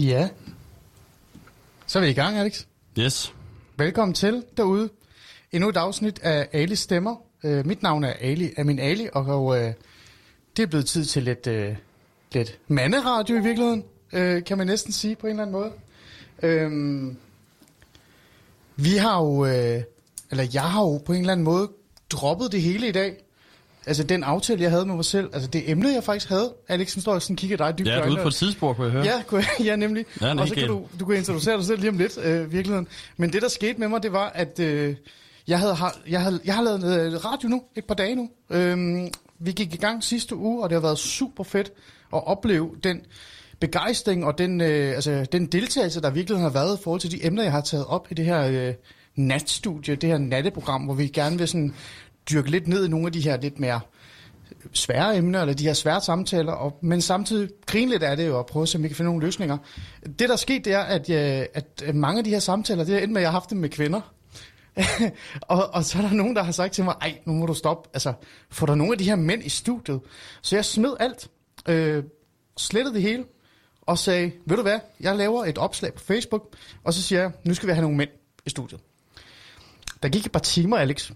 Ja. Så er vi i gang, Alex. Yes. Velkommen til derude. Endnu et afsnit af Alis Stemmer. Mit navn er Amin Ali, og det er blevet tid til lidt manderadio i virkeligheden, kan man næsten sige på en eller anden måde. Vi har jo, eller jeg har jo på en eller anden måde droppet det hele i dag. Altså den aftale, jeg havde med mig selv, altså det emne, jeg faktisk havde. Alex, nu står jeg sådan og kigger dig dybt i øjnene. Ja, du er ude på et tidspunkt, kunne jeg høre. Ja, nemlig. Ja, og så kan du kan introducere dig selv lige om lidt, virkeligheden. Men det, der skete med mig, det var, at jeg har lavet radio nu, et par dage nu. Vi gik i gang sidste uge, og det har været super fedt at opleve den begejstring og den deltagelse, der virkelig har været i forhold til de emner, jeg har taget op i det her natstudie, det her natteprogram, hvor vi gerne vil sådan dyrke lidt ned i nogle af de her lidt mere svære emner, eller de her svære samtaler, men samtidig grine lidt af det jo, og prøve at se, om vi kan finde nogle løsninger. Det, der er sket, det er, at mange af de her samtaler, det er endt med, at jeg har haft dem med kvinder. og så er der nogen, der har sagt til mig, ej, nu må du stoppe, altså, får der nogle af de her mænd i studiet? Så jeg smed alt, slettede det hele, og sagde, ved du hvad, jeg laver et opslag på Facebook, og så siger jeg, nu skal vi have nogle mænd i studiet. Der gik et par timer, Alex.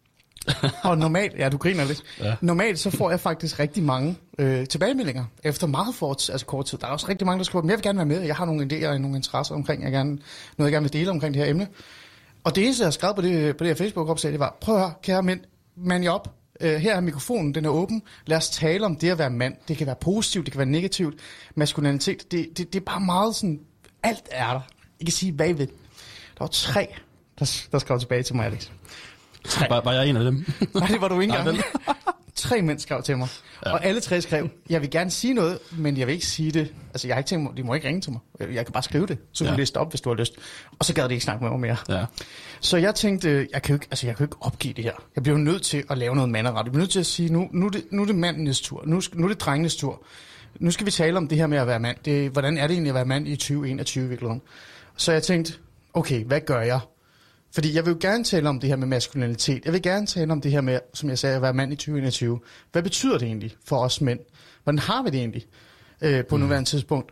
Og normalt, ja, du griner lidt. Ja. Normalt så får jeg faktisk rigtig mange tilbagemeldinger efter meget kort tid. Der er også rigtig mange, der skriver, men jeg vil gerne være med. Jeg har nogle idéer og nogle interesser omkring, noget jeg gerne vil dele omkring det her emne. Og det eneste, jeg har skrevet på det her Facebook-opslag, det var, prøv at høre, kære mænd, mand jer op. Her er mikrofonen, den er åben. Lad os tale om det at være mand. Det kan være positivt, det kan være negativt. Maskulinitet, det er bare meget sådan, alt er der. Jeg kan sige bagved. Der var 3, der skrev tilbage til mig, Alex. Var jeg en af dem? Nej, det var du ikke engang. 3 mænd skrev til mig, ja. Og alle 3 skrev, jeg vil gerne sige noget, men jeg vil ikke sige det. Altså, jeg har ikke tænkt mig, de må ikke ringe til mig. Jeg kan bare skrive det, så kan du læse det op, hvis du har lyst. Og så gad de ikke snakke med mig mere. Ja. Så jeg tænkte, jeg kan jo ikke opgive det her. Jeg bliver nødt til at lave noget manderet. Jeg bliver nødt til at sige, nu er det mandens tur. Nu er det drengenes tur. Nu skal vi tale om det her med at være mand. Hvordan er det egentlig at være mand i 2021 i virkeligheden? Så jeg tænkte, okay, hvad gør jeg? Fordi jeg vil jo gerne tale om det her med maskulinitet. Jeg vil gerne tale om det her med, som jeg sagde, at være mand i 2021. Hvad betyder det egentlig for os mænd? Hvordan har vi det egentlig på nuværende tidspunkt?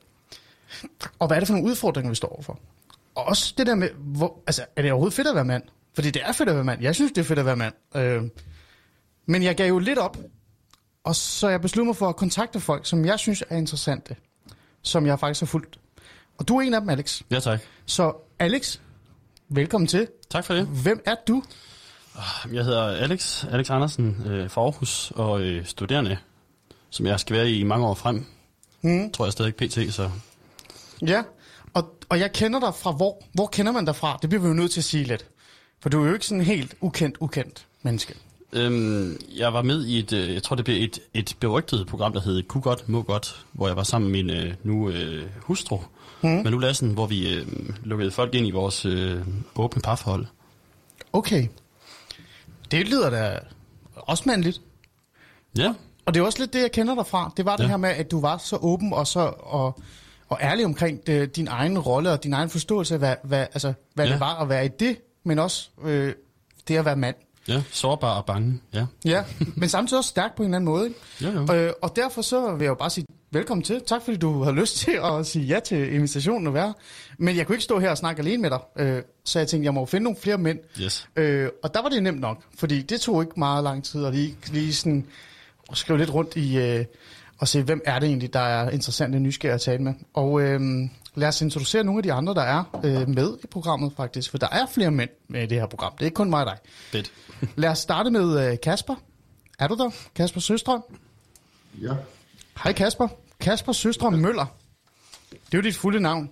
Og hvad er det for nogle udfordringer, vi står overfor? Og også det der med, er det overhovedet fedt at være mand? Fordi det er fedt at være mand. Jeg synes, det er fedt at være mand. Men jeg gav jo lidt op, og så jeg besluttede mig for at kontakte folk, som jeg synes er interessante, som jeg faktisk har fulgt. Og du er en af dem, Alex. Ja, tak. Så Alex, velkommen til. Tak for det. Hvem er du? Jeg hedder Alex Andersen fra Aarhus, og studerende, som jeg skal være i mange år frem. Tror jeg stadig pt. Så. Ja, og jeg kender dig fra hvor? Hvor kender man dig fra? Det bliver vi jo nødt til at sige lidt. For du er jo ikke sådan helt ukendt menneske. Jeg var med i jeg tror det blev et berygtet program, der hed Ku godt, må godt, hvor jeg var sammen med min nu hustru, Manu Lassen, hvor vi lukkede folk ind i vores åbne parforhold. Okay. Det lyder da også mandligt. Ja. Og det er også lidt det, jeg kender dig fra. Det var det her med, at du var så åben og ærlig omkring din egen rolle og din egen forståelse af, hvad det var at være i det, men også det at være mand. Ja, sårbar og bange, ja. Ja, men samtidig også stærk på en eller anden måde. Ja. Og derfor så vil jeg jo bare sige velkommen til. Tak fordi du har lyst til at sige ja til invitationen at være. Men jeg kunne ikke stå her og snakke alene med dig. Så jeg tænkte, jeg må finde nogle flere mænd. Yes. Og der var det nemt nok, fordi det tog ikke meget lang tid at lige sådan skrive lidt rundt i og se, hvem er det egentlig, der er interessant og nysgerrig at tale med. Og lad os introducere nogle af de andre, der er med i programmet faktisk. For der er flere mænd med i det her program. Det er ikke kun mig og dig. Fedt. Lad os starte med Kasper. Er du der? Kasper Søstrøm? Ja. Hej Kasper. Kasper Søstrøm Møller. Det er jo dit fulde navn.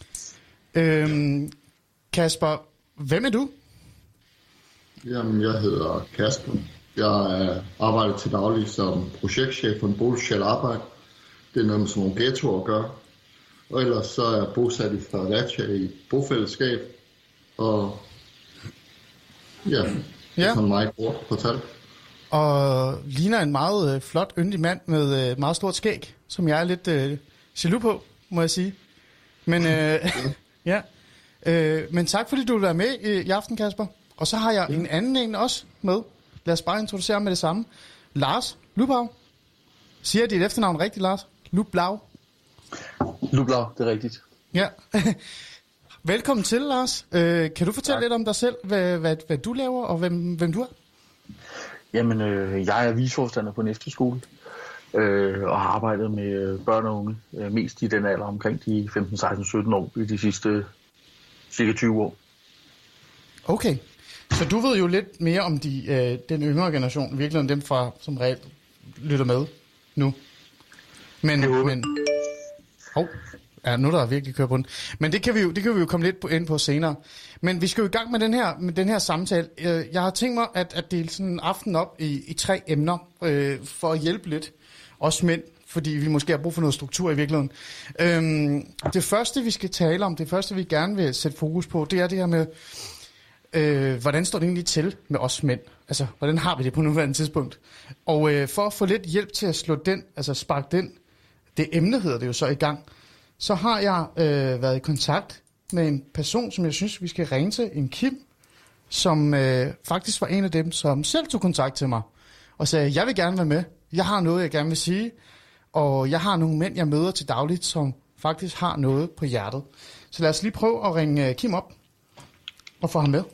Kasper, hvem er du? Jamen, jeg hedder Kasper. Jeg arbejder til daglig som projektchef for en boligsocial arbejde. Det er noget med sådan nogle ghettoer at gøre. Og ellers så er jeg bosat i Fredericia i et bofællesskab. Og ja, det er sådan meget kort fortalt. Og ligner en meget flot, yndig mand med meget stort skæg, som jeg er lidt jaloux på, må jeg sige. Men ja. Men tak fordi du vil være med i aften, Kasper. Og så har jeg en anden en også med. Lad os bare introducere med det samme. Lars Lublau. Siger jeg dit efternavn rigtigt, Lars? Lublau? Lublau, det er rigtigt. Ja. Velkommen til, Lars. Kan du fortælle lidt om dig selv, hvad du laver, og hvem du er? Jamen, jeg er viceforstander på en efterskole, og har arbejdet med børn og unge, mest i den alder omkring de 15, 16, 17 år i de sidste cirka 20 år. Okay, så du ved jo lidt mere om den yngre generation, virkelig dem fra, som reelt lytter med nu. Men nu der virkelig kørt på den. Men det kan vi jo komme lidt ind på senere. Men vi skal jo i gang med den her samtale. Jeg har tænkt mig at dele sådan en aften op i 3 emner, for at hjælpe lidt os mænd, fordi vi måske har brug for noget struktur i virkeligheden. Det første, vi skal tale om, det første, vi gerne vil sætte fokus på, det er det her med, hvordan står det egentlig til med os mænd? Altså, hvordan har vi det på nuværende tidspunkt? Og for at få lidt hjælp til at slå den, altså sparke det emne hedder det jo så i gang, så har jeg været i kontakt med en person, som jeg synes, vi skal ringe til, en Kim, som faktisk var en af dem, som selv tog kontakt til mig og sagde, jeg vil gerne være med, jeg har noget, jeg gerne vil sige, og jeg har nogle mænd, jeg møder til dagligt, som faktisk har noget på hjertet. Så lad os lige prøve at ringe Kim op og få ham med.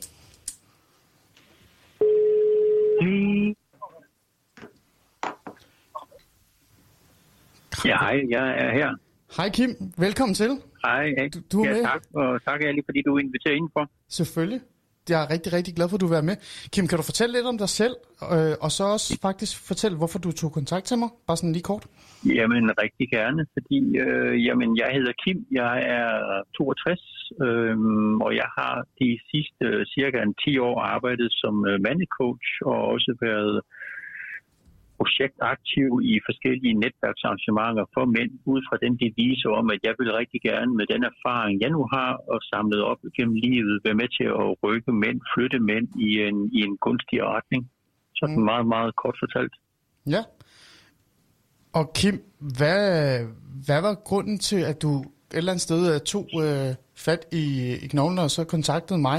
Ja, hej, jeg er her. Hej Kim, velkommen til. Hej, du er med. Tak, og tak lige fordi du inviterer indenfor. Selvfølgelig. Jeg er rigtig, rigtig glad for, at du vil være med. Kim, kan du fortælle lidt om dig selv, og så også faktisk fortælle, hvorfor du tog kontakt til mig? Bare sådan lige kort. Jamen, rigtig gerne, fordi jeg hedder Kim, jeg er 62, og jeg har de sidste cirka 10 år arbejdet som mandecoach, og også været projektaktiv i forskellige netværksarrangementer for mænd, ud fra den devise om, at jeg vil rigtig gerne med den erfaring, jeg nu har og samlet op gennem livet, være med til at rykke mænd, flytte mænd i en gunstig retning. Sådan meget, meget kort fortalt. Ja. Og Kim, hvad var grunden til, at du et eller andet sted tog fat i knoglen og så kontaktede mig?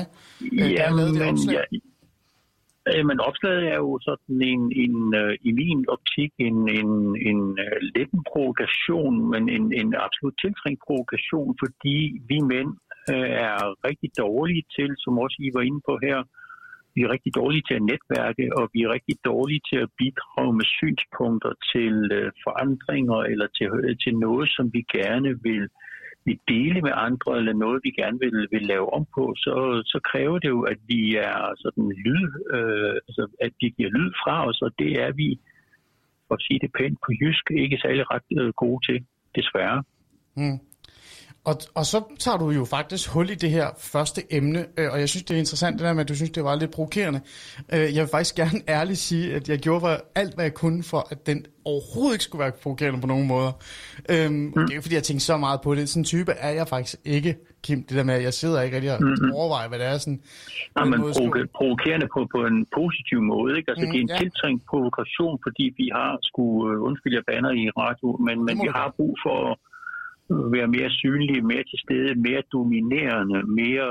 Men opslaget er jo sådan i min optik en litten provokation, men en absolut tiltrængt provokation, fordi vi mænd er rigtig dårlige til, som også I var inde på her, vi er rigtig dårlige til at netværke, og vi er rigtig dårlige til at bidrage med synspunkter til forandringer eller til noget, som vi gerne vil dele med andre, eller noget, vi gerne vil lave om på, så kræver det jo, at vi er sådan at vi giver lyd fra os, og det er vi, for at sige det pænt på jysk, ikke særlig ret gode til, desværre. Og så tager du jo faktisk hul i det her første emne, og jeg synes, det er interessant det der med, at du synes, det var lidt provokerende. Jeg vil faktisk gerne ærligt sige, at jeg gjorde alt, hvad jeg kunne for, at den overhovedet ikke skulle være provokerende på nogen måder. Det er jo fordi, jeg tænkte så meget på det. Sådan en type er jeg faktisk ikke, Kim. Det der med, at jeg sidder ikke rigtig og overvejer, hvad det er. Sådan, men provokerende på en positiv måde. Ikke? Altså, det er en tiltrængt provokation, fordi vi har undskyld, jeg bander i radio, men vi har brug for være mere synlige, mere til stede, mere dominerende, mere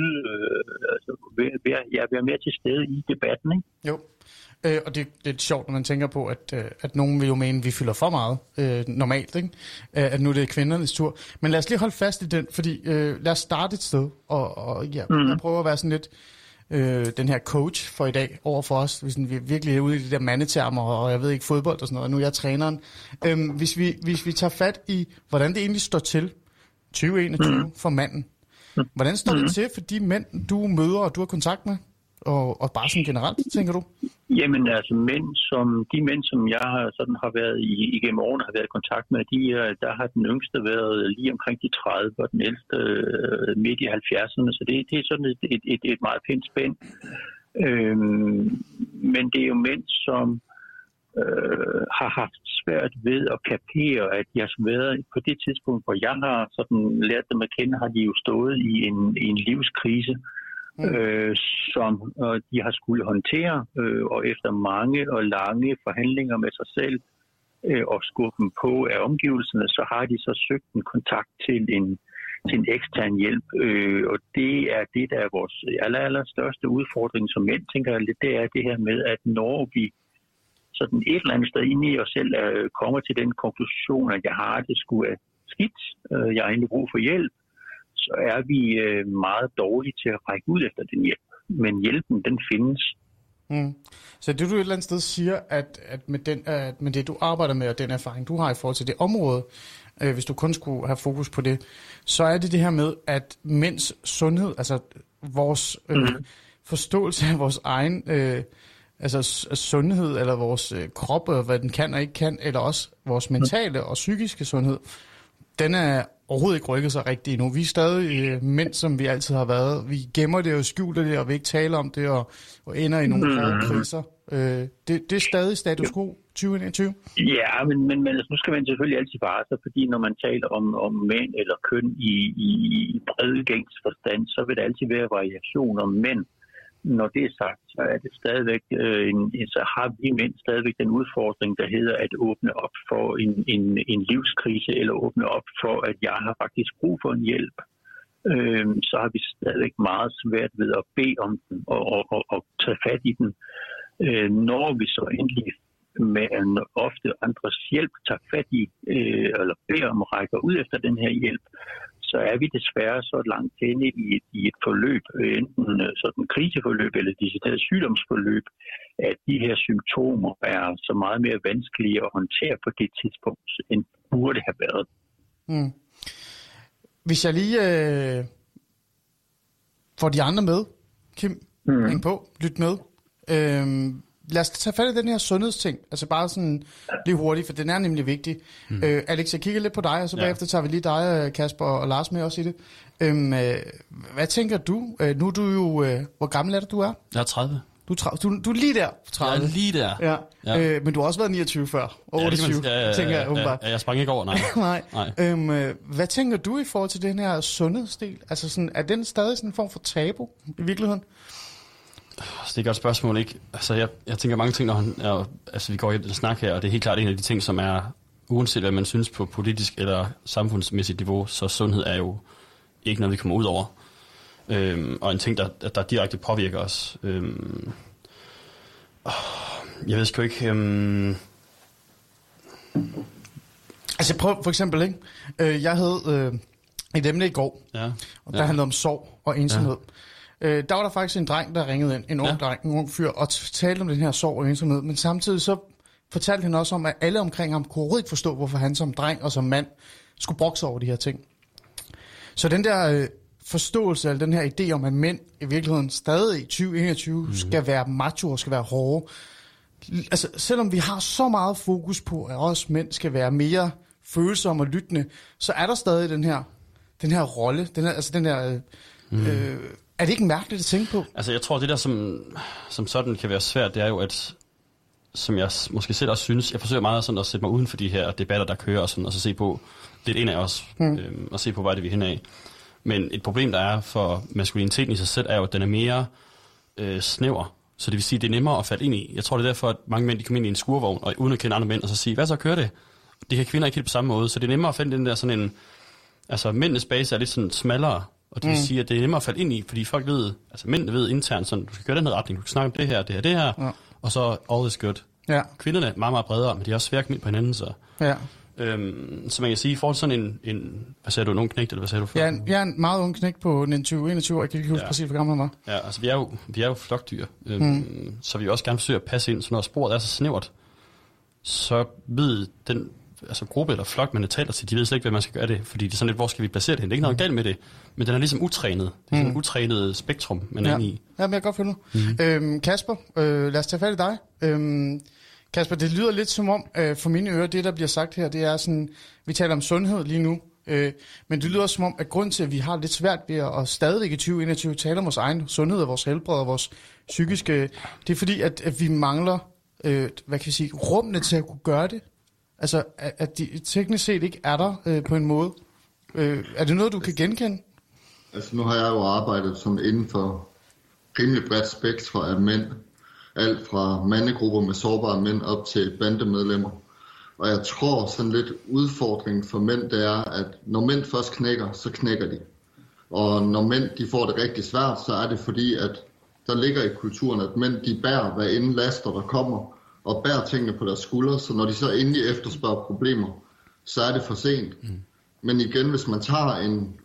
være mere til stede i debatten, ikke? Jo, og det er lidt sjovt, når man tænker på, at nogen vil jo mene, at vi fylder for meget normalt, ikke? At nu det er kvindernes tur. Men lad os lige holde fast i den, fordi lad os starte et sted, jeg prøver at være sådan lidt den her coach for i dag over for os, hvis vi virkelig er ude i de der mandetermer, og jeg ved ikke, fodbold og sådan noget, og nu er jeg træneren. Hvis vi tager fat i, hvordan det egentlig står til 2021 for manden. Hvordan står det til for de mænd, du møder og du har kontakt med? Og bare sådan generelt, tænker du? Jamen altså, de mænd, som jeg har været igennem årene, har været i kontakt med, der har den yngste været lige omkring de 30, og den ældste midt i 70'erne, så det er sådan et meget pænt spænd. Men det er jo mænd, som har haft svært ved at kapere, at de har været på det tidspunkt, hvor jeg har sådan lært dem at kende, har de jo stået i en livskrise, som de har skulle håndtere, og efter mange og lange forhandlinger med sig selv og skubben på af omgivelserne, så har de så søgt en kontakt til en ekstern hjælp, og det er det, der er vores allerstørste udfordring som mænd, tænker jeg lidt, det er det her med, at når vi sådan et eller andet sted inde i os selv kommer til den konklusion, at jeg har det sgu skidt, jeg har egentlig brug for hjælp, så er vi meget dårlige til at række ud efter den hjælp. Men hjælpen, den findes. Så det du et eller andet sted siger, at med det du arbejder med, og den erfaring du har i forhold til det område, hvis du kun skulle have fokus på det, så er det her med, at mænds sundhed, altså vores forståelse af vores egen sundhed, eller vores krop, og hvad den kan og ikke kan, eller også vores mentale og psykiske sundhed, den er overhovedet ikke rykket sig rigtigt endnu. Vi er stadig mænd, som vi altid har været. Vi gemmer det og skjuler det, og vil ikke tale om det, og ender i nogle hårde kriser. Det er stadig status quo 2021. Ja, men altså, nu skal man selvfølgelig altid vare sig, fordi når man taler om mænd eller køn i bredgængs forstand, så vil der altid være variationer. Men når det er sagt, så er det stadigvæk, så har vi mænd stadigvæk den udfordring, der hedder at åbne op for en livskrise, eller åbne op for, at jeg har faktisk brug for en hjælp. Så har vi stadigvæk meget svært ved at bede om den og tage fat i den. Når vi så endelig med ofte andres hjælp tager fat i, eller beder om at række ud efter den her hjælp, så er vi desværre så langt henne i et forløb, enten sådan kriseforløb eller decideret sygdomsforløb, at de her symptomer er så meget mere vanskelige at håndtere på det tidspunkt, end burde have været. Hvis jeg lige får de andre med, Kim, hæng på, lyt med. Lad os tage fat i den her sundhedsting, altså bare sådan lige hurtigt, for den er nemlig vigtig. Alex, jeg kigger lidt på dig, og så bagefter tager vi lige dig, Kasper og Lars med også i det. Hvad tænker du? Nu er du jo, hvor gammel er du er? Jeg er 30. Du er lige der, 30. Jeg er lige der. Ja. Men du har også været 29 før, 28, tænker jeg umiddelbart. Jeg sprang ikke over, nej. Nej. Hvad tænker du i forhold til den her sundhedsdel? Altså sådan, er den stadig sådan en form for tabu i virkeligheden? Det er et godt spørgsmål, ikke? Altså, jeg tænker mange ting, når vi går i den snak her, og det er helt klart en af de ting, som er, uanset hvad man synes på politisk eller samfundsmæssigt niveau, så sundhed er jo ikke noget, vi kommer ud over. Og en ting, der direkte påvirker os. Jeg ved sgu ikke... Altså prøv for eksempel, ikke? Jeg havde et emne i går, og der handlede om sorg og ensomhed. Der var der faktisk en dreng, der ringede ind, en ung fyr, og talte om den her sorg og ensomhed, men samtidig så fortalte han også om, at alle omkring ham kunne overhovedet ikke forstå, hvorfor han som dreng og som mand skulle brokse over de her ting. Så den der forståelse, eller den her idé om, at mænd i virkeligheden stadig i 2021 skal være macho og skal være hårde, altså selvom vi har så meget fokus på, at os mænd skal være mere følsomme og lyttende, så er der stadig den her rolle, er det ikke mærkeligt at tænke på? Altså, jeg tror, det der, som sådan kan være svært, det er jo, at, som jeg måske selv også synes, jeg forsøger meget sådan at sætte mig uden for de her debatter, der kører, og så se på lidt ind af os, og se på, hvad det vi er hen af. Men et problem, der er for maskuliniteten i sig selv, er jo, at den er mere snæver. Så det vil sige, at det er nemmere at falde ind i. Jeg tror, det er derfor, at mange mænd de kommer ind i en skurvogn, og uden at kende andre mænd, og så sige, hvad så kører det? Det kan kvinder ikke helt på samme måde. Så det er nemmere at falde den der sådan en... Altså, mændenes base er lidt sådan smallere, og det vil sige, at det er nemmere at falde ind i, fordi folk ved, altså mændene ved internt sådan, du skal køre den her retning, du skal snakke om det her, og så all is good. Ja. Kvinderne er meget, meget bredere, men de er også svært på hinanden, så... Ja. Så man kan sige, i forhold til sådan en hvad sagde du, en ung knægt, eller hvad sagde du før? Ja, jeg er en meget ung knægt på 21 år, jeg kan ikke huske præcis, hvor gammel han var. Ja, altså vi er jo flokdyr, så vi vil også gerne forsøge at passe ind, så når sporet er så snævert, så ved den gruppe eller flok, man taler til, de ved slet ikke, hvad man skal gøre det, fordi det er sådan lidt, hvor skal vi placere det? Det er ikke noget galt med det, men den er ligesom utrænet. Det er sådan et utrænet spektrum, man er inde i. Ja, men jeg kan godt følge. Kasper, lad os tage fat i dig. Kasper, det lyder lidt som om, for mine ører, det der bliver sagt her, det er sådan, vi taler om sundhed lige nu, men det lyder som om, at grund til, at vi har lidt svært ved at stadigvæk i 2021 tale om vores egen sundhed og vores helbred og vores psykiske, det er fordi, at vi mangler, hvad kan vi sige, rummene til at kunne gøre det. Altså, at de teknisk set ikke er der på en måde. Er det noget, du kan genkende? Altså, nu har jeg jo arbejdet som inden for rimelig bredt spektrum af mænd. Alt fra mandegrupper med sårbare mænd op til bandemedlemmer. Og jeg tror sådan lidt udfordringen for mænd, det er, at når mænd først knækker, så knækker de. Og når mænd de får det rigtig svært, så er det fordi, at der ligger i kulturen, at mænd de bærer hvad end laster, der kommer, og bærer tingene på deres skuldre, så når de så endelig efterspørger problemer, så er det for sent. Men igen, hvis man tager en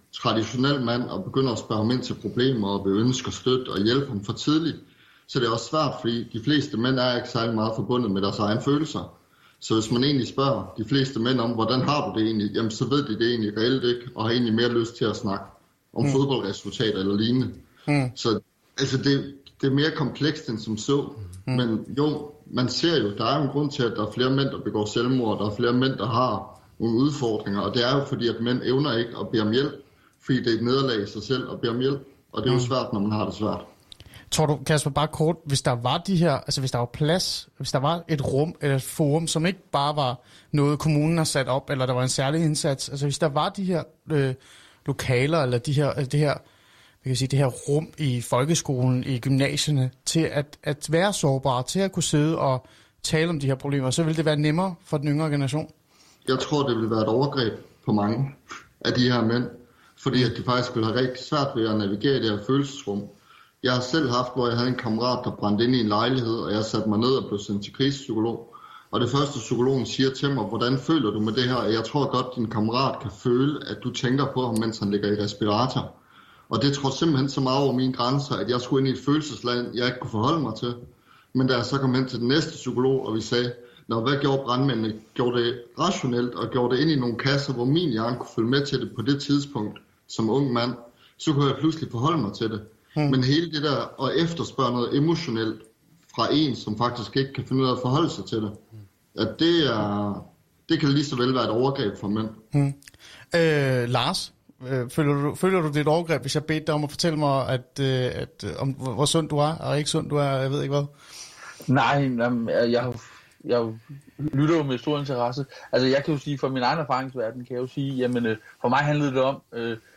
traditionel mand og begynder at spørge ham ind til problemer og vil ønske at støtte og hjælpe ham for tidligt, så det er også svært, fordi de fleste mænd er ikke særlig meget forbundet med deres egne følelser. Så hvis man egentlig spørger de fleste mænd om, hvordan har du det egentlig, jamen så ved de det egentlig reelt ikke, og har egentlig mere lyst til at snakke om fodboldresultater eller lignende. Så altså det er mere komplekst end som så. Men jo, man ser jo, der er en grund til, at der er flere mænd, der begår selvmord, der er flere mænd, der har nogle udfordringer, og det er jo fordi, at mænd evner ikke at bede om hjælp, fordi det er et nederlag i sig selv at bede om hjælp, og det er jo svært, når man har det svært. Tror du, Kasper, bare kort, hvis der var de her, altså hvis der var plads, hvis der var et rum eller et forum, som ikke bare var noget, kommunen har sat op, eller der var en særlig indsats, altså hvis der var de her lokaler, eller det her rum i folkeskolen, i gymnasierne, til at være sårbare, til at kunne sidde og tale om de her problemer, så ville det være nemmere for den yngre generation? Jeg tror, det vil være et overgreb på mange af de her mænd, fordi at de faktisk vil have rigtig svært ved at navigere i det her følelsesrum. Jeg har selv haft, hvor jeg havde en kammerat, der brændte ind i en lejlighed, og jeg satte mig ned og blev sendt til krisepsykolog. Og det første psykologen siger til mig, hvordan føler du med det her? Jeg tror godt, din kammerat kan føle, at du tænker på ham, mens han ligger i respirator. Og det tror simpelthen så meget over mine grænser, at jeg skulle ind i et følelsesland, jeg ikke kunne forholde mig til. Men da jeg så kom hen til den næste psykolog, og vi sagde, hvad gjorde brandmændene? Gjorde det rationelt, og gjorde det ind i nogle kasser, hvor min hjerne kunne følge med til det på det tidspunkt, som ung mand, så kunne jeg pludselig forholde mig til det. Men hele det der at efterspørge noget emotionelt fra en, som faktisk ikke kan finde ud af at forholde sig til det, at det kan lige så vel være et overgreb for mænd. Lars, føler du det et overgreb, hvis jeg bedte dig om at fortælle mig, om hvor sund du er, og ikke sund du er, jeg ved ikke hvad? Nej, jeg lytter jo med stor interesse. Altså jeg kan jo sige, fra min egen erfaringsverden, kan jeg jo sige, jamen for mig handlede det om,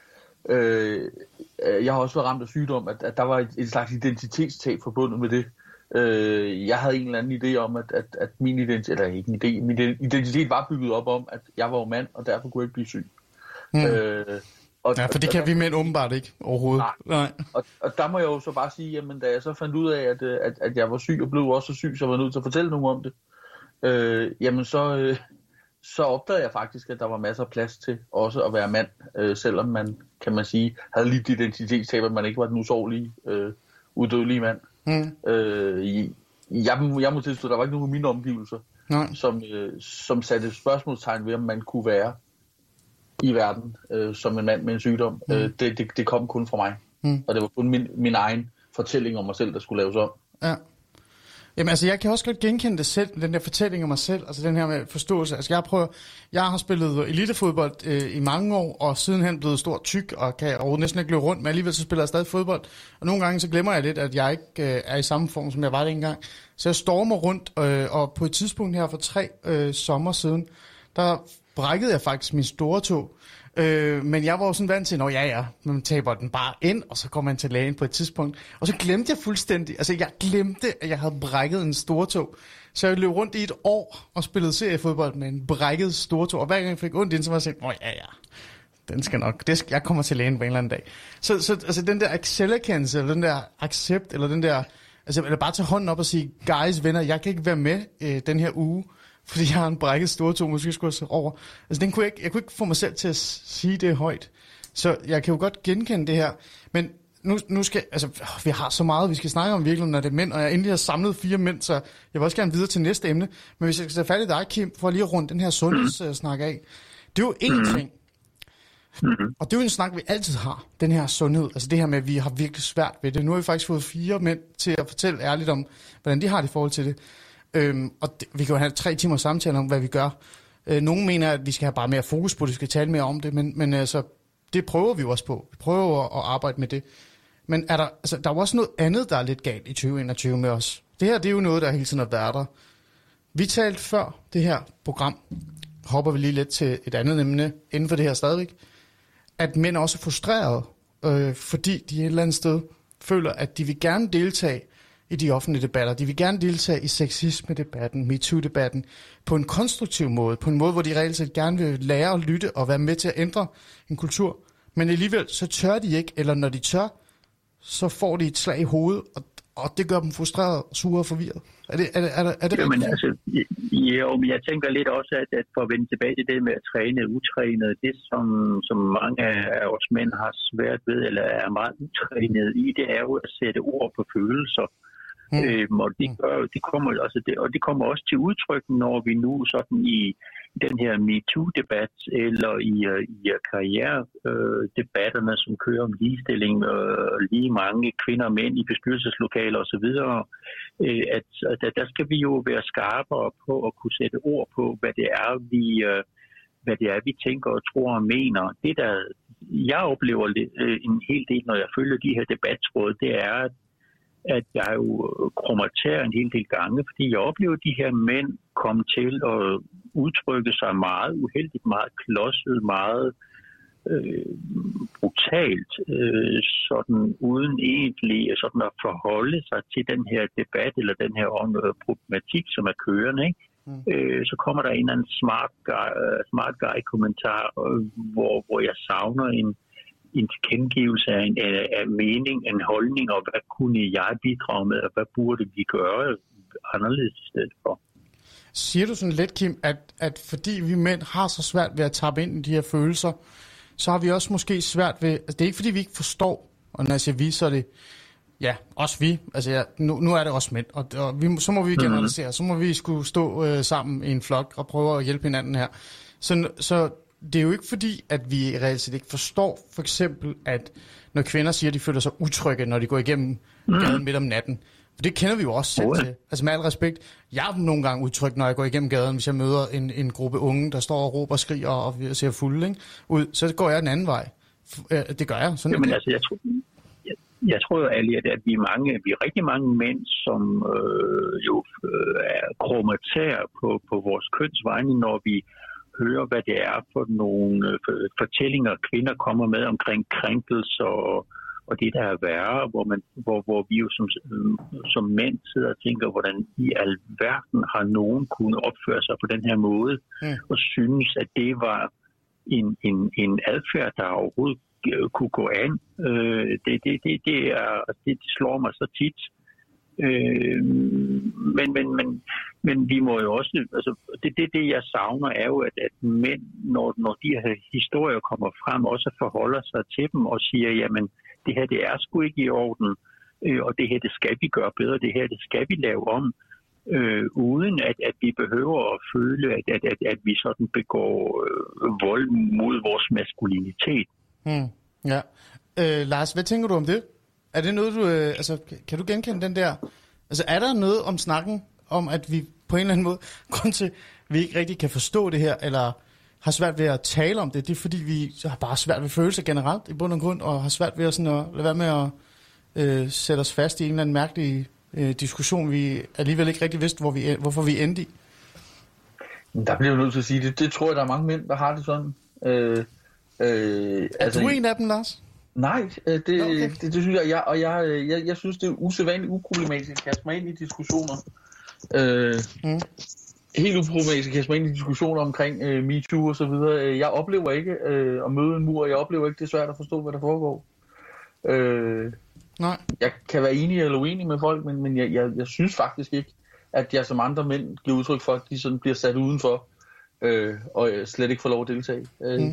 jeg har også været ramt af sygdom, at der var et slags identitetstab forbundet med det. Jeg havde en eller anden idé om, at min identitet var bygget op om, at jeg var mand, og derfor kunne jeg ikke blive syg. For det kan vi mænd åbenbart ikke overhovedet. Nej. Og der må jeg jo så bare sige, jamen da jeg så fandt ud af, at jeg var syg, og blev også så syg, så var jeg nødt til at fortælle nogen om det, jamen så opdagede jeg faktisk, at der var masser af plads til også at være mand, selvom man, kan man sige, havde lidt identitetstab, at man ikke var den usårlige, udødelige mand. Jeg må tilstå, der var ikke nogen af mine omgivelser, som satte spørgsmålstegn ved, om man kunne være i verden som en mand med en sygdom. Det kom kun fra mig, og det var kun min egen fortælling om mig selv, der skulle laves om. Ja. Jamen altså, jeg kan også godt genkende det selv, den der fortælling om mig selv, altså den her med forståelse. Altså jeg har spillet elitefodbold i mange år, og sidenhen blevet stor tyk, og kan overhovedet næsten ikke løbe rundt, men alligevel så spiller jeg stadig fodbold. Og nogle gange så glemmer jeg lidt, at jeg ikke er i samme form, som jeg var det engang. Så jeg stormer rundt, og på et tidspunkt her for 3 sommer siden, der brækkede jeg faktisk min store tå. Men jeg var jo sådan vant til, man taber den bare ind, og så går man til lægen på et tidspunkt. Og så glemte jeg fuldstændig, jeg glemte, at jeg havde brækket en stortå. Så jeg løb rundt i et år og spillede seriefodbold med en brækket stortå. Og hver gang jeg fik ondt ind, så var jeg sådan, den skal nok, jeg kommer til lægen på en eller anden dag. Så altså den der selverkendelse, eller den der accept, eller den der, eller bare tage hånden op og sige, guys, venner, jeg kan ikke være med den her uge, fordi jeg har en brækket stortå, måske skulle jeg over. Altså, jeg kunne ikke få mig selv til at sige det højt. Så jeg kan jo godt genkende det her. Men nu skal, vi har så meget, vi skal snakke om virkelig, når det er mænd, og jeg endelig har samlet 4 mænd, så jeg vil også gerne videre til næste emne. Men hvis jeg skal tage fat i dig, Kim, for lige at runde den her sundhedssnak af. Det er jo én ting. Og det er jo en snak, vi altid har, den her sundhed. Altså det her med, at vi har virkelig svært ved det. Nu har vi faktisk fået 4 mænd til at fortælle ærligt om, hvordan de har det i forhold til det. Vi kan jo have 3 timer samtale om, hvad vi gør. Nogle mener, at vi skal have bare mere fokus på det, vi skal tale mere om det, men altså, det prøver vi jo også på. Vi prøver at arbejde med det. Men der er jo også noget andet, der er lidt galt i 2021 med os. Det her, det er jo noget, der hele tiden har været der. Vi talte før det her program, hopper vi lige lidt til et andet emne inden for det her stadigvæk, at mænd også er frustrerede, fordi de et eller andet sted føler, at de vil gerne deltage i de offentlige debatter. De vil gerne deltage i sexisme-debatten, MeToo-debatten, på en konstruktiv måde, på en måde, hvor de reelt set gerne vil lære at lytte og være med til at ændre en kultur. Men alligevel, så tør de ikke, eller når de tør, så får de et slag i hovedet, og det gør dem frustreret, sure og forvirret. Er det Jamen, altså, men jeg tænker lidt også, at for at vende tilbage til det med at træne utrænet, det som mange af os mænd har svært ved, eller er meget utrænet i, det er jo at sætte ord på følelser. Og det kommer også til udtryk, når vi nu sådan i den her MeToo-debat eller i karrieredebatterne, som kører om ligestilling og lige mange kvinder og mænd i bestyrelseslokaler osv., at der skal vi jo være skarpere på at kunne sætte ord på, hvad det er, vi tænker og tror og mener. Det der jeg oplever en hel del, når jeg følger de her debattråd, det er, at jeg jo krummer en hel del gange, fordi jeg oplever de her mænd komme til at udtrykke sig meget uheldigt, meget klodset, meget brutalt, sådan uden egentlig sådan at forholde sig til den her debat eller den her problematik, som er kørende, ikke? Så kommer der en eller anden smart guy kommentar, hvor jeg savner en tilkendegivelse af mening, en holdning, og hvad kunne jeg bidrage med, og hvad burde vi gøre anderledes i stedet for. Siger du sådan lidt, Kim, at fordi vi mænd har så svært ved at tappe ind i de her følelser, så har vi også måske svært ved, altså det er ikke fordi vi ikke forstår, og når jeg siger vi, så er det, ja, også vi, altså nu er det også mænd, og så må vi generalisere, så må vi skulle stå sammen i en flok og prøve at hjælpe hinanden her. Så det er jo ikke fordi, at vi reelt set ikke forstår, for eksempel, at når kvinder siger, at de føler sig utrygge, når de går igennem gaden midt om natten. For det kender vi jo også selv til. Altså med al respekt, jeg er nogle gange utryg, når jeg går igennem gaden, hvis jeg møder en gruppe unge, der står og råber og skriger og ser fulde, ikke? Ud. Så går jeg den anden vej. Det gør jeg. Sådan jamen altså, jeg tror jo, Ali, at vi er rigtig mange mænd, som krummer tær på vores kønsvegne, når vi hører, hvad det er for nogle fortællinger, kvinder kommer med omkring krænkelser og det, der er værre, hvor vi jo som mænd sidder og tænker, hvordan i alverden har nogen kunnet opføre sig på den her måde, og synes, at det var en adfærd, der overhovedet kunne gå an. Det slår mig så tit. Men vi må jo også, altså det jeg savner er jo, at mænd, når de her historier kommer frem, også forholder sig til dem og siger, jamen det her det er sgu ikke i orden, og det her det skal vi gøre bedre, det her det skal vi lave om, uden at vi behøver at føle, at vi sådan begår vold mod vores maskulinitet. Ja. Lars, hvad tænker du om det? Er det noget, kan du genkende den der? Altså, er der noget om snakken, om at vi på en eller anden måde, grund til, at vi ikke rigtig kan forstå det her, eller har svært ved at tale om det, det er fordi, vi har bare svært ved følelser generelt i bund og grund, og har svært ved at lade være med at sætte os fast i en eller anden mærkelig diskussion, vi alligevel ikke rigtig vidste, hvorfor vi endte i? Der bliver jeg nødt til at sige, det tror jeg, der er mange mænd, der har det sådan. Er du en af dem, Lars? Nej, det synes jeg, jeg synes, det er usædvanligt uproblematisk at kaste mig ind i diskussioner. Helt uproblematisk at kaste mig ind i diskussioner omkring MeToo og så videre. Jeg oplever ikke at møde en mur, jeg oplever ikke, det er svært at forstå, hvad der foregår. Nej. Jeg kan være enig eller uenig med folk, men jeg synes faktisk ikke, at jeg som andre mænd giver udtryk for, at de sådan bliver sat udenfor og slet ikke får lov at deltage.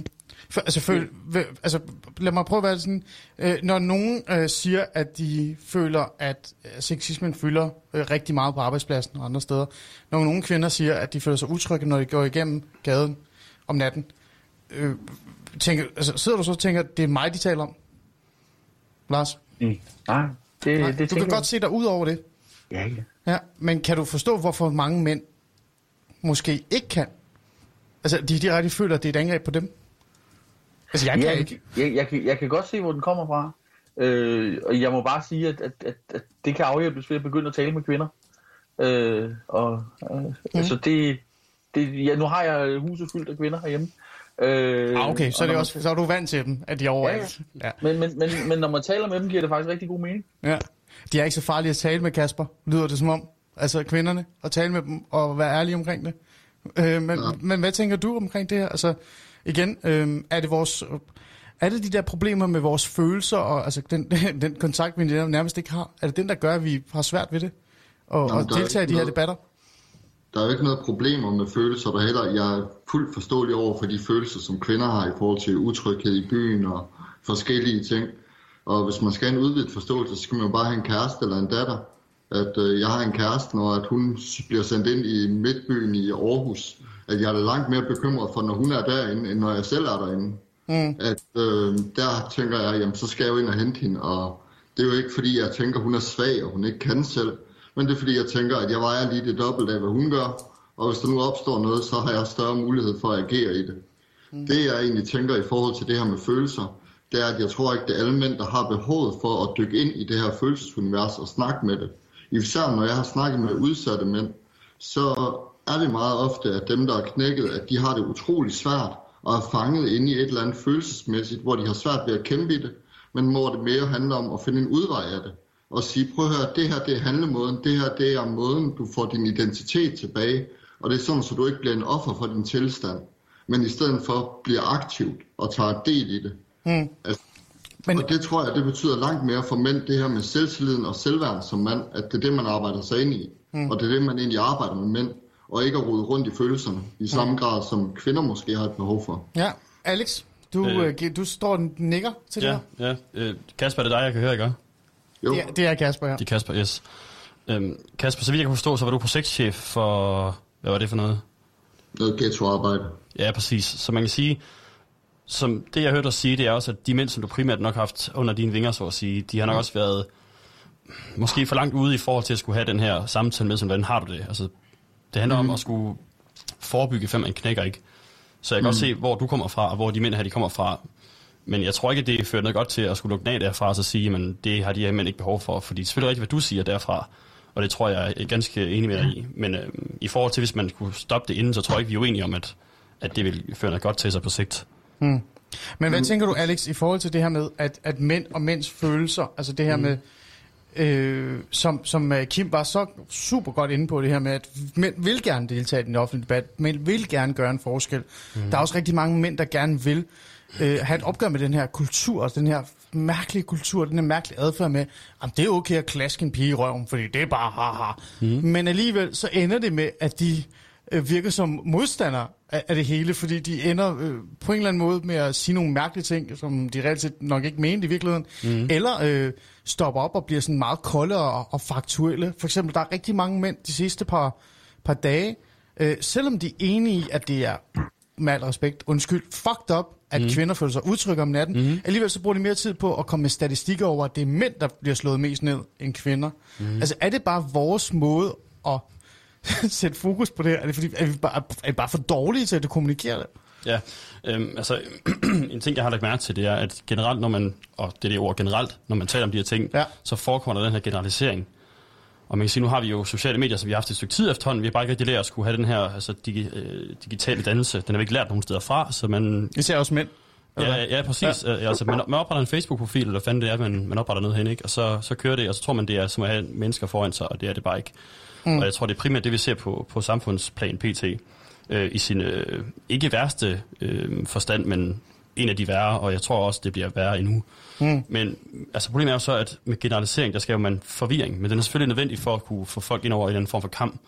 Lad mig prøve at være sådan, når nogen siger, at de føler, at sexismen fylder rigtig meget på arbejdspladsen og andre steder, når nogle kvinder siger, at de føler sig utrygge, når de går igennem gaden om natten, sidder du så og tænker, at det er mig, de taler om? Lars? Nej, det du kan godt se dig ud over det. Ja, men kan du forstå, hvorfor mange mænd måske ikke kan? Altså, de direkte føler, at det er et angreb på dem? Altså, jeg kan ikke. Jeg kan godt se, hvor den kommer fra. Og jeg må bare sige, at det kan afhjælpes ved at begynde at tale med kvinder. Altså, nu har jeg huset fyldt af kvinder herhjemme. Okay, så er du vant til dem, at de er overalt. Ja. Men når man taler med dem, giver det faktisk rigtig god mening. Ja. De er ikke så farlige at tale med, Kasper, lyder det som om. Altså kvinderne, at tale med dem og være ærlige omkring det. Men hvad tænker du omkring det her? Altså igen, er det vores... Er det de der problemer med vores følelser, og altså den kontakt, vi nærmest ikke har? Er det den, der gør, at vi har svært ved det? Og deltage i de her debatter? Der er jo ikke noget problemer med følelser, der heller. Jeg er fuldt forståelig over for de følelser, som kvinder har i forhold til utryghed i byen og forskellige ting. Og hvis man skal have en udvidet forståelse, så skal man jo bare have en kæreste eller en datter. At jeg har en kæreste, og at hun bliver sendt ind i midtbyen i Aarhus. At jeg er langt mere bekymret for, når hun er derinde, end når jeg selv er derinde. At der tænker jeg, jamen så skal jeg jo ind og hente hende. Og det er jo ikke fordi, jeg tænker, hun er svag, og hun ikke kan selv. Men det er fordi, jeg tænker, at jeg vejer lige det dobbelt af, hvad hun gør. Og hvis der nu opstår noget, så har jeg større mulighed for at agere i det. Det jeg egentlig tænker i forhold til det her med følelser, det er, at jeg tror ikke, det er alle mænd, der har behovet for at dykke ind i det her følelsesunivers og snakke med det. Især når jeg har snakket med udsatte mænd, så er det meget ofte, at dem, der er knækket, at de har det utroligt svært og er fanget inde i et eller andet følelsesmæssigt, hvor de har svært ved at kæmpe i det, men hvor det mere handler om at finde en udvej af det. Og sige, prøv at høre, det her det er handlemåden, det her det er måden, du får din identitet tilbage, og det er sådan, så du ikke bliver en offer for din tilstand, men i stedet for bliver aktivt og tager del i det. Altså, men... Og det tror jeg, det betyder langt mere for mænd, det her med selvtilliden og selvværd som mand, at det er det, man arbejder sig ind i, og det er det, man egentlig arbejder med mænd, og ikke at rode rundt i følelserne i samme grad, som kvinder måske har et behov for. Ja, Alex, du står og nikker til det her. Ja, Kasper, det er dig, jeg kan høre, ikke? Jo. Det er Kasper, ja. Det er Kasper, yes. Kasper, så vidt jeg kan forstå, så var du projektchef for... Hvad var det for noget? Noget ghettoarbejde. Ja, præcis. Så man kan sige, som det jeg hørte dig sige, det er også, at de mænd, som du primært nok har haft under dine vinger, så at sige, de har nok også været måske for langt ude i forhold til at skulle have den her samtale med, som hvordan har du det? Altså, det handler om at skulle forebygge, før man knækker, ikke? Så jeg kan også se, hvor du kommer fra, og hvor de mænd her, de kommer fra. Men jeg tror ikke, at det fører noget godt til at skulle lukke af derfra og så sige, at det har de her mænd ikke behov for. Fordi det er selvfølgelig rigtigt, hvad du siger derfra. Og det tror jeg er ganske enig med dig i. Men i forhold til, hvis man skulle stoppe det inden, så tror jeg ikke, vi er uenige om, at det vil føre noget godt til sig på sigt. Men hvad tænker du, Alex, i forhold til det her med, at mænd og mænds følelser, altså det her med, som Kim var så super godt inde på, det her med, at mænd vil gerne deltage i den offentlige debat, mænd vil gerne gøre en forskel. Der er også rigtig mange mænd, der gerne vil have et opgør med den her kultur, altså den her mærkelige kultur, den her mærkelige adfærd med, at det er okay at klaske en pige i røven, fordi det er bare haha. Men alligevel så ender det med, at de virker som modstandere af det hele, fordi de ender på en eller anden måde med at sige nogle mærkelige ting, som de reelt set nok ikke mente i virkeligheden, eller stopper op og bliver sådan meget kolde og faktuelle. For eksempel, der er rigtig mange mænd de sidste par dage, selvom de er enige i, at det er, med al respekt, fucked up, at kvinder føler sig utrygge om natten. Alligevel så bruger de mere tid på at komme med statistikker over, at det er mænd, der bliver slået mest ned end kvinder. Altså er det bare vores måde at sætte fokus på det her? Er vi bare for dårlige til at kommunikere det? Ja, altså en ting, jeg har lagt mærke til, det er, at generelt, når man, og det er det ord generelt, når man taler om de her ting, så forekommer der den her generalisering. Og man kan sige, nu har vi jo sociale medier, som vi har haft et stykke tid efterhånden. Vi har bare ikke rigtig lært at skulle have den her altså, digitale dannelse. Den har vi ikke lært nogen steder fra, så man... Især også mænd. Ja, præcis. Ja. Altså, man opretter en Facebook-profil, eller hvad fanden det er, man opretter noget hen, ikke? Og så kører det, og så tror man, det er som at have mennesker foran sig, og det er det bare ikke. Og jeg tror, det er primært det, vi ser på samfundsplan PT, i sin ikke værste forstand, men en af de værre, og jeg tror også, det bliver værre endnu. Men altså, problemet er jo så, at med generalisering, der skaber man forvirring, men den er selvfølgelig nødvendig for at kunne få folk ind over i den form for kamp.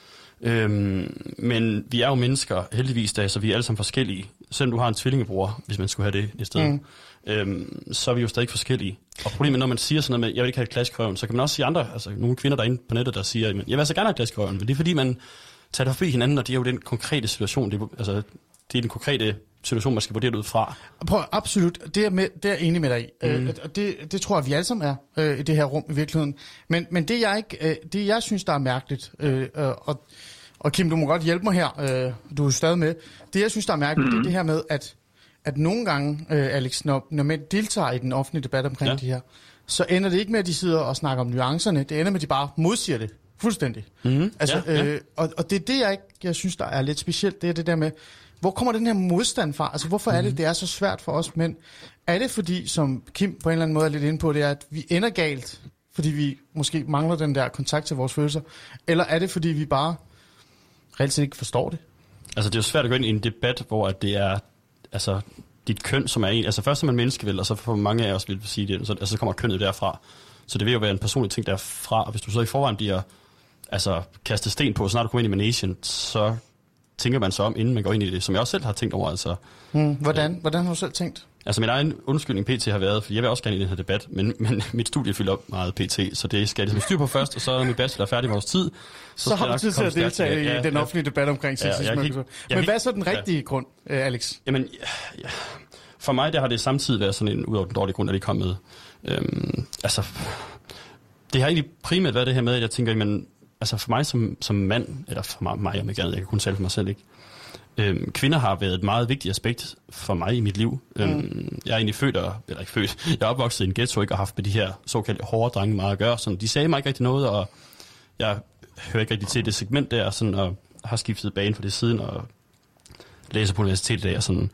Men vi er jo mennesker, heldigvis da, så vi er alle sammen forskellige. Selvom du har en tvillingebror, hvis man skulle have det i stedet, så er vi jo stadig forskellige. Og problemet, når man siger sådan noget med, jeg vil ikke have et klask i røven, så kan man også sige andre, altså nogle kvinder derinde på nettet, der siger, jeg vil altså gerne have et klask i røven, men det er fordi, man tager det forbi hinanden, og det er jo den konkrete situation, det er den konkrete situation, man skal vurdere det ud fra. Prøv, absolut, det er jeg enig med dig i. Og det tror jeg, vi alle sammen er i det her rum i virkeligheden. Men det jeg synes, der er mærkeligt, og Kim, du må godt hjælpe mig her, du er stadig med. Det jeg synes, der er mærkeligt, det er det her med, at nogle gange, Alex, når mænd deltager i den offentlige debat omkring det her, så ender det ikke med, at de sidder og snakker om nuancerne. Det ender med, at de bare modsiger det. Fuldstændig. Altså, og det er det, jeg synes, der er lidt specielt. Det er det der med, hvor kommer den her modstand fra? Altså, hvorfor er det er så svært for os mænd? Er det fordi, som Kim på en eller anden måde er lidt inde på, det er, at vi ender galt, fordi vi måske mangler den der kontakt til vores følelser? Eller er det fordi, vi bare reelt set ikke forstår det? Altså, det er jo svært at gå ind i en debat, hvor det er, altså, dit køn, som er en... Altså først er man menneske, vel, og så for mange af os vil sige det, så kommer kønnet derfra. Så det vil jo være en personlig ting derfra, og hvis du så i forvejen bliver kastet sten på, snart du kommer ind i managen, så tænker man så om, inden man går ind i det, som jeg også selv har tænkt over. Altså, Hvordan har du selv tænkt? Altså min egen undskyldning PT har været, for jeg vil også gerne i den her debat, men mit studie fylder op meget PT, så det skal jeg ligesom styre på først, og så er mit bachelor færdig i vores tid. Så har du tid til at deltage i den offentlige debat omkring sexisme. Men hvad er så den rigtige grund, Alex? Jamen, for mig der har det samtidig været sådan en ud over den dårlige grund, at det kom med. Det har egentlig primært været det her med, at jeg tænker, men altså for mig som mand, eller for mig, jeg kan kun tale for mig selv, ikke? Kvinder har været et meget vigtigt aspekt for mig i mit liv. Jeg er egentlig jeg er opvokset i en ghetto, ikke, og har haft med de her såkaldte hårde drenge meget at gøre. Sådan, de sagde mig ikke rigtig noget, og jeg hører ikke rigtig til det segment der, sådan, og har skiftet bane for det siden, og læser på universitetet der. Sådan.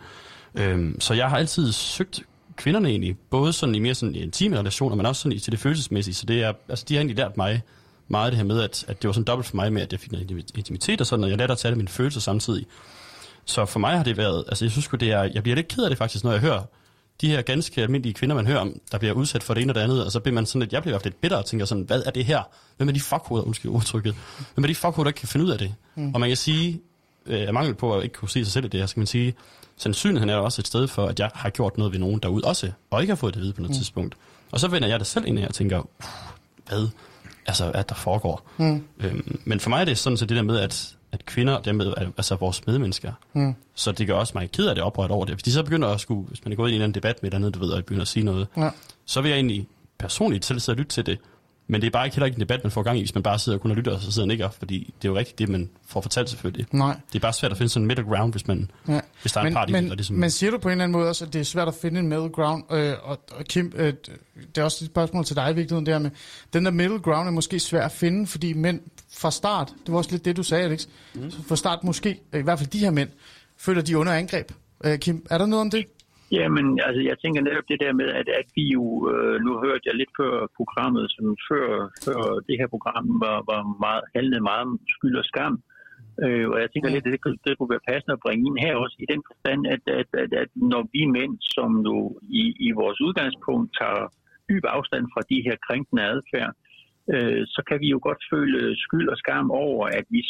Så jeg har altid søgt kvinderne egentlig, både sådan i mere sådan intime relationer, men også sådan til det følelsesmæssige. Så det er, altså, de har egentlig lært mig meget det her med, at det var sådan dobbelt for mig med, at jeg fik noget intimitet og sådan, og jeg lærte at tage mine følelser samtidig. Så for mig har det været, altså jeg synes jo, jeg bliver lidt ked af det faktisk, når jeg hører de her ganske almindelige kvinder, man hører om, der bliver udsat for det ene og det andet, og så bliver man sådan lidt, jeg bliver i hvert fald lidt bitter og tænker sådan, hvad er det her? Hvem er de fuckhoveder, undskyld udtrykket? Hvem er de fuckhoveder, der ikke kan finde ud af det? Og man kan sige, af mangel på at ikke kunne se sig selv i det her, skal man sige, sandsynligheden er også et sted for, at jeg har gjort noget ved nogen derude også, og ikke har fået det at vide på noget tidspunkt. Og så vender jeg det selv ind, og jeg tænker, hvad? Altså, at der foregår. Men for mig er det sådan set det der med, at kvinder, dermed, altså vores medmennesker, så det gør også mig ked af det, oprørt over det. Hvis de så begynder at hvis man er gået ind i en anden debat med et andet, du ved, og begynder at sige noget, så vil jeg egentlig personligt selv sidde og lytte til det. Men det er bare ikke heller ikke en debat, man får gang i, hvis man bare sidder og kun lytter, og så sidder og nikker, fordi det er jo rigtigt det, man får fortalt selvfølgelig. Nej. Det er bare svært at finde sådan en middle ground, hvis der er en part i det. Ligesom... Men siger du på en eller anden måde også, at det er svært at finde en middle ground, og Kim, det er også et spørgsmål til dig i virkeligheden, der med, den der middle ground er måske svært at finde, fordi mænd fra start, det var også lidt det, du sagde, Alex, så fra start måske, i hvert fald de her mænd, føler de under angreb. Kim, er der noget om det? Jamen, altså jeg tænker netop det der med, at vi jo, nu hørte jeg lidt før programmet, som før det her program handlede meget om skyld og skam. Og jeg tænker lidt, at det kunne være passende at bringe ind her også, i den forstand, at når vi mænd, som nu i vores udgangspunkt tager dyb afstand fra de her krænkende adfærd, så kan vi jo godt føle skyld og skam over, at vi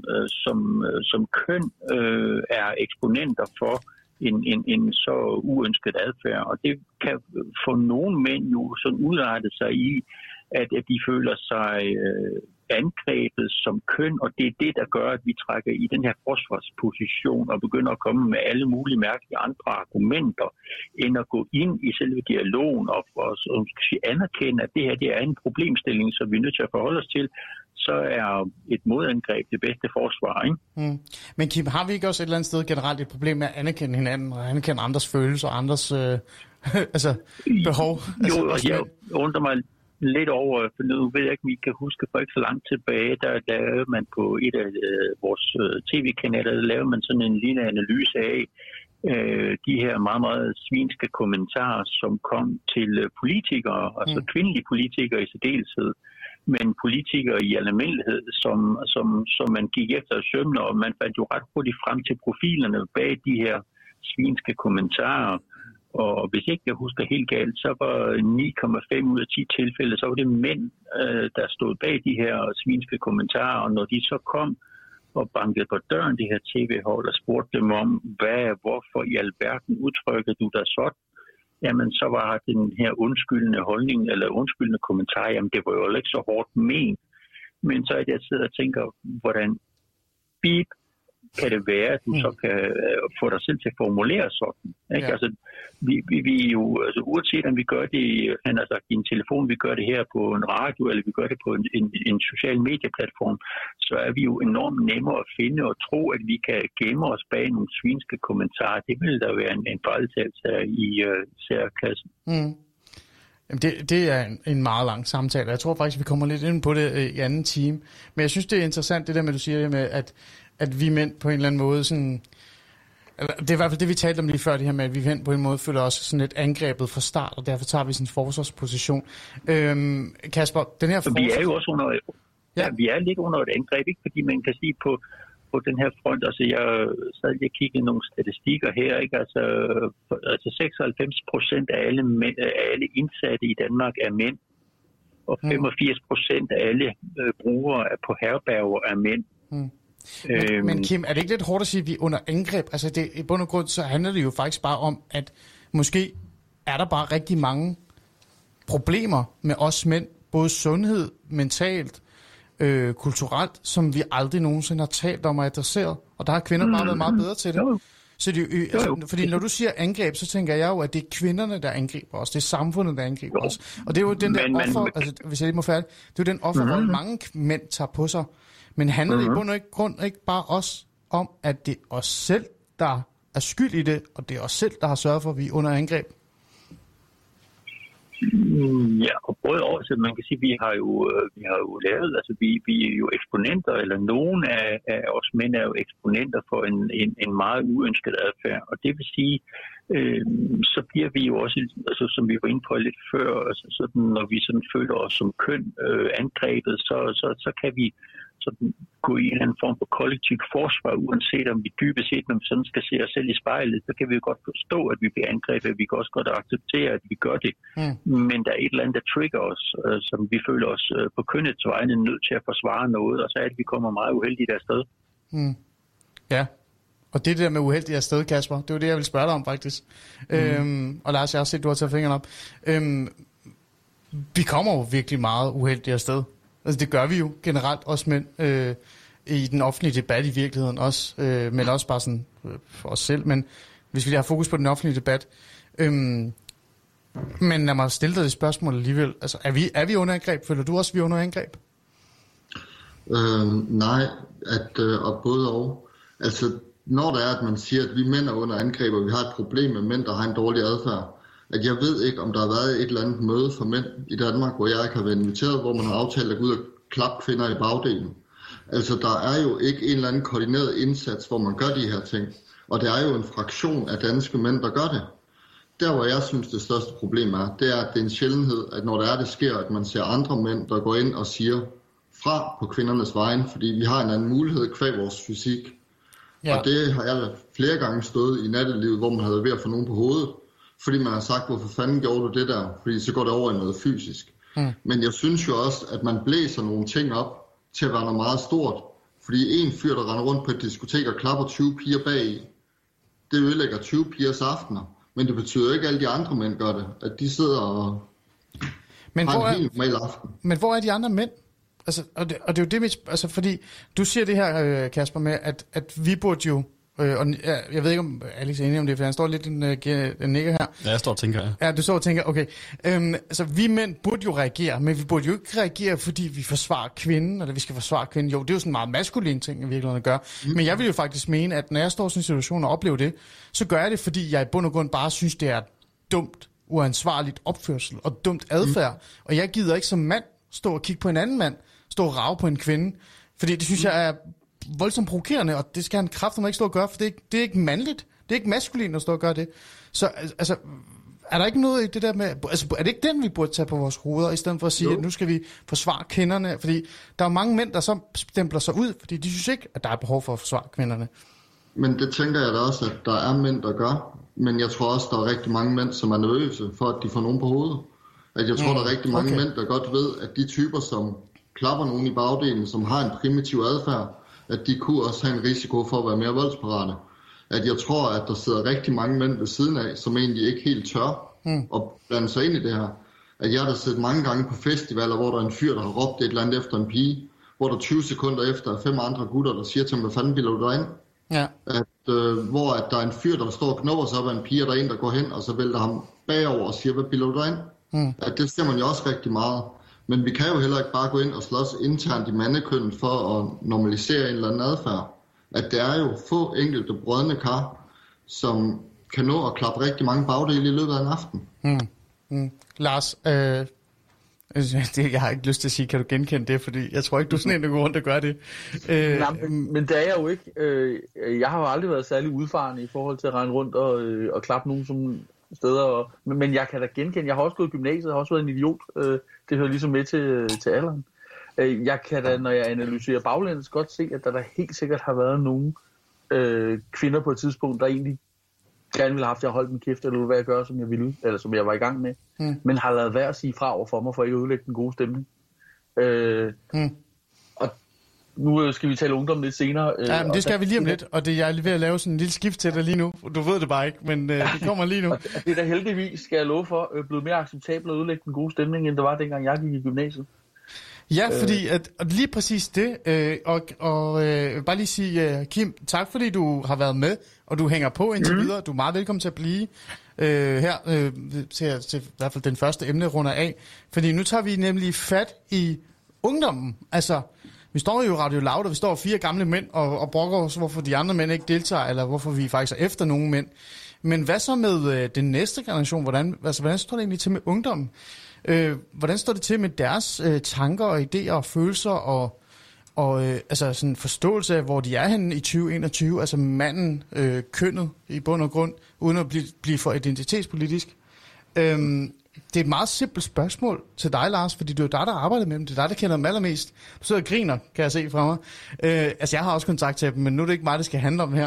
som køn er eksponenter for en så uønsket adfærd. Og det kan for nogle mænd jo sådan udarte sig i, at de føler sig angrebet som køn, og det er det, der gør, at vi trækker i den her forsvarsposition og begynder at komme med alle mulige mærkelige andre argumenter, end at gå ind i selve dialogen og anerkende, at det her det er en problemstilling, som vi er nødt til at forholde os til, så er et modangreb det bedste forsvar, ikke? Men Kim, har vi ikke også et eller andet sted generelt et problem med at anerkende hinanden og anerkende andres følelser og andres behov? Jo, jeg undrer mig lidt over, for nu ved jeg ikke, om I kan huske, for ikke så langt tilbage, der lavede man på et af vores tv-kanaler, der lavede man sådan en lille analyse af de her meget, meget svinske kommentarer, som kom til politikere, altså kvindelige politikere i særdeleshed, men politikere i almindelighed, som man gik efter at sømme, og man fandt jo ret hurtigt frem til profilerne bag de her svinske kommentarer. Og hvis ikke jeg husker helt galt, så var 9,5 ud af 10 tilfælde, så var det mænd, der stod bag de her svinske kommentarer, og når de så kom og bankede på døren, det her tv-hold, og spurgte dem om, hvorfor i alverden udtrykker du dig sådan, jamen så var den her undskyldende holdning, eller undskyldende kommentar, jamen det var jo ikke så hårdt ment. Men så er det, jeg sidder og tænker, hvordan kan det være, at du så kan få dig selv til at formulere sådan. Ikke? Ja. Altså, vi jo, altså, uanset om vi gør det i en telefon, vi gør det her på en radio, eller vi gør det på en social medieplatform, så er vi jo enormt nemmere at finde og tro, at vi kan gemme os bag nogle svinske kommentarer. Det vil der være en fejltagelse i særklassen. Jamen det er en meget lang samtale. Jeg tror faktisk, vi kommer lidt ind på det i anden time. Men jeg synes, det er interessant, det der med, du siger med, at vi mænd på en eller anden måde sådan... Det er i hvert fald det, vi talte om lige før, det her med, at vi mænd på en måde føler os sådan lidt angrebet fra start, og derfor tager vi sådan en forsvarsposition. Kasper, den her vi er jo også under... Ja, vi er lidt under et angreb, ikke? Fordi man kan sige på den her front. Altså, jeg sad lige og kiggede nogle statistikker her, ikke? Altså 96% af alle indsatte i Danmark er mænd, og 85% af alle brugere på herberger er mænd. Men Kim, er det ikke lidt hårdt at sige, at vi er under angreb? Altså, det, i bund og grund, så handler det jo faktisk bare om, at måske er der bare rigtig mange problemer med os mænd, både sundhed, mentalt, kulturelt, som vi aldrig nogensinde har talt om og adresseret. Og der har kvinder bare været meget bedre til det. Så det altså, fordi når du siger angreb, så tænker jeg jo, at det er kvinderne, der angriber os. Det er samfundet, der angriber os. Og det er jo den der offer, altså, hvis jeg lige må færdig, det er jo den offer, hvor mange mænd tager på sig. Men handler det i bund og grund ikke bare os om, at det er os selv, der er skyld i det, og det er os selv, der har sørget for, at vi er under angreb? Ja, og både også, man kan sige, at vi har jo lavet, altså vi er jo eksponenter, eller nogen af os mænd er jo eksponenter for en meget uønsket adfærd, og det vil sige, så bliver vi jo også, altså, som vi var inde på lidt før, altså, sådan, når vi sådan føler os som køn angrebet, så kan vi sådan gå i en eller anden form for kollektivt forsvar, uanset om vi dybest set, når vi sådan skal se os selv i spejlet, så kan vi jo godt forstå, at vi bliver angrebet, vi kan også godt acceptere, at vi gør det. Men der er et eller andet, der trigger os, som vi føler os på kønnets vegne nødt til at forsvare noget, og så er det, vi kommer meget uheldigt afsted. Ja, og det der med uheldigt afsted, Kasper, det var det, jeg ville spørge dig om faktisk. Og Lars, jeg har set, du har taget fingrene op. Vi kommer jo virkelig meget uheldigt afsted. Altså det gør vi jo generelt også mænd i den offentlige debat i virkeligheden også, men også bare sådan for os selv. Men hvis vi har fokus på den offentlige debat, men lad mig stille dig det spørgsmål alligevel. Altså er vi under angreb? Føler du også, at vi er under angreb? Nej, og både og. Altså når det er, at man siger, at vi mænd er under angreb, og vi har et problem med mænd, der har en dårlig adfærd, at jeg ved ikke, om der har været et eller andet møde for mænd i Danmark, hvor jeg ikke har været inviteret, hvor man har aftalt at gå ud og klappe kvinder i bagdelen. Altså, der er jo ikke en eller anden koordineret indsats, hvor man gør de her ting. Og det er jo en fraktion af danske mænd, der gør det. Der, hvor jeg synes, det største problem er, det er, at det er en sjældenhed, at når det sker, at man ser andre mænd, der går ind og siger fra på kvindernes vegne, fordi vi har en anden mulighed kvæg vores fysik. Ja. Og det har jeg flere gange stået i nattelivet, hvor man havde ved at få nogen på hovedet. Fordi man har sagt, hvorfor fanden gjorde du det der? Fordi så går det over i noget fysisk. Men jeg synes jo også, at man blæser nogle ting op til at være noget meget stort. Fordi en fyr, der render rundt på et diskotek og klapper 20 piger bagi, det ødelægger 20 pigers aftener. Men det betyder ikke, at alle de andre mænd gør det. At de sidder og har en helt normal aften. Men hvor er de andre mænd? Altså, og det er jo det, altså, fordi du siger det her, Kasper, med, at vi burde jo, og jeg ved ikke, om Alex er enig om det, for han står lidt en nikker her. Ja, jeg står og tænker, ja. Ja, du står og tænker, okay. Altså, vi mænd burde jo reagere, men vi burde jo ikke reagere, fordi vi forsvarer kvinden, eller vi skal forsvare kvinden. Jo, det er jo sådan en meget maskulin ting, i virkeligheden at gøre. Men jeg vil jo faktisk mene, at når jeg står i sådan en situation og oplever det, så gør jeg det, fordi jeg i bund og grund bare synes, det er dumt, uansvarligt opførsel og dumt adfærd. Og jeg gider ikke som mand stå og kigge på en anden mand, stå og rage på en kvinde, fordi det synes jeg er voldsomt provokerende, og det skal han kraftigt ikke stå og gøre, for det er ikke mandligt. Det er ikke maskulint at stå og gøre det. Så altså, er der ikke noget i det der med, altså er det ikke den, vi burde tage på vores hoveder, i stedet for at sige, at nu skal vi forsvare kvinderne? Fordi der er mange mænd, der så stempler sig ud, fordi de synes ikke, at der er behov for at forsvare kvinderne. Men det tænker jeg da også, at der er mænd, der gør. Men jeg tror også, der er rigtig mange mænd, som er nervøse for, at de får nogen på hovedet. At jeg tror, der er rigtig mange mænd, der godt ved, at de typer, som klapper nogen i bagdelen, som har en primitiv adfærd, at de kunne også have en risiko for at være mere voldsparate. At jeg tror, at der sidder rigtig mange mænd ved siden af, som egentlig ikke helt tør at blande sig ind i det her. At jeg har da set mange gange på festivaler, hvor der er en fyr, der har råbt et eller andet efter en pige, hvor der 20 sekunder efter er 5 andre gutter, der siger til ham, hvad fanden bilder du dig ind? Ja. Hvor at der er en fyr, der står og knopper sig op af en pige, og der er en, der går hen, og så vælter ham bagover og siger, hvad bilder du dig ind? At det ser man jo også rigtig meget. Men vi kan jo heller ikke bare gå ind og slås internt i mandekønnet for at normalisere en eller anden adfærd. At det er jo få enkelte brødne kar, som kan nå at klappe rigtig mange bagdele i løbet af en aften. Lars, jeg har ikke lyst til at sige, kan du genkende det? Fordi jeg tror ikke, du er sådan en, der går rundt og gør det. Nej, men det er jeg jo ikke. Jeg har jo aldrig været særlig udfarende i forhold til at rende rundt og klappe nogen som steder. Men jeg kan da genkende. Jeg har også gået i gymnasiet, jeg har også været en idiot. Det hører ligesom med til alderen. Jeg kan da, når jeg analyserer baglæns, godt se, at der helt sikkert har været nogle kvinder på et tidspunkt, der egentlig gerne ville have haft, at jeg holdt min kæft, eller hvad jeg gør, som jeg ville, eller som jeg var i gang med, men har lavet være at sige fra over for mig, for ikke at ødelægge den gode stemning. Og nu skal vi tale ungdom lidt senere. Ja, men det skal vi lige om lidt, og jeg er ved at lave sådan en lille skift til dig lige nu. Du ved det bare ikke, men det kommer lige nu. Og det er da heldigvis, skal jeg love for, blevet mere acceptabelt at ødelægge den gode stemning, end det var dengang jeg gik i gymnasiet. Ja, fordi at lige præcis det, bare lige sige, Kim, tak fordi du har været med, og du hænger på indtil videre. Du er meget velkommen til at blive her til i hvert fald den første emne runder af. Fordi nu tager vi nemlig fat i ungdommen. Altså, vi står jo i Radio Loud, og vi står 4 gamle mænd og brokker os, hvorfor de andre mænd ikke deltager, eller hvorfor vi faktisk er efter nogle mænd. Men hvad så med den næste generation? Hvordan står det egentlig til med ungdommen? Hvordan står det til med deres tanker og idéer og følelser og altså sådan forståelse af, hvor de er henne i 2021, altså manden, kønnet i bund og grund, uden at blive for identitetspolitisk? Det er et meget simpelt spørgsmål til dig, Lars, fordi det er jo dig, der arbejder med dem. Det er dig, der kender dem allermest. Du sidder og griner, kan jeg se fra mig. Altså, jeg har også kontakt til dem, men nu er det ikke mig, det skal handle om her.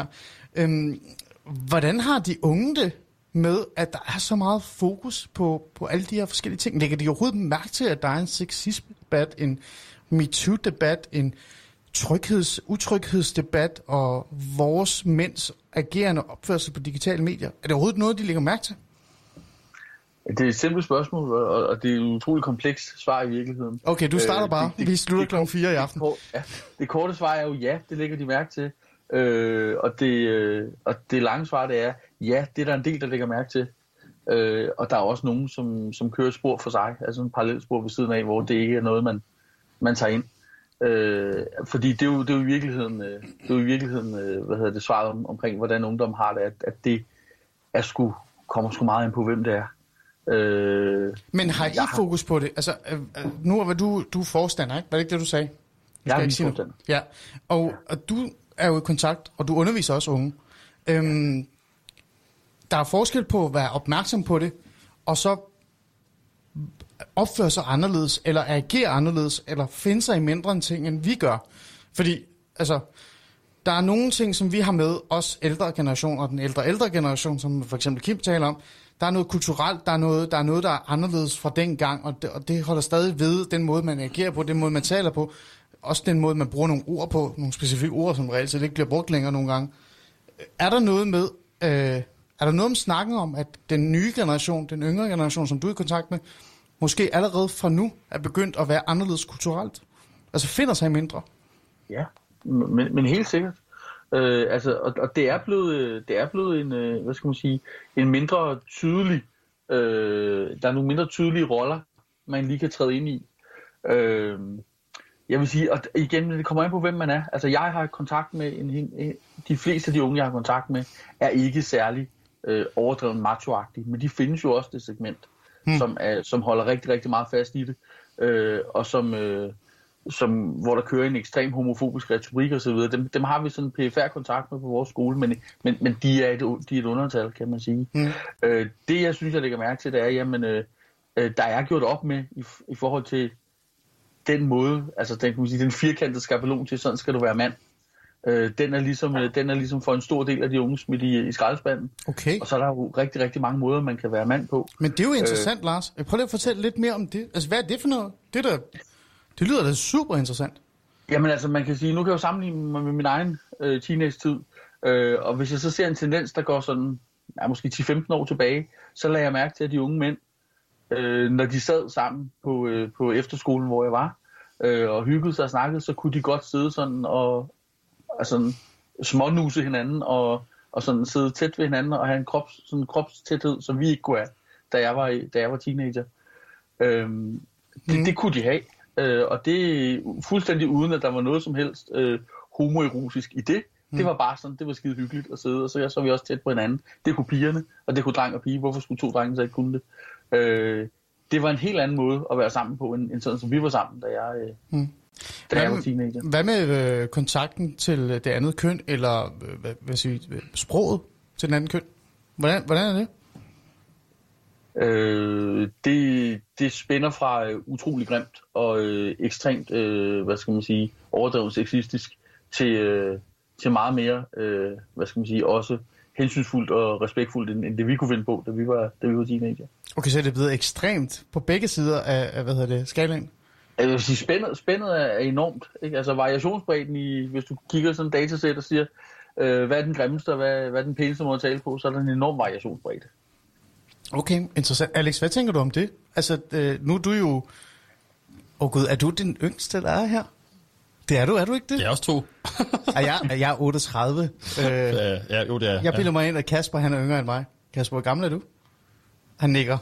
Hvordan har de unge det med, at der er så meget fokus på alle de her forskellige ting? Lægger de overhovedet mærke til, at der er en sexisme-debat, en MeToo-debat, en utryghedsdebat og vores mænds agerende opførsel på digitale medier? Er det overhovedet noget, de lægger mærke til? Det er et simpelt spørgsmål, og det er et utroligt komplekst svar i virkeligheden. Okay, du starter bare. Vi slutter klokken 4 i aften. Det korte svar er jo ja, det lægger de mærke til. Og det lange svar, det er ja, det er der en del, der lægger mærke til. Og der er også nogen, som kører spor for sig, altså en parallelspor ved siden af, hvor det ikke er noget, man tager ind. Fordi det er jo i virkeligheden, svaret omkring, hvordan ungdom har det, at det kommer sgu meget ind på, hvem det er. Men har I fokus på det? Altså, nu er du forstander, ikke? Var det ikke det, du sagde? Jeg er forstander. Ja, og du er jo i kontakt, og du underviser også unge. Der er forskel på at være opmærksom på det, og så opføre sig anderledes, eller agere anderledes, eller finde sig i mindre ting, end vi gør. Fordi, altså, der er nogle ting, som vi har med, os ældre generationer, og den ældre generation, som for eksempel Kim taler om. Der er noget kulturelt, der er noget, der er anderledes fra dengang, og det holder stadig ved den måde, man agerer på, den måde, man taler på, også den måde, man bruger nogle ord på, nogle specifikke ord, som reelt set ikke bliver brugt længere nogle gange. Er der noget om snakken om, at den nye generation, den yngre generation, som du er i kontakt med, måske allerede fra nu er begyndt at være anderledes kulturelt? Altså finder sig mindre? Ja, men helt sikkert. Og det er blevet en, hvad skal man sige, en mindre tydelig, der er nogle mindre tydelige roller, man lige kan træde ind i. Jeg vil sige, og igen, det kommer an på, hvem man er. Altså, jeg har kontakt med de fleste af de unge, jeg har kontakt med, er ikke særlig overdrevet machoagtige, men de findes jo også det segment, som holder rigtig, rigtig meget fast i det, og hvor der kører en ekstrem homofobisk retorik og så videre. Dem har vi sådan PFR kontakt med på vores skole, men de er et undertal, kan man sige. Det, jeg synes, jeg lægger mærke til, det er, jamen, der er gjort op med i forhold til den måde, altså den firkantede skabelon til, sådan skal du være mand. Den er ligesom for en stor del af de unge smidt i skraldespanden. Okay. Og så er der jo rigtig, rigtig mange måder, man kan være mand på. Men det er jo interessant, Lars. Prøv lige at fortælle lidt mere om det. Altså, hvad er det for noget? Det lyder da super interessant. Jamen altså, man kan sige, nu kan jeg jo sammenligne mig med min egen teenage-tid. Og hvis jeg så ser en tendens, der går sådan, måske 10-15 år tilbage, så lader jeg mærke til, at de unge mænd, når de sad sammen på efterskolen, hvor jeg var, og hyggede sig og snakkede, så kunne de godt sidde sådan og sådan smånuse hinanden og sådan sidde tæt ved hinanden og have en kropstæthed, som vi ikke kunne have, da jeg var teenager. Det kunne de have. Og det er fuldstændig uden, at der var noget som helst homoerotisk i det. Det var bare sådan, det var skide hyggeligt at sidde, og så var vi også tæt på hinanden. Det kunne pigerne, og det kunne dreng og pige. Hvorfor skulle 2 drenge så ikke kunne det? Det var en helt anden måde at være sammen på, end sådan som vi var sammen, da jeg var teenager. Hvad med kontakten til det andet køn, eller sproget til den anden køn? Hvordan er det? Det spænder fra utrolig grimt og ekstremt, overdrevet sexistisk til meget mere, også hensynsfuldt og respektfuldt, end det vi kunne finde på, da vi var teenager. Okay, så er det blevet ekstremt på begge sider af skalaen? Jeg vil sige, spændet er enormt. Ikke? Altså variationsbredden hvis du kigger sådan en datasæt og siger, hvad er den grimmeste og hvad er den pæneste måde at tale på, så er der en enorm variationsbredde. Okay, interessant. Alex, hvad tænker du om det? Altså, nu er du jo... Gud, er du den yngste, der er her? Det er du ikke det? Jeg er også 2. jeg er 38. Jo, det er. Jeg bilder mig ind, at Kasper han er yngre end mig. Kasper, hvor gammel er du? Han nikker.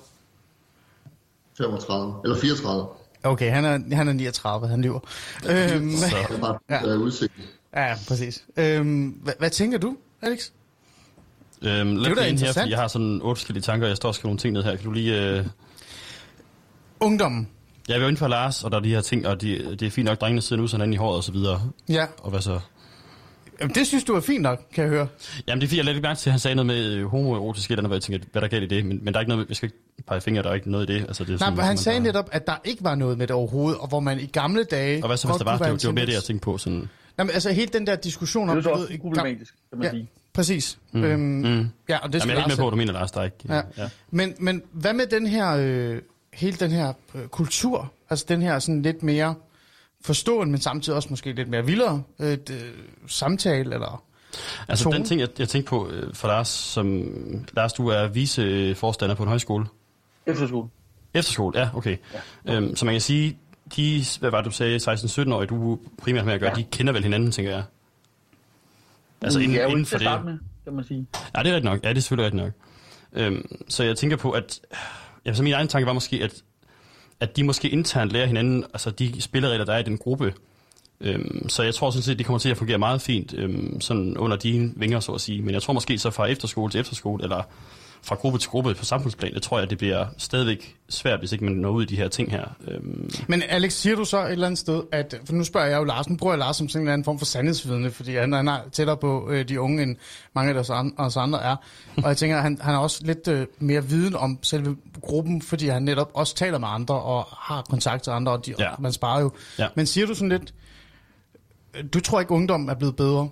35, eller 34. Okay, han er 39, han lyver. Så det er bare udsigt. Ja, præcis. Hvad tænker du, Alex? Det er da interessant. Jeg har sådan 8 forskellige tanker, jeg står og skriver nogle ting ned her. Kan du lige... Ungdommen. Jeg vil jo inden for Lars, og der er de her ting, og det er fint nok, drengene sidder nu sådan i håret og så videre. Ja. Og hvad så? Jamen, det synes du er fint nok, kan jeg høre. Jamen, det er fint, jeg lagde ikke mærke til, at han sagde noget med homoerotisk eller noget, jeg tænkte, hvad der galt i det. Men der er ikke noget, jeg skal ikke pege fingre, der er ikke noget i det. Altså, det er sådan, han sagde netop, at der ikke var noget med det overhovedet, og hvor man i gamle dage... Og hvad så, hvis der var? Det var mere det, jeg tænkte på. Sådan... Jamen, altså, hele den der diskussion om... Det er jo også problematisk, kan man sige. Præcis. Ja, og det jamen, jeg er ikke med på, at du mener, Lars, der er ikke... Ja. Men hvad med den her... hele den her kultur, altså den her sådan lidt mere forstående, men samtidig også måske lidt mere vildere samtale, eller altså tone. Den ting, jeg tænkte på for Lars, du er viceforstander på en højskole. Efterskole, ja, okay. Ja. Så man kan sige, hvad var det, du sagde, 16-17-årige, du primært med at gøre, de kender vel hinanden, tænker jeg. Altså inden for det. Med, kan man sige. Ja, det er rigtigt nok. Ja, det er selvfølgelig rigtigt nok. Så jeg tænker på, at så min egen tanke var måske, at de måske internt lærer hinanden, altså de spilleregler, der er i den gruppe. Så jeg tror sådan set, de kommer til at fungere meget fint, sådan under dine vinger, så at sige. Men jeg tror måske så fra efterskole til efterskole, eller fra gruppe til gruppe på samfundsplan, det tror jeg, det bliver stadigvæk svært, hvis ikke man når ud i de her ting her. Men Alex, siger du så et eller andet sted, at, for nu spørger jeg jo Lars, nu bruger jeg Lars som sådan en eller anden form for sandhedsvidne, fordi han er tættere på de unge, end mange af os andre er. Og jeg tænker, at han har også lidt mere viden om selve gruppen, fordi han netop også taler med andre, og har kontakt til andre, og man sparer jo. Ja. Men siger du sådan lidt, du tror ikke, ungdommen er blevet bedre?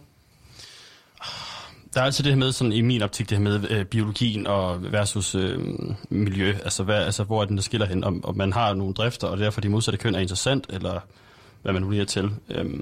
Der er altid det her med, sådan i min optik, det her med biologien og versus miljø. Altså, hvor er den, der skiller hen? Om man har nogle drifter, og derfor de modsatte køn er interessant, eller hvad man nu lige er til.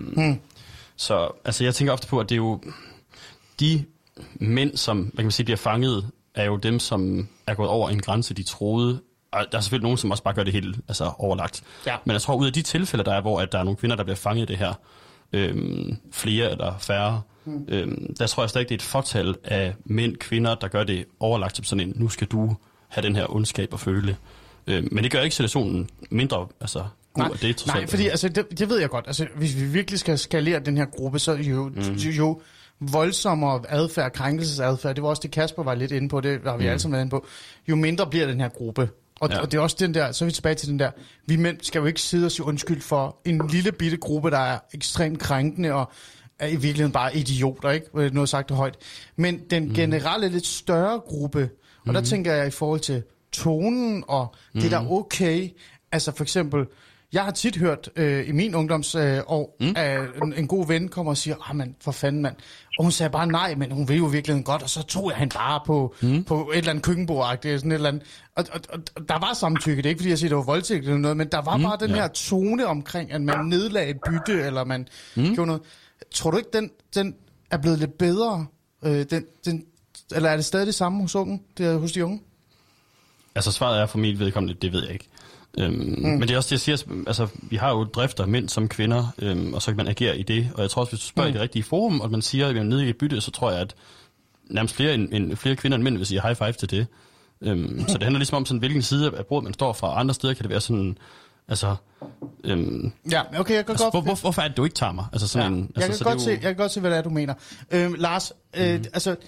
Så altså, jeg tænker ofte på, at det er jo de mænd, som man kan sige, bliver fanget, er jo dem, som er gået over en grænse, de troede. Og der er selvfølgelig nogen, som også bare gør det helt overlagt. Ja. Men jeg tror, ud af de tilfælde, der er, hvor at der er nogle kvinder, der bliver fanget i det her, flere eller færre, der tror jeg stadig, det er et fortal af mænd, kvinder, der gør det overlagt som sådan en, nu skal du have den her ondskab og føle. Men det gør ikke situationen mindre, altså god af det. Nej, fordi altså, det ved jeg godt. Altså, hvis vi virkelig skal skalere den her gruppe, så jo voldsommere adfærd, krænkelsesadfærd, det var også det, Kasper var lidt inde på, det har vi alle sammen været inde på, jo mindre bliver den her gruppe. Og det er også den der, så er vi tilbage til den der, vi mænd skal jo ikke sidde og sige undskyld for en lille bitte gruppe, der er ekstremt krænkende og er i virkeligheden bare idioter, ikke? Noget sagt højt. Men den generelle lidt større gruppe, og der tænker jeg i forhold til tonen og det der okay, altså for eksempel, jeg har tit hørt i min ungdomsår, at en god ven kommer og siger, men for fanden mand, og hun sagde bare nej, men hun vil jo virkelig godt, og så tog jeg hende bare på et eller andet køkkenbord-agtigt, sådan et eller andet. Og der var samtykke, det er ikke fordi jeg siger, det var voldtægt eller noget, men der var bare den her tone omkring, at man nedlagde et bytte, eller man gjorde noget. Tror du ikke, den er blevet lidt bedre? Eller er det stadig det samme hos hos de unge? Altså svaret er for mit vedkommende, det ved jeg ikke. Men det er også det, jeg siger, altså vi har jo drifter mænd som kvinder, og så kan man agere i det. Og jeg tror også, hvis du spørger i det rigtige forum, og man siger, at vi er nede i et bytte, så tror jeg, at nærmest flere kvinder end mænd vil sige high five til det. Så det handler ligesom om, sådan, hvilken side af bordet man står fra. Andre steder kan det være sådan, altså... ja, okay, jeg kan altså, godt... Hvorfor er det, du ikke tager mig? Altså sådan en, jeg altså, kan godt se, hvad det er, du mener. Lars, altså...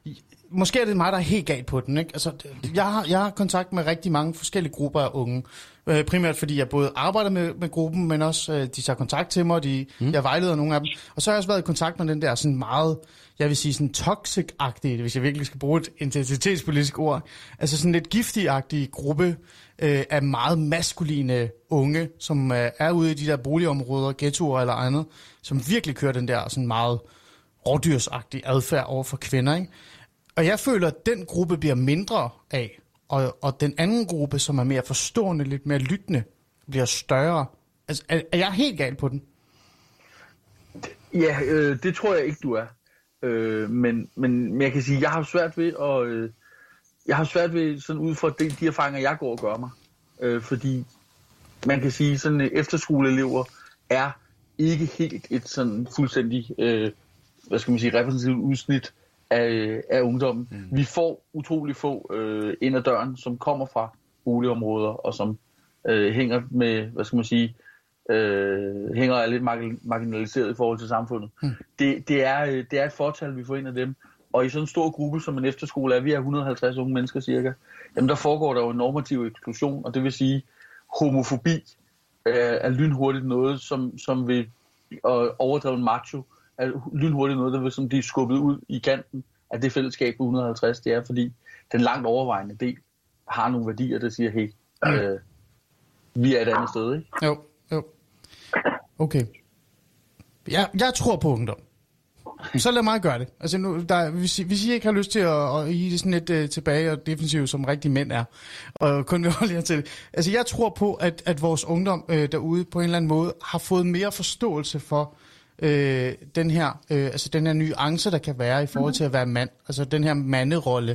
måske er det mig, der er helt galt på den, ikke? Altså, jeg har kontakt med rigtig mange forskellige grupper af unge. Primært fordi jeg både arbejder med gruppen, men også de tager kontakt til mig, jeg vejleder nogle af dem. Og så har jeg også været i kontakt med den der sådan meget, jeg vil sige sådan toxic-agtige, hvis jeg virkelig skal bruge et intensitetspolitisk ord. Altså sådan lidt giftig-agtige gruppe af meget maskuline unge, som er ude i de der boligområder, ghettoer eller andet, som virkelig kører den der sådan meget rådyrsagtige adfærd over for kvinder, ikke? Og jeg føler, at den gruppe bliver mindre af, og den anden gruppe, som er mere forstående, lidt mere lyttende, bliver større. Altså, er jeg helt galt på den? Ja, det tror jeg ikke, du er. Men jeg kan sige, jeg har svært ved sådan ud fra de erfaringer, jeg går og gør mig. Fordi man kan sige, sådan efterskoleelever er ikke helt et sådan fuldstændig, repræsentativt udsnit af ungdommen. Vi får utrolig få ind ad døren, som kommer fra boligområder, og som hænger med, hænger er lidt marginaliseret i forhold til samfundet. Det er et fortal, vi får ind af dem. Og i sådan en stor gruppe, som en efterskole er, vi er 150 unge mennesker cirka, jamen der foregår der jo en normativ eksklusion, og det vil sige, homofobi er lynhurtigt noget, som vil overdreven macho, er lynhurtigt noget, der vil som blive skubbet ud i kanten af det fællesskab på 150. Det er, fordi den langt overvejende del har nogle værdier, der siger, hey, vi er et andet sted, ikke? Jo. Okay. Jeg tror på ungdom. Så lad mig gøre det. Altså nu, hvis I ikke har lyst til at I det sådan lidt tilbage og defensivt, som rigtige mænd er, og kun vil holde jer til det. Altså jeg tror på, at vores ungdom derude på en eller anden måde har fået mere forståelse for den her nuance, der kan være i forhold til at være mand. Altså den her manderolle.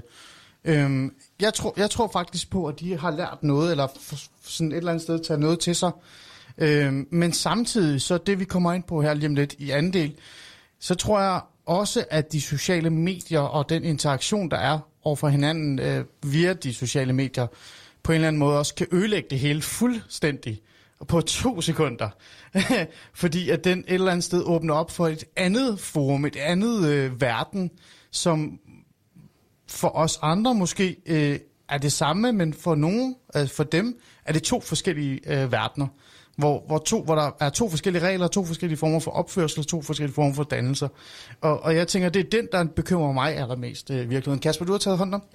Jeg tror faktisk på, at de har lært noget, eller sådan et eller andet sted taget noget til sig. Men samtidig, så det vi kommer ind på her lige om lidt i anden del, så tror jeg også, at de sociale medier og den interaktion, der er overfor hinanden via de sociale medier, på en eller anden måde også kan ødelægge det hele fuldstændig på 2 sekunder. Fordi at den et eller andet sted åbner op for et andet forum, et andet verden, som for os andre måske er det samme, men for nogen, for dem, er det 2 forskellige verdener. Hvor der er 2 forskellige regler, 2 forskellige former for opførsel, 2 forskellige former for dannelser. Og jeg tænker, det er den, der bekymrer mig allermest i virkeligheden. Kasper, du har taget hånd om?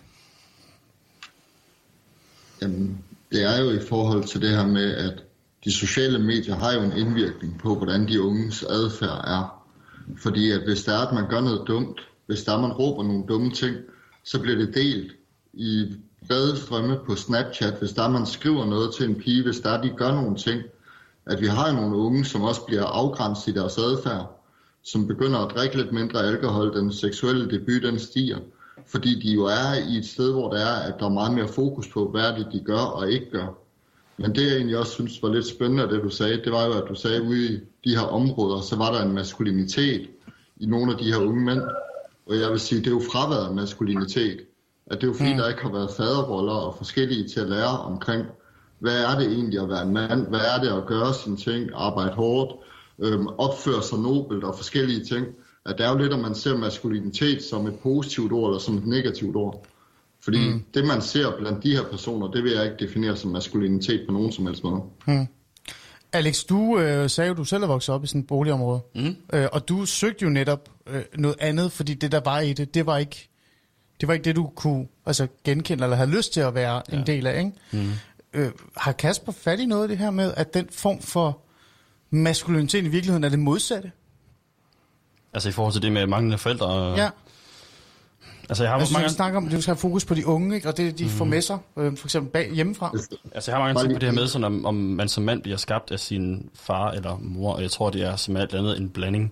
Jamen, det er jo i forhold til det her med, at de sociale medier har jo en indvirkning på, hvordan de unges adfærd er. Fordi at hvis der er, at man gør noget dumt, hvis der er, man råber nogle dumme ting, så bliver det delt i brede strømme på Snapchat. Hvis der er, man skriver noget til en pige, hvis der er, de gør nogle ting. At vi har nogle unge, som også bliver afgrænset i deres adfærd, som begynder at drikke lidt mindre alkohol, den seksuelle debut, den stiger. Fordi de jo er i et sted, hvor der er, at der er meget mere fokus på, hvad det de gør og ikke gør. Men det jeg egentlig også synes var lidt spændende af det du sagde, det var jo, at du sagde, at ude i de her områder, så var der en maskulinitet i nogle af de her unge mænd. Og jeg vil sige, det er jo fraværet af maskulinitet. At det er jo fordi, der ikke har været faderroller og forskellige til at lære omkring, hvad er det egentlig at være en mand? Hvad er det at gøre sine ting, arbejde hårdt, opføre sig nobelt og forskellige ting? At det er jo lidt, at man ser maskulinitet som et positivt ord eller som et negativt ord. Fordi det, man ser blandt de her personer, det vil jeg ikke definere som maskulinitet på nogen som helst måde. Alex, du sagde jo, du selv er vokset op i sådan et boligområde. Og du søgte jo netop noget andet, fordi det, der var i det, det var ikke det, du kunne genkende eller have lyst til at være en del af, ikke? Har Kasper fat i noget af det her med, at den form for maskulinitet i virkeligheden er det modsatte? Altså i forhold til det med manglende forældre? Ja. Altså jeg har mange snakker om, at du skal have fokus på de unge, ikke? Og det de får med sig, for eksempel hjemmefra. Altså jeg har mange ting på det her med, sådan, om man som mand bliver skabt af sin far eller mor, og jeg tror, det er som alt andet en blanding.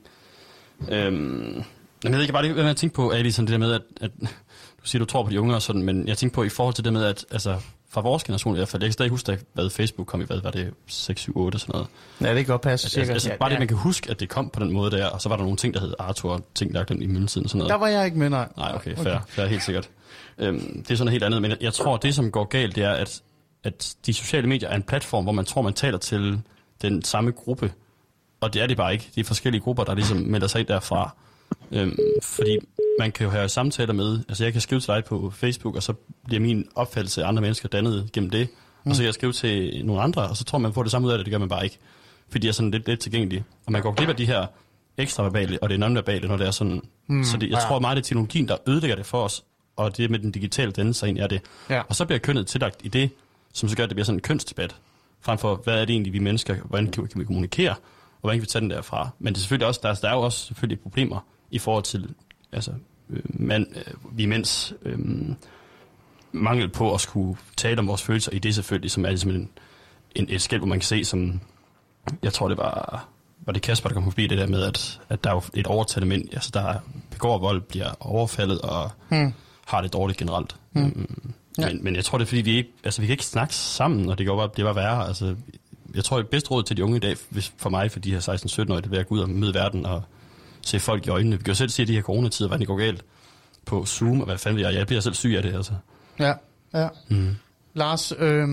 Jeg ved ikke bare, hvad jeg tænker på, Ali, sådan det der med, at du siger, du tror på de unge og sådan, men jeg tænker på i forhold til det med, at altså, fra vores generation i hvert fald, jeg kan stadig huske, hvad Facebook kom i, hvad var det, 6, 7, 8 sådan noget. Ja, det kan godt passe. Altså, bare det, man kan huske, at det kom på den måde der, og så var der nogle ting, der hed Arthur, og ting, der glemt i mellemtiden og sådan noget. Der var jeg ikke med, nej. Nej, okay, fair, helt sikkert. Det er sådan noget helt andet, men jeg tror, det som går galt, det er, at de sociale medier er en platform, hvor man tror, man taler til den samme gruppe, og det er det bare ikke. Det er forskellige grupper, der ligesom melder sig derfra. Fordi man kan jo have samtaler med, altså jeg kan skrive til dig på Facebook, og så bliver min opfattelse af andre mennesker dannet gennem det, og så kan jeg skrive til nogle andre, og så tror man får det samme ud af det gør man bare ikke. Fordi de er sådan lidt tilgængelige. Og man går glip af de her ekstraverbale, og det nonverbale, når det er sådan. Så jeg tror meget, det er teknologien, der ødelægger det for os, og det med den digitale dannelse egentlig er det. Ja. Og så bliver kønnet tillagt i det, som så gør, at det bliver sådan en kønsdebat, frem for, hvad er det egentlig, vi mennesker, hvordan kan vi kommunikere, og hvordan kan vi tage den derfra. Men det er selvfølgelig også, der er jo også selvfølgelig problemer i forhold til, altså, vi mænds mangel på at skulle tale om vores følelser i det selvfølgelig, som er ligesom et skæld, hvor man kan se, som, jeg tror det var det Kasper, der kom forbi det der med, at der er jo et overtal mænd, altså der begår vold, bliver overfaldet og har det dårligt generelt. Men jeg tror det er fordi, vi kan ikke snakke sammen, og det bliver bare værre. Altså, jeg tror det bedste råd til de unge i dag, for mig, for de her 16-17-årige, det er at gå ud og møde verden og se folk i øjnene. Vi kan jo selv se de her coronatider, hvordan det går galt på Zoom, og hvad fanden jeg bliver selv syg af det, altså. Ja. Lars,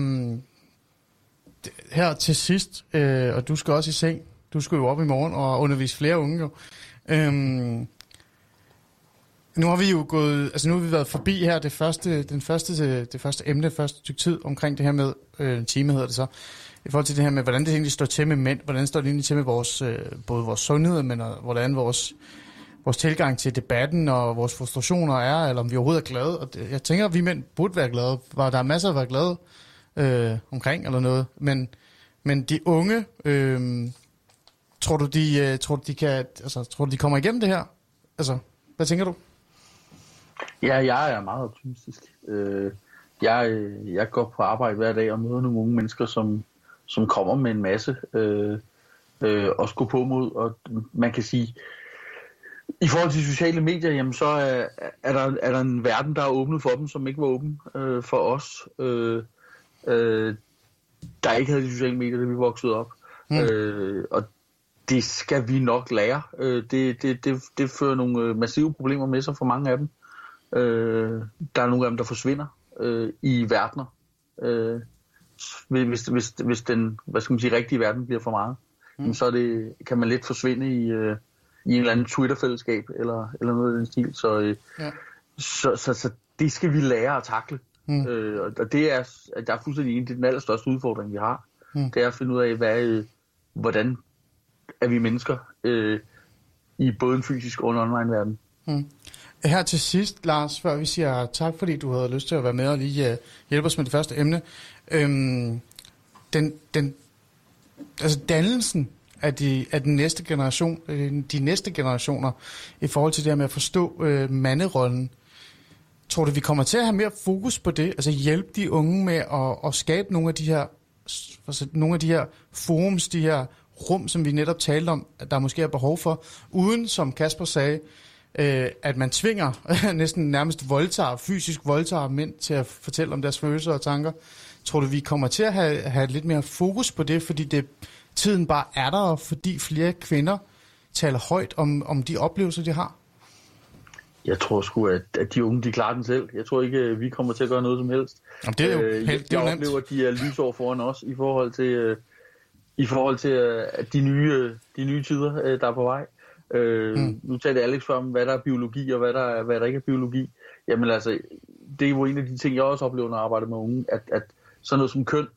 her til sidst, og du skal også i seng, du skal jo op i morgen og undervise flere unge jo. Nu har vi jo været forbi her det første emne, første stykke tid omkring det her med, time hedder det så, i forhold til det her med, hvordan det egentlig står til med mænd, hvordan står det egentlig til med vores, både vores sundhed, men hvordan vores tilgang til debatten og vores frustrationer er, eller om vi overhovedet er glade. Og jeg tænker, at vi mænd burde være glade. Der er masser at være glade omkring eller noget. Men de unge, tror du de kommer igennem det her? Altså, hvad tænker du? Ja, jeg er meget optimistisk. Jeg går på arbejde hver dag og møder nogle unge mennesker, som kommer med en masse og går på mod. Og man kan sige, i forhold til sociale medier, jamen, så er der en verden, der er åbnet for dem, som ikke var åben for os, der ikke havde de sociale medier, da vi voksede op. Og det skal vi nok lære. Det fører nogle massive problemer med sig for mange af dem. Der er nogle af dem, der forsvinder i verdener, hvis den, hvad skal man sige, rigtige verden bliver for meget. Så kan man lidt forsvinde i en eller anden Twitter-fællesskab eller noget af den stil. Så det skal vi lære at takle. Og det er, at jeg er fuldstændig enig, det er den allerstørste udfordring, vi har. Det er at finde ud af, hvordan er vi mennesker i både en fysisk og en online-verden. Her til sidst, Lars, før vi siger tak, fordi du havde lyst til at være med og lige hjælpe os med det første emne. Altså dannelsen af den næste generation, de næste generationer, i forhold til det her med at forstå manderollen. Tror du, vi kommer til at have mere fokus på det? Altså hjælpe de unge med at skabe nogle af de her forums, de her rum, som vi netop talte om, at der måske er behov for, uden, som Kasper sagde, at man tvinger, næsten nærmest fysisk voldtager mænd til at fortælle om deres følelser og tanker. Tror du, vi kommer til at have lidt mere fokus på det, fordi tiden bare er der, og fordi flere kvinder taler højt om de oplevelser, de har? Jeg tror sgu, at de unge, de klarer den selv. Jeg tror ikke, at vi kommer til at gøre noget som helst. Jamen, det er jo jeg oplever, at de er lysår foran os i forhold til at de nye tider, der er på vej. Nu talte Alex før om, hvad der er biologi, og hvad der ikke er biologi. Jamen altså, det er jo en af de ting, jeg også oplever, når jeg arbejder med unge, at sådan noget som køn,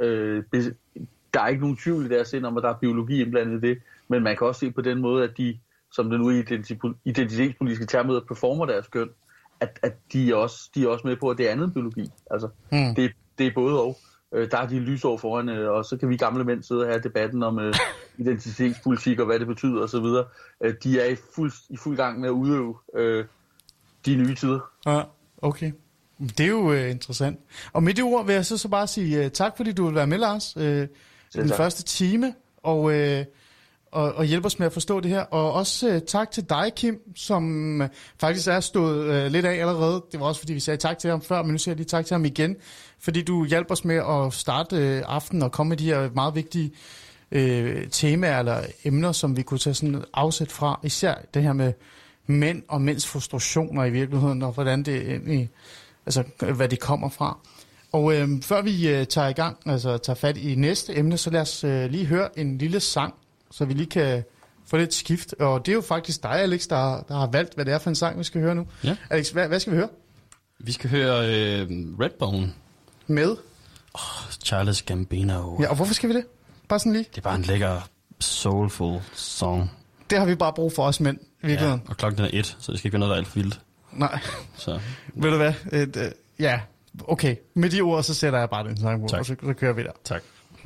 der er ikke nogen tvivl i deres sind om, at der er biologi indblandet i det, men man kan også se på den måde, at de, som det nu i identitetspolitiske termer, performer deres køn, at de er også med på, at det er andet biologi. Altså, det er både og. Der er de lysår foran, og så kan vi gamle mænd sidde og have debatten om identitetspolitik og hvad det betyder osv. De er i fuld gang med at udøve de nye tider. Ja, okay. Det er jo interessant. Og med det ord vil jeg så bare sige tak, fordi du vil være med, Lars, den første time, og hjælpe os med at forstå det her. Og også tak til dig, Kim, som faktisk er stået lidt af allerede. Det var også, fordi vi sagde tak til ham før, men nu siger jeg lige tak til ham igen, fordi du hjælper os med at starte aftenen og komme med de her meget vigtige temaer eller emner, som vi kunne tage sådan afsæt fra. Især det her med mænd og mænds frustrationer i virkeligheden, og hvordan det egentlig, altså hvad det kommer fra. Og før vi tager i gang, altså tager fat i næste emne, så lad os lige høre en lille sang, så vi lige kan få lidt skift. Og det er jo faktisk dig, Alex, der har valgt, hvad det er for en sang, vi skal høre nu. Ja. Alex, hvad skal vi høre? Vi skal høre Redbone. Med? Charles Gambino. Ja, og hvorfor skal vi det? Bare sådan lige. Det er bare en lækker, soulful song. Det har vi bare brug for os mænd, i virkeligheden. Ja, og klokken er 1, så det skal ikke være noget, der er alt for vildt. Nej. Så. Ved du hvad? Ja, okay. Med de ord, så sætter jeg bare den sang på, Tak. og så kører vi der. Tak.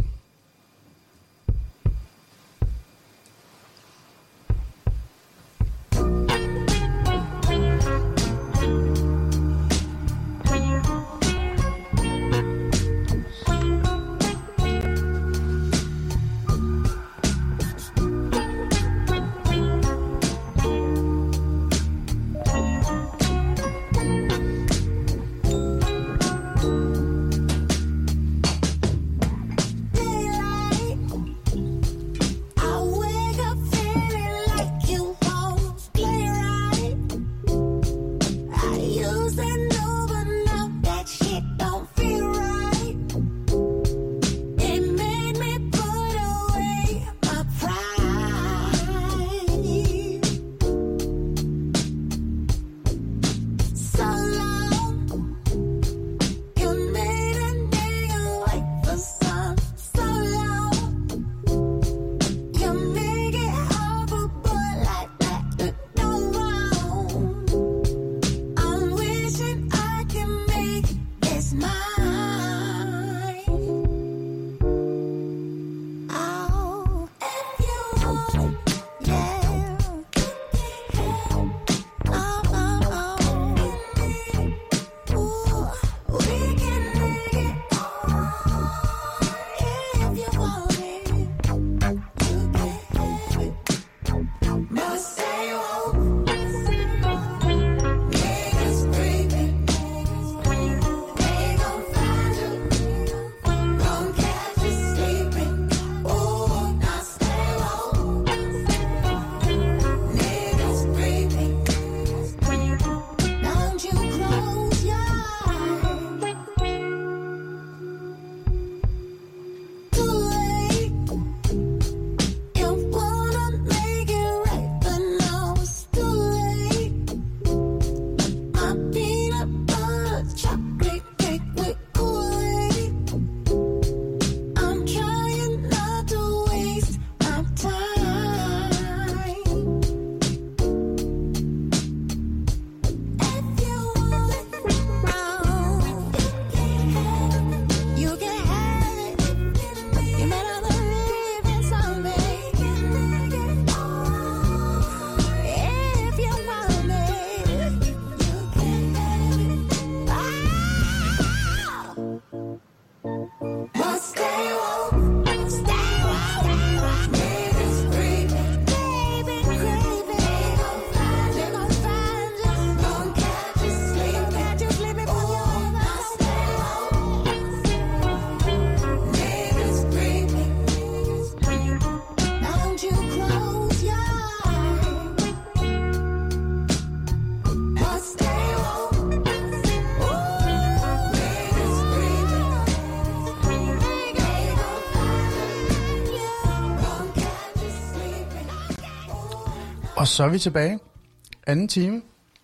Og så er vi tilbage. Anden time.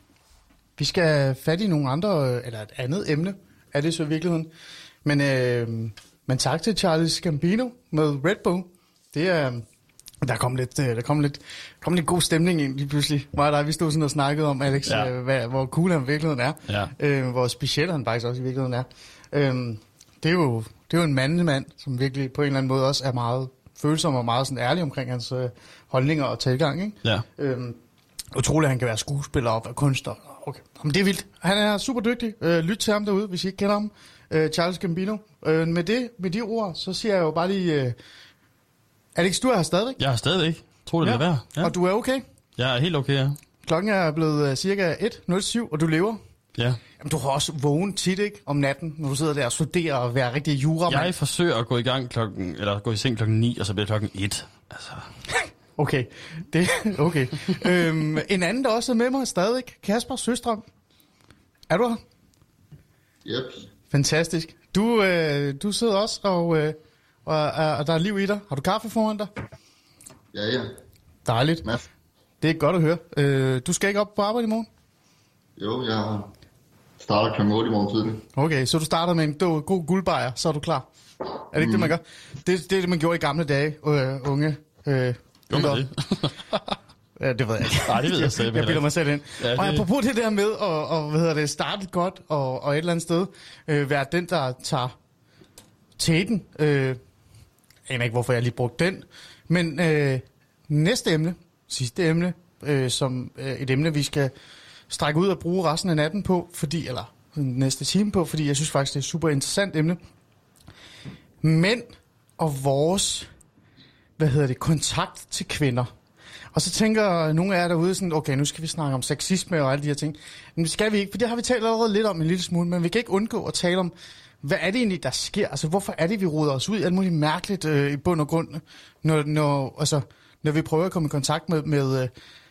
Vi skal fat i nogle andre, eller et andet emne, er det så i virkeligheden. Men tak til Charles Gambino med Redbone. Det er... Der kom lidt god stemning ind lige pludselig. Mig og dig, vi stod sådan og snakkede om, Alex, hvor cool han i virkeligheden er. Ja. Hvor speciel han faktisk også i virkeligheden er. Det er jo en mandemand, som virkelig på en eller anden måde også er meget følsom og meget sådan ærlig omkring hans holdninger og tilgang. Ikke? Ja. Utroligt, at han kan være skuespiller og være kunstner. Okay. Men det er vildt. Han er super dygtig. Lyt til ham derude, hvis I ikke kender ham. Charles Gambino. Med de ord, så siger jeg jo bare lige... Alex, du er her stadigvæk? Jeg er stadigvæk. Tror det vil være. Ja. Og du er okay? Jeg er helt okay, ja. Klokken er blevet cirka 1:07, og du lever? Ja. Jamen, du har også vågen tit, ikke? Om natten, når du sidder der og studerer og være rigtig jurament. Jeg forsøger at gå i seng klokken 9, og så bliver klokken 1. Altså... Okay, det okay. En anden, der også er med mig stadigvæk, Kasper Søstrøm. Er du her? Yep. Fantastisk. Du sidder også, og der er liv i dig. Har du kaffe foran dig? Ja. Dejligt. Mads. Det er godt at høre. Du skal ikke op på arbejde i morgen? Jo, jeg starter kl. 8 i morgen tidlig. Okay, så du starter med en god guldbajer, så er du klar. Er det ikke det, man gør? Det er det, man gjorde i gamle dage, unge. Gjorde man det? Ja, det ved jeg ikke. Nej, det ved jeg selv. Jeg bilder mig selv ind. Ja, Og apropos det der med at starte godt og et eller andet sted være den, der tager teten. Jeg aner ikke, hvorfor jeg lige brugte den. Men næste emne, sidste emne, som et emne, vi skal strække ud og bruge resten af natten på, eller næste time på, fordi jeg synes faktisk, det er et super interessant emne. Mænd og vores, kontakt til kvinder. Og så tænker nogle af jer derude sådan, okay, nu skal vi snakke om sexisme og alle de her ting. Men det skal vi ikke, for det har vi talt allerede lidt om en lille smule, men vi kan ikke undgå at tale om, hvad er det egentlig, der sker? Altså, hvorfor er det, vi roder os ud i alt muligt mærkeligt i bund og grund, når vi prøver at komme i kontakt med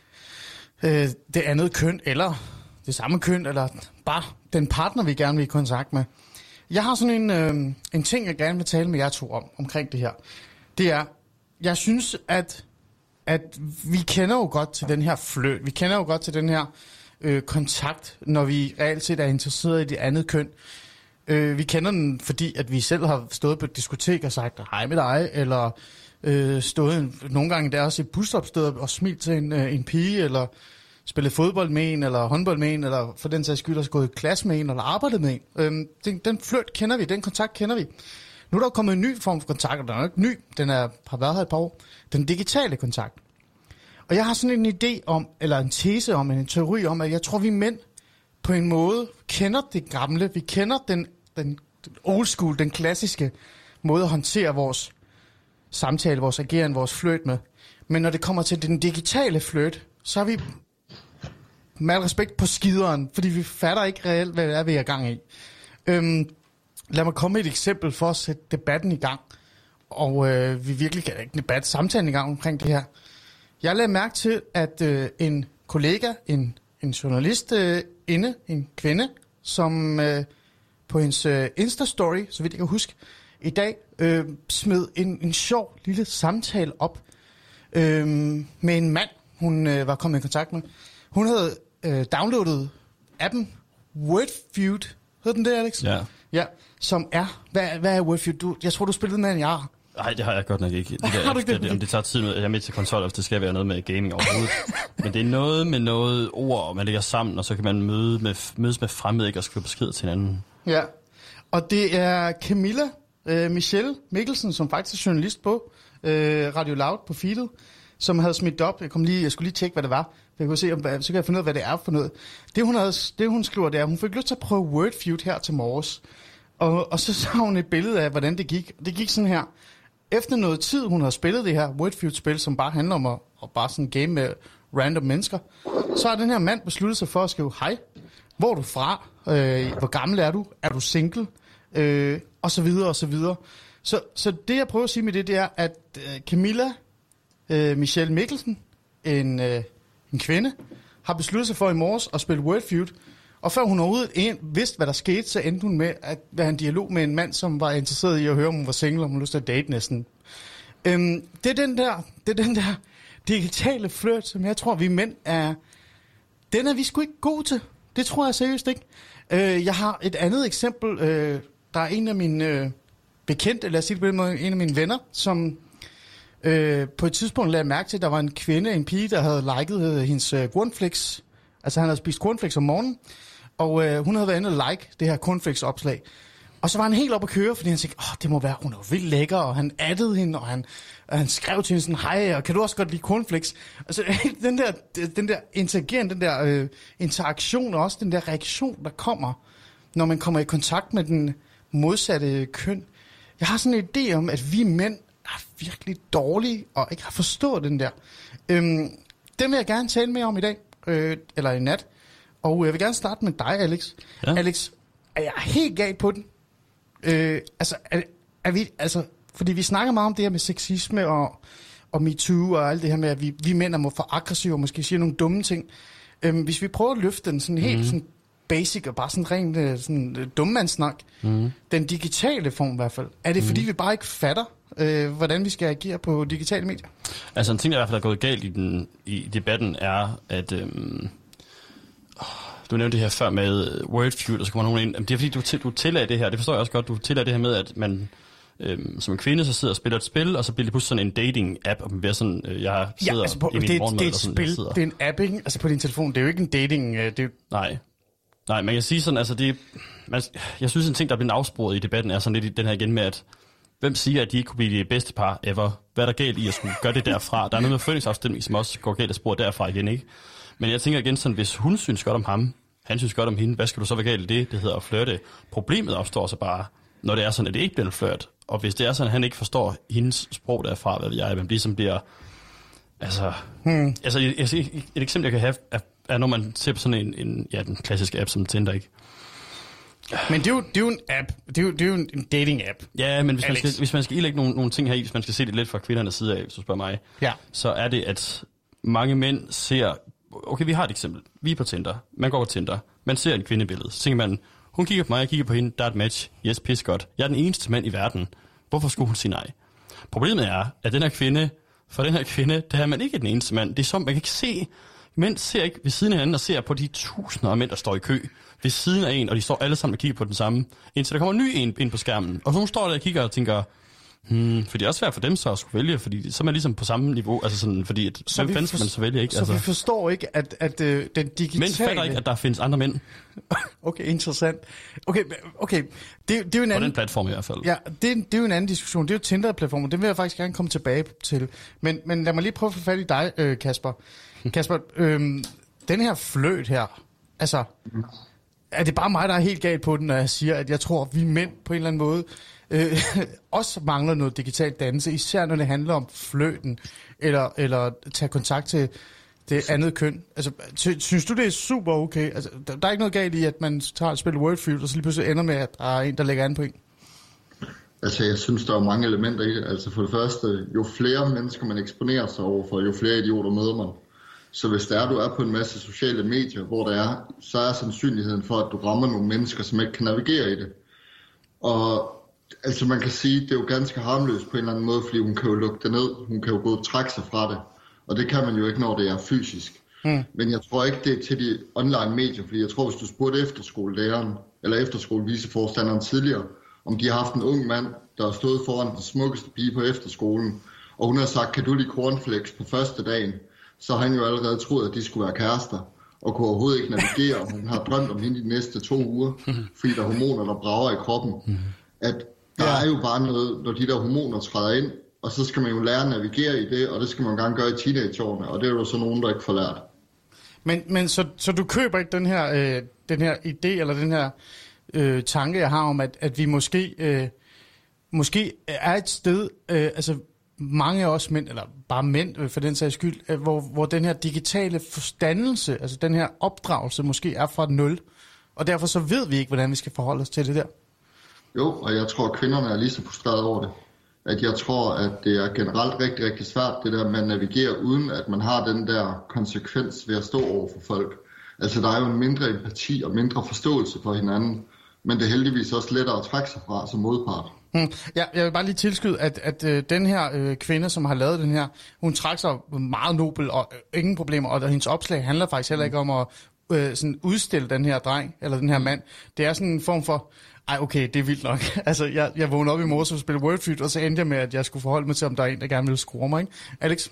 det andet køn, eller det samme køn, eller bare den partner, vi gerne vil i kontakt med. Jeg har sådan en ting, jeg gerne vil tale med jer to omkring det her. Det er, jeg synes, at vi kender jo godt til den her fløjt. Vi kender jo godt til den her kontakt, når vi reelt set er interesseret i det andet køn. Vi kender den, fordi at vi selv har stået på et diskotek og sagt hej med dig, eller stået nogle gange der også i et busstopsted og smilt til en pige, eller spillet fodbold med en, eller håndbold med en, eller for den sags skyld også gået i klasse med en, eller arbejdet med en. Den fløjt kender vi, den kontakt kender vi. Nu er der kommet en ny form for kontakt, og den er ikke ny, den har været her et par år. Den digitale kontakt. Og jeg har sådan en idé om, eller en tese om, en teori om, at jeg tror, vi mænd på en måde kender det gamle. Vi kender den old school, den klassiske måde at håndtere vores samtale, vores ageren, vores fløjt med. Men når det kommer til den digitale fløjt, så er vi med al respekt på skideren, fordi vi fatter ikke reelt, hvad det er, vi er i gang i. Lad mig komme med et eksempel for at sætte debatten i gang. Og vi virkelig kan ikke samtalen i gang omkring det her. Jeg lagde mærke til, at en kollega, en journalist en kvinde, som på hendes Insta-story, så vidt jeg kan huske, i dag smed en sjov lille samtale op med en mand, hun var kommet i kontakt med. Hun havde downloadet appen Wordfeud. Hed den det, Alex? Ja. Ja, som er... Hvad er Wordfeud? Jeg tror, du spillede med en jar. Nej, det har jeg godt nok ikke. Om det tager tid med, jeg er med til konsol, det skal være noget med gaming overhovedet. Men det er noget med noget ord, og man lægger sammen, og så kan man mødes med fremmede, ikke, og skrive besked til hinanden. Ja, og det er Camilla Michelle Mikkelsen, som faktisk er journalist på Radio Loud på feedet, som havde smidt op. Jeg skulle lige tjekke, hvad det var. Jeg kunne se, så kan jeg finde ud af, hvad det er for noget. Det hun skriver, det er, hun fik lyst til at prøve Wordfeud her til morges. Og så hun et billede af, hvordan det gik. Det gik sådan her. Efter noget tid, hun har spillet det her Wordfeud-spil, som bare handler om at bare sådan game med random mennesker, så har den her mand besluttet sig for at skrive, hej, hvor er du fra? Hvor gammel er du? Er du single? Og så videre, og så videre. Så det, jeg prøver at sige med det er, at Camilla Michelle Mikkelsen, en kvinde, har besluttet sig for i morges at spille Wordfeud. Og før hun overhovedet vidste, hvad der skete, så endte hun med at være en dialog med en mand, som var interesseret i at høre, om hun var single, om hun lyst til at date næsten. Det er den der digitale flirt, som jeg tror, vi mænd den er vi sgu ikke gode til. Det tror jeg seriøst ikke. Jeg har et andet eksempel. Der er en af mine bekendte, lad os sige det på den måde, en af mine venner, som på et tidspunkt lagde mærke til, at der var en pige, der havde liket hendes cornflakes. Altså han havde spist cornflakes om morgenen, og hun havde været inde og like det her cornflakes-opslag. Og så var han helt op at køre, fordi han tænkte, det må være, hun er jo vildt lækker, og han addede hende, og han skrev til hende sådan, hej, og kan du også godt lide cornflakes? Altså den der interageren, den der interaktion, og også den der reaktion, der kommer, når man kommer i kontakt med den modsatte køn. Jeg har sådan en idé om, at vi mænd er virkelig dårlige, og ikke har forstået den der. Den vil jeg gerne tale mere om i dag. Eller i nat. Og jeg vil gerne starte med dig, Alex. Ja. Alex, er jeg helt galt på den? Er vi, fordi vi snakker meget om det her med sexisme og MeToo og alt det her med, at vi mænd må for aggressive og måske siger nogle dumme ting. Hvis vi prøver at løfte den sådan helt sådan basic og bare sådan rent sådan dummandssnak, den digitale form i hvert fald, er det fordi vi bare ikke fatter, hvordan vi skal agere på digitale medier? Altså en ting, der i hvert fald er gået galt i debatten, er, at du nævnte det her før med Wordfeud, og så kommer nogen ind. Det er fordi, du tillagde det her, det forstår jeg også godt, du tillagde det her med, at man som en kvinde så sidder og spiller et spil, og så bliver det pludselig sådan en dating-app, og man bliver sådan, jeg sidder i min morgenmad. Det er et spil, det er en app, ikke? Altså på din telefon, det er jo ikke en dating... Nej, man kan sige sådan, altså jeg synes en ting, der er blevet afsporet i debatten, er sådan lidt den her igen med, at hvem siger, at de ikke kunne blive det bedste par ever? Hvad er der galt i at skulle gøre det derfra? Der er noget med følelsesafstemning, som også går galt at spore derfra igen, ikke? Men jeg tænker igen sådan, hvis hun synes godt om ham, han synes godt om hende, hvad skal du så være galt i det? Det hedder at flirte. Problemet opstår så bare, når det er sådan, at det ikke bliver en flirt. Og hvis det er sådan, at han ikke forstår hendes sprog derfra, hvad ved jeg, hvem det som bliver... Altså et eksempel, jeg kan have, er når man ser på sådan den klassiske app som Tinder, ikke? Men det er jo en app. Det er jo en dating-app. Ja, men hvis man skal indlægge nogle ting her i, hvis man skal se det lidt fra kvindernes side af, hvis du spørger mig, så er det, at mange mænd ser... Okay, vi har et eksempel. Vi er på Tinder. Man går på Tinder. Man ser en kvindebillede. Så tænker man, hun kigger på mig, jeg kigger på hende, der er et match. Yes, pis godt. Jeg er den eneste mand i verden. Hvorfor skulle hun sige nej? Problemet er, at for den her kvinde, der er man ikke den eneste mand. Det er som, man kan ikke se... Mænd ser ikke ved siden af hinanden og ser på de tusinder af mænd, der står i kø ved siden af en, og de står alle sammen og kigger på den samme, indtil der kommer en ny en ind på skærmen. Og så hun står der og kigger og tænker, for det er også svært for dem så at skulle vælge, fordi så er man ligesom på samme niveau, altså sådan, fordi hvem fanden skal man så vælge, ikke? Så vi forstår ikke, at den digitale... Mænd fatter ikke, at der findes andre mænd. Okay, interessant. Okay. Det er jo en anden... På den platform i hvert fald. Ja, det er jo en anden diskussion. Det er jo Tinder-platformen, den vil jeg faktisk gerne komme tilbage til. Men lad mig lige prøve at få fat i dig, Kasper. Kasper, den her fløjt her, altså, er det bare mig, der er helt galt på den, når jeg siger, at jeg tror, at vi mænd på en eller anden måde også mangler noget digital dannelse, især når det handler om fløjten, eller tage kontakt til det andet køn. Altså, synes du, det er super okay? Altså, der er ikke noget galt i, at man tager et spil Wordfeud, og så lige pludselig ender med, at der er en, der lægger an på en? Altså, jeg synes, der er mange elementer i det. Altså, for det første, jo flere mennesker man eksponerer sig overfor, jo flere idioter møder man. Så hvis det er, du er på en masse sociale medier, hvor der er, så er sandsynligheden for, at du rammer nogle mennesker, som ikke kan navigere i det. Og altså man kan sige, det er jo ganske harmløst på en eller anden måde, fordi hun kan jo lukke det ned, hun kan jo gå og trække sig fra det. Og det kan man jo ikke, når det er fysisk. Men jeg tror ikke, det er til de online medier, fordi jeg tror, hvis du spurgte efterskolelæreren, eller efterskoleviceforstanderen tidligere, om de har haft en ung mand, der har stået foran den smukkeste pige på efterskolen, og hun har sagt, kan du lide cornflakes på første dagen, så har han jo allerede troet, at de skulle være kærester, og kunne overhovedet ikke navigere, og hun har drømt om hende de næste 2 uger, fordi der er hormoner, der brager i kroppen. At der er jo bare noget, når de der hormoner træder ind, og så skal man jo lære at navigere i det, og det skal man gerne gøre i teenageårene, og det er jo så nogen, der ikke får lært. Men så du køber ikke den her idé, eller den her tanke, jeg har om, at vi måske er et sted, altså mange af os mænd, eller bare mænd for den sags skyld, hvor den her digitale forstandelse, altså den her opdragelse måske er fra 0, og derfor så ved vi ikke, hvordan vi skal forholde os til det der. Jo, og jeg tror, at kvinderne er lige så frustrerede over det. At jeg tror, at det er generelt rigtig, rigtig svært, det der med at navigere, uden at man har den der konsekvens ved at stå over for folk. Altså, der er jo en mindre empati og mindre forståelse for hinanden, men det er heldigvis også lettere at trække sig fra som modpart. Ja, jeg vil bare lige tilskyde, at den her kvinde, som har lavet den her, hun trækker sig meget nobel og ingen problemer, og hendes opslag handler faktisk heller ikke om at sådan udstille den her dreng, eller den her mand. Det er sådan en form for, okay, det er vildt nok. Altså, jeg vågnede op i morges og spillede Wordfeud, og så endte jeg med, at jeg skulle forholde mig til, om der er en, der gerne ville score mig, ikke? Alex?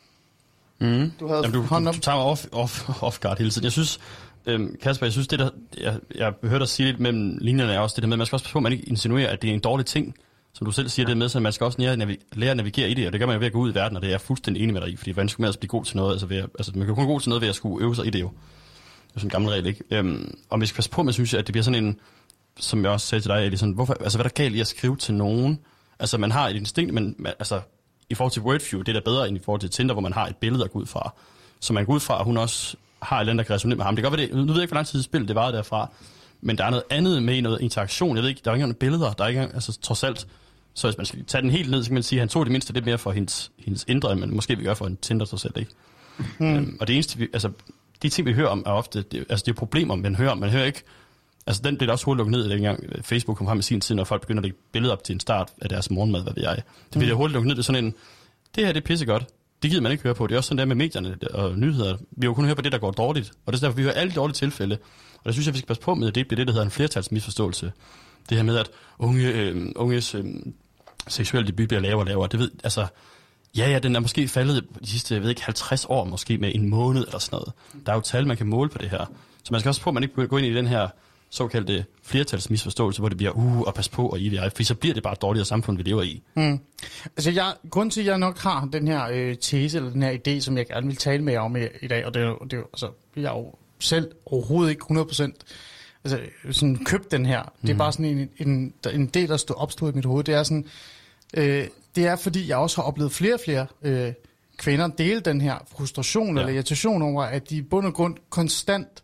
Du tager mig off guard hele tiden. Jeg synes, Kasper, jeg synes, det der, jeg hørte dig sige lidt mellem linjerne, er også det der med, man skal også passe på, at man ikke insinuerer, at det er en dårlig ting, som du selv siger det med, så man skal også lære at navigere i det, og det gør man jo ved at gå ud i verden, og det er jeg fuldstændig enig med dig i, fordi hvordan skulle man ellers blive god til noget, altså man kan kun god til noget ved at skulle øve sig i det jo. Det er sådan en gammel regel, ikke? Og vi skal passe på, man synes, at det bliver sådan en, som jeg også sagde til dig, er det sådan, hvorfor, altså hvad er der galt i at skrive til nogen? Altså man har et instinkt, men altså i forhold til Wordfeud, det er da bedre end i forhold til Tinder, hvor man har et billede at gå ud fra. Så man går ud fra, at hun også har et eller andet, der kan resonere med ham. Det kan godt være det. Nu ved jeg ikke, hvor lang tid spillet det var derfra, men der er noget andet med i noget interaktion. Jeg ved ikke, der er ikke engang billeder, der er ikke engang, altså trods alt. Så hvis man skal tage den helt ned, så kan man sige, at han tog det mindste lidt mere for hendes indre, men måske vi gør for en Tinder trods alt, ikke? Og det eneste, de ting vi hører om er ofte, det er problemer, man hører ikke, Altså, den blev da også hurtigt lukket ned, dengang Facebook kom frem i sin tid, når folk begynder at lægge billeder op til en start af deres morgenmad, hvad ved jeg. Det blev hurtigt lukket ned, det er sådan en, det her, det er pissegodt. Det gider man ikke høre på. Det er også sådan der med medierne og nyheder. Vi har jo kun høre på det, der går dårligt. Og det er derfor, vi hører alle dårlige tilfælde. Og der synes jeg, vi skal passe på med, at det bliver det, der hedder en flertalsmisforståelse. Det her med, at unges seksuelle debut bliver lavere og lavere. Det ved, altså, ja, den er måske faldet de sidste, jeg ved ikke, 50 år måske med en måned eller sådan noget. Der er jo tal, man kan måle på det her. Så man skal også på, at man ikke går ind i den her såkaldte flertalsmisforståelse, hvor det bliver og pas på og for så bliver det bare et dårligere samfund, vi lever i. Altså, grunden til, at jeg nok har den her tese, eller den her idé, som jeg gerne vil tale med jer om i dag, og det er jo altså, jeg er jo selv overhovedet ikke 100% altså, sådan købt den her. Det er bare sådan en del, der opstod i mit hoved. Det er sådan, det er fordi, jeg også har oplevet flere og flere kvinder dele den her frustration eller irritation over, at de i bund og grund konstant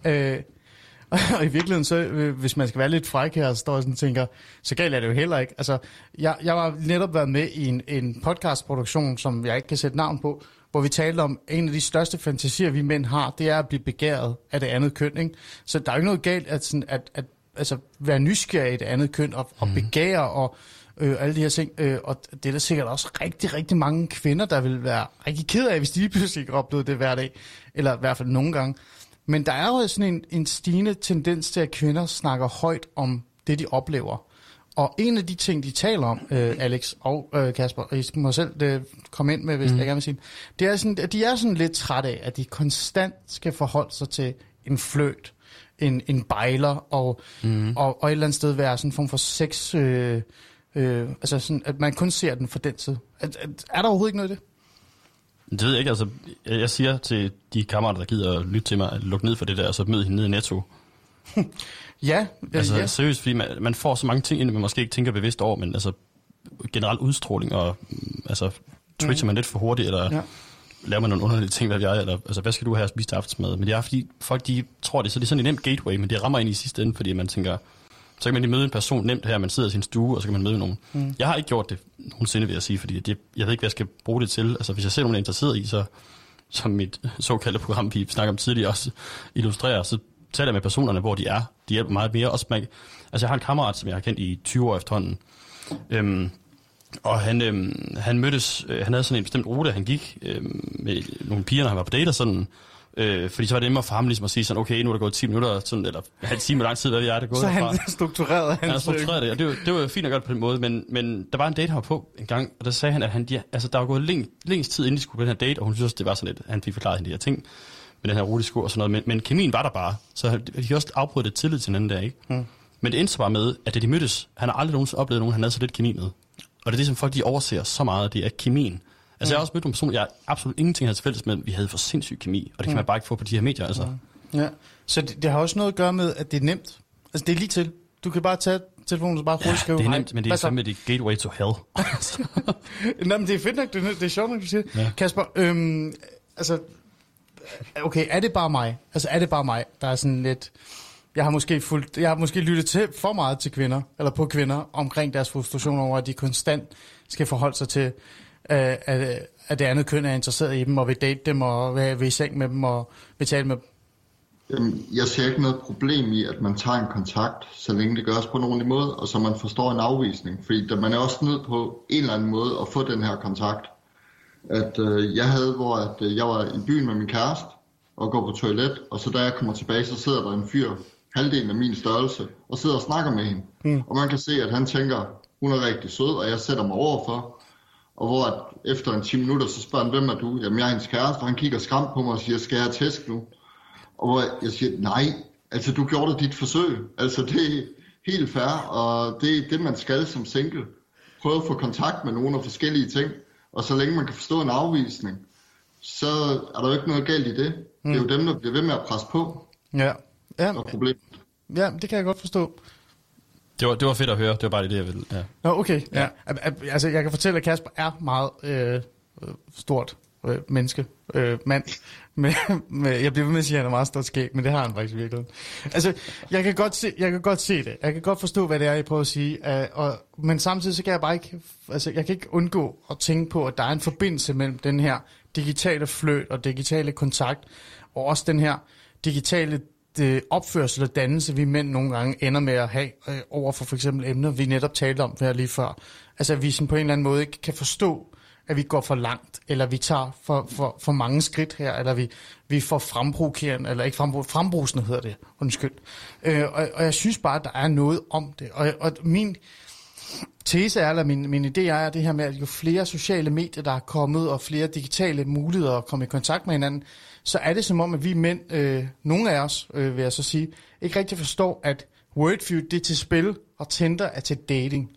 og i virkeligheden, så hvis man skal være lidt fræk her, så står jeg sådan og tænker, så galt er det jo heller ikke. Altså, jeg har netop været med i en podcastproduktion, som jeg ikke kan sætte navn på, hvor vi talte om, en af de største fantasier, vi mænd har, det er at blive begæret af det andet køn. Ikke? Så der er jo ikke noget galt at altså, være nysgerrig i det andet køn og begære og alle de her ting. Og det er der sikkert også rigtig, rigtig mange kvinder, der vil være rigtig ked af, hvis de pludselig ikke oplevede det hver dag. Eller i hvert fald nogle gange. Men der er jo sådan en stigende tendens til, at kvinder snakker højt om det, de oplever. Og en af de ting, de taler om, Alex og Kasper, og I må selv komme ind med, hvis jeg gerne vil sige det, er sådan, at de er sådan lidt trætte af, at de konstant skal forholde sig til en fløjt, en bejler, og et eller andet sted være sådan en form for sex, altså sådan, at man kun ser den for den side. Er der overhovedet ikke noget i det? Det ved jeg ikke, altså jeg siger til de kammerater, der gider at lytte til mig, at lukke ned for det der, og så møde hende nede i Netto. Altså seriøst, fordi man får så mange ting ind, man måske ikke tænker bevidst over, men altså generelt udstråling, og altså twitcher man lidt for hurtigt, eller laver man nogle underlige ting, eller altså hvad skal du have at spise til aftensmad? Men det er fordi folk, de tror det, så det er sådan en nem gateway, men det rammer ind i sidste ende, fordi man tænker, så kan man lige møde en person nemt her, man sidder i sin stue, og så kan man møde nogen. Jeg har ikke gjort det nogensinde, vil jeg sige, fordi jeg ved ikke, hvad jeg skal bruge det til. Altså, hvis jeg ser nogen, der er interesseret i, så som mit såkaldte program, vi snakker om tidligere, også illustrerer, så taler jeg med personerne, hvor de er. De hjælper meget mere. Også altså, jeg har en kammerat, som jeg har kendt i 20 år efterhånden. Og han mødtes, han havde sådan en bestemt rute, han gik med nogle piger, når han var på date og sådan. Fordi så var det nemmere for ham ligesom at sige sådan, okay, nu er der gået 10 minutter, sådan, eller han siger, hvor lang tid, hvad er det gået så derfra. Så han strukturerede hans... Han strukturerede det, og det var fint at gøre det på den måde, men der var en date her på en gang, og der sagde han, at der var gået længst tid, inden de skulle på den her date, og hun synes også, det var sådan lidt, han fik forklaret hende de her ting, med den her rutesko og sådan noget, men kemien var der bare, så de også afprøvet det tillid til hinanden der, ikke? Men det endte så bare med, at da de mødtes, han har aldrig nogensinde oplevet nogen, han havde så lidt kemi med. Og det er det, som folk de overser så meget, det er kemien. Altså jeg har også mødt nogle personer, jeg absolut ingenting havde til fælles med, vi havde for sindssyg kemi, og det kan man bare ikke få på de her medier, altså. Ja, så det har også noget at gøre med, at det er nemt. Altså det er lige til. Du kan bare tage telefonen og bare hurtigt skrive. Det er nemt, men det er fandme det gateway to hell. Nå, men det er fedt nok, det er sjovt nok, du siger. Ja. Kasper, altså, okay, er det bare mig? Altså er det bare mig, der er sådan lidt... Jeg har måske lyttet til for meget til kvinder, eller på kvinder, omkring deres frustration over, at de konstant skal forholde sig til... at det andet køn er interesseret i dem, og vil date dem, og vil i seng med dem, og vil tale med dem? Jamen, jeg ser ikke noget problem i, at man tager en kontakt, så længe det gøres på en ordentlig måde, og så man forstår en afvisning. Fordi man er også nødt på en eller anden måde at få den her kontakt. At jeg havde, hvor jeg var i byen med min kæreste, og går på toilet, og så da jeg kommer tilbage, så sidder der en fyr, halvdelen af min størrelse, og sidder og snakker med hende. Og man kan se, at han tænker, hun er rigtig sød, og jeg sætter mig overfor. Og hvor efter en 10 minutter, så spørger han, hvem er du? Jamen, jeg er hendes kæreste, og han kigger skræmt på mig og siger, skal jeg have tæsk nu? Og hvor jeg siger, nej, altså du gjorde dit forsøg. Altså det er helt fair, og det er det, man skal som single. Prøve at få kontakt med nogle af forskellige ting, og så længe man kan forstå en afvisning, så er der jo ikke noget galt i det. Det er jo dem, der bliver ved med at presse på. Ja. Problemet. Ja, det kan jeg godt forstå. Det var fedt at høre, det var bare det, jeg ville. Ja. Nå, okay. Ja. Altså, jeg kan fortælle, at Kasper er meget stort menneske, mand. Jeg bliver ved med at sige, at han er meget stort skæg, men det har han faktisk virkelig. Altså, jeg kan godt se det. Jeg kan godt forstå, hvad det er, jeg prøver at sige. Men samtidig så kan jeg bare ikke, altså, jeg kan ikke undgå at tænke på, at der er en forbindelse mellem den her digitale fløjt og digitale kontakt, og også den her digitale opførsel og dannelse, vi mænd nogle gange ender med at have over for eksempel emner, vi netop talte om her lige før. Altså, at vi sådan på en eller anden måde ikke kan forstå, at vi går for langt, eller vi tager for mange skridt her, eller vi får fremprovokerende, eller ikke frembrusende hedder det, undskyld. Og jeg synes bare, at der er noget om det. Og min tese er, eller min idé er det her med, at jo flere sociale medier, der er kommet, og flere digitale muligheder at komme i kontakt med hinanden, så er det som om, at vi mænd, nogle af os, vil jeg så sige, ikke rigtig forstår, at Wordfeud, det er til spil, og Tinder er til dating.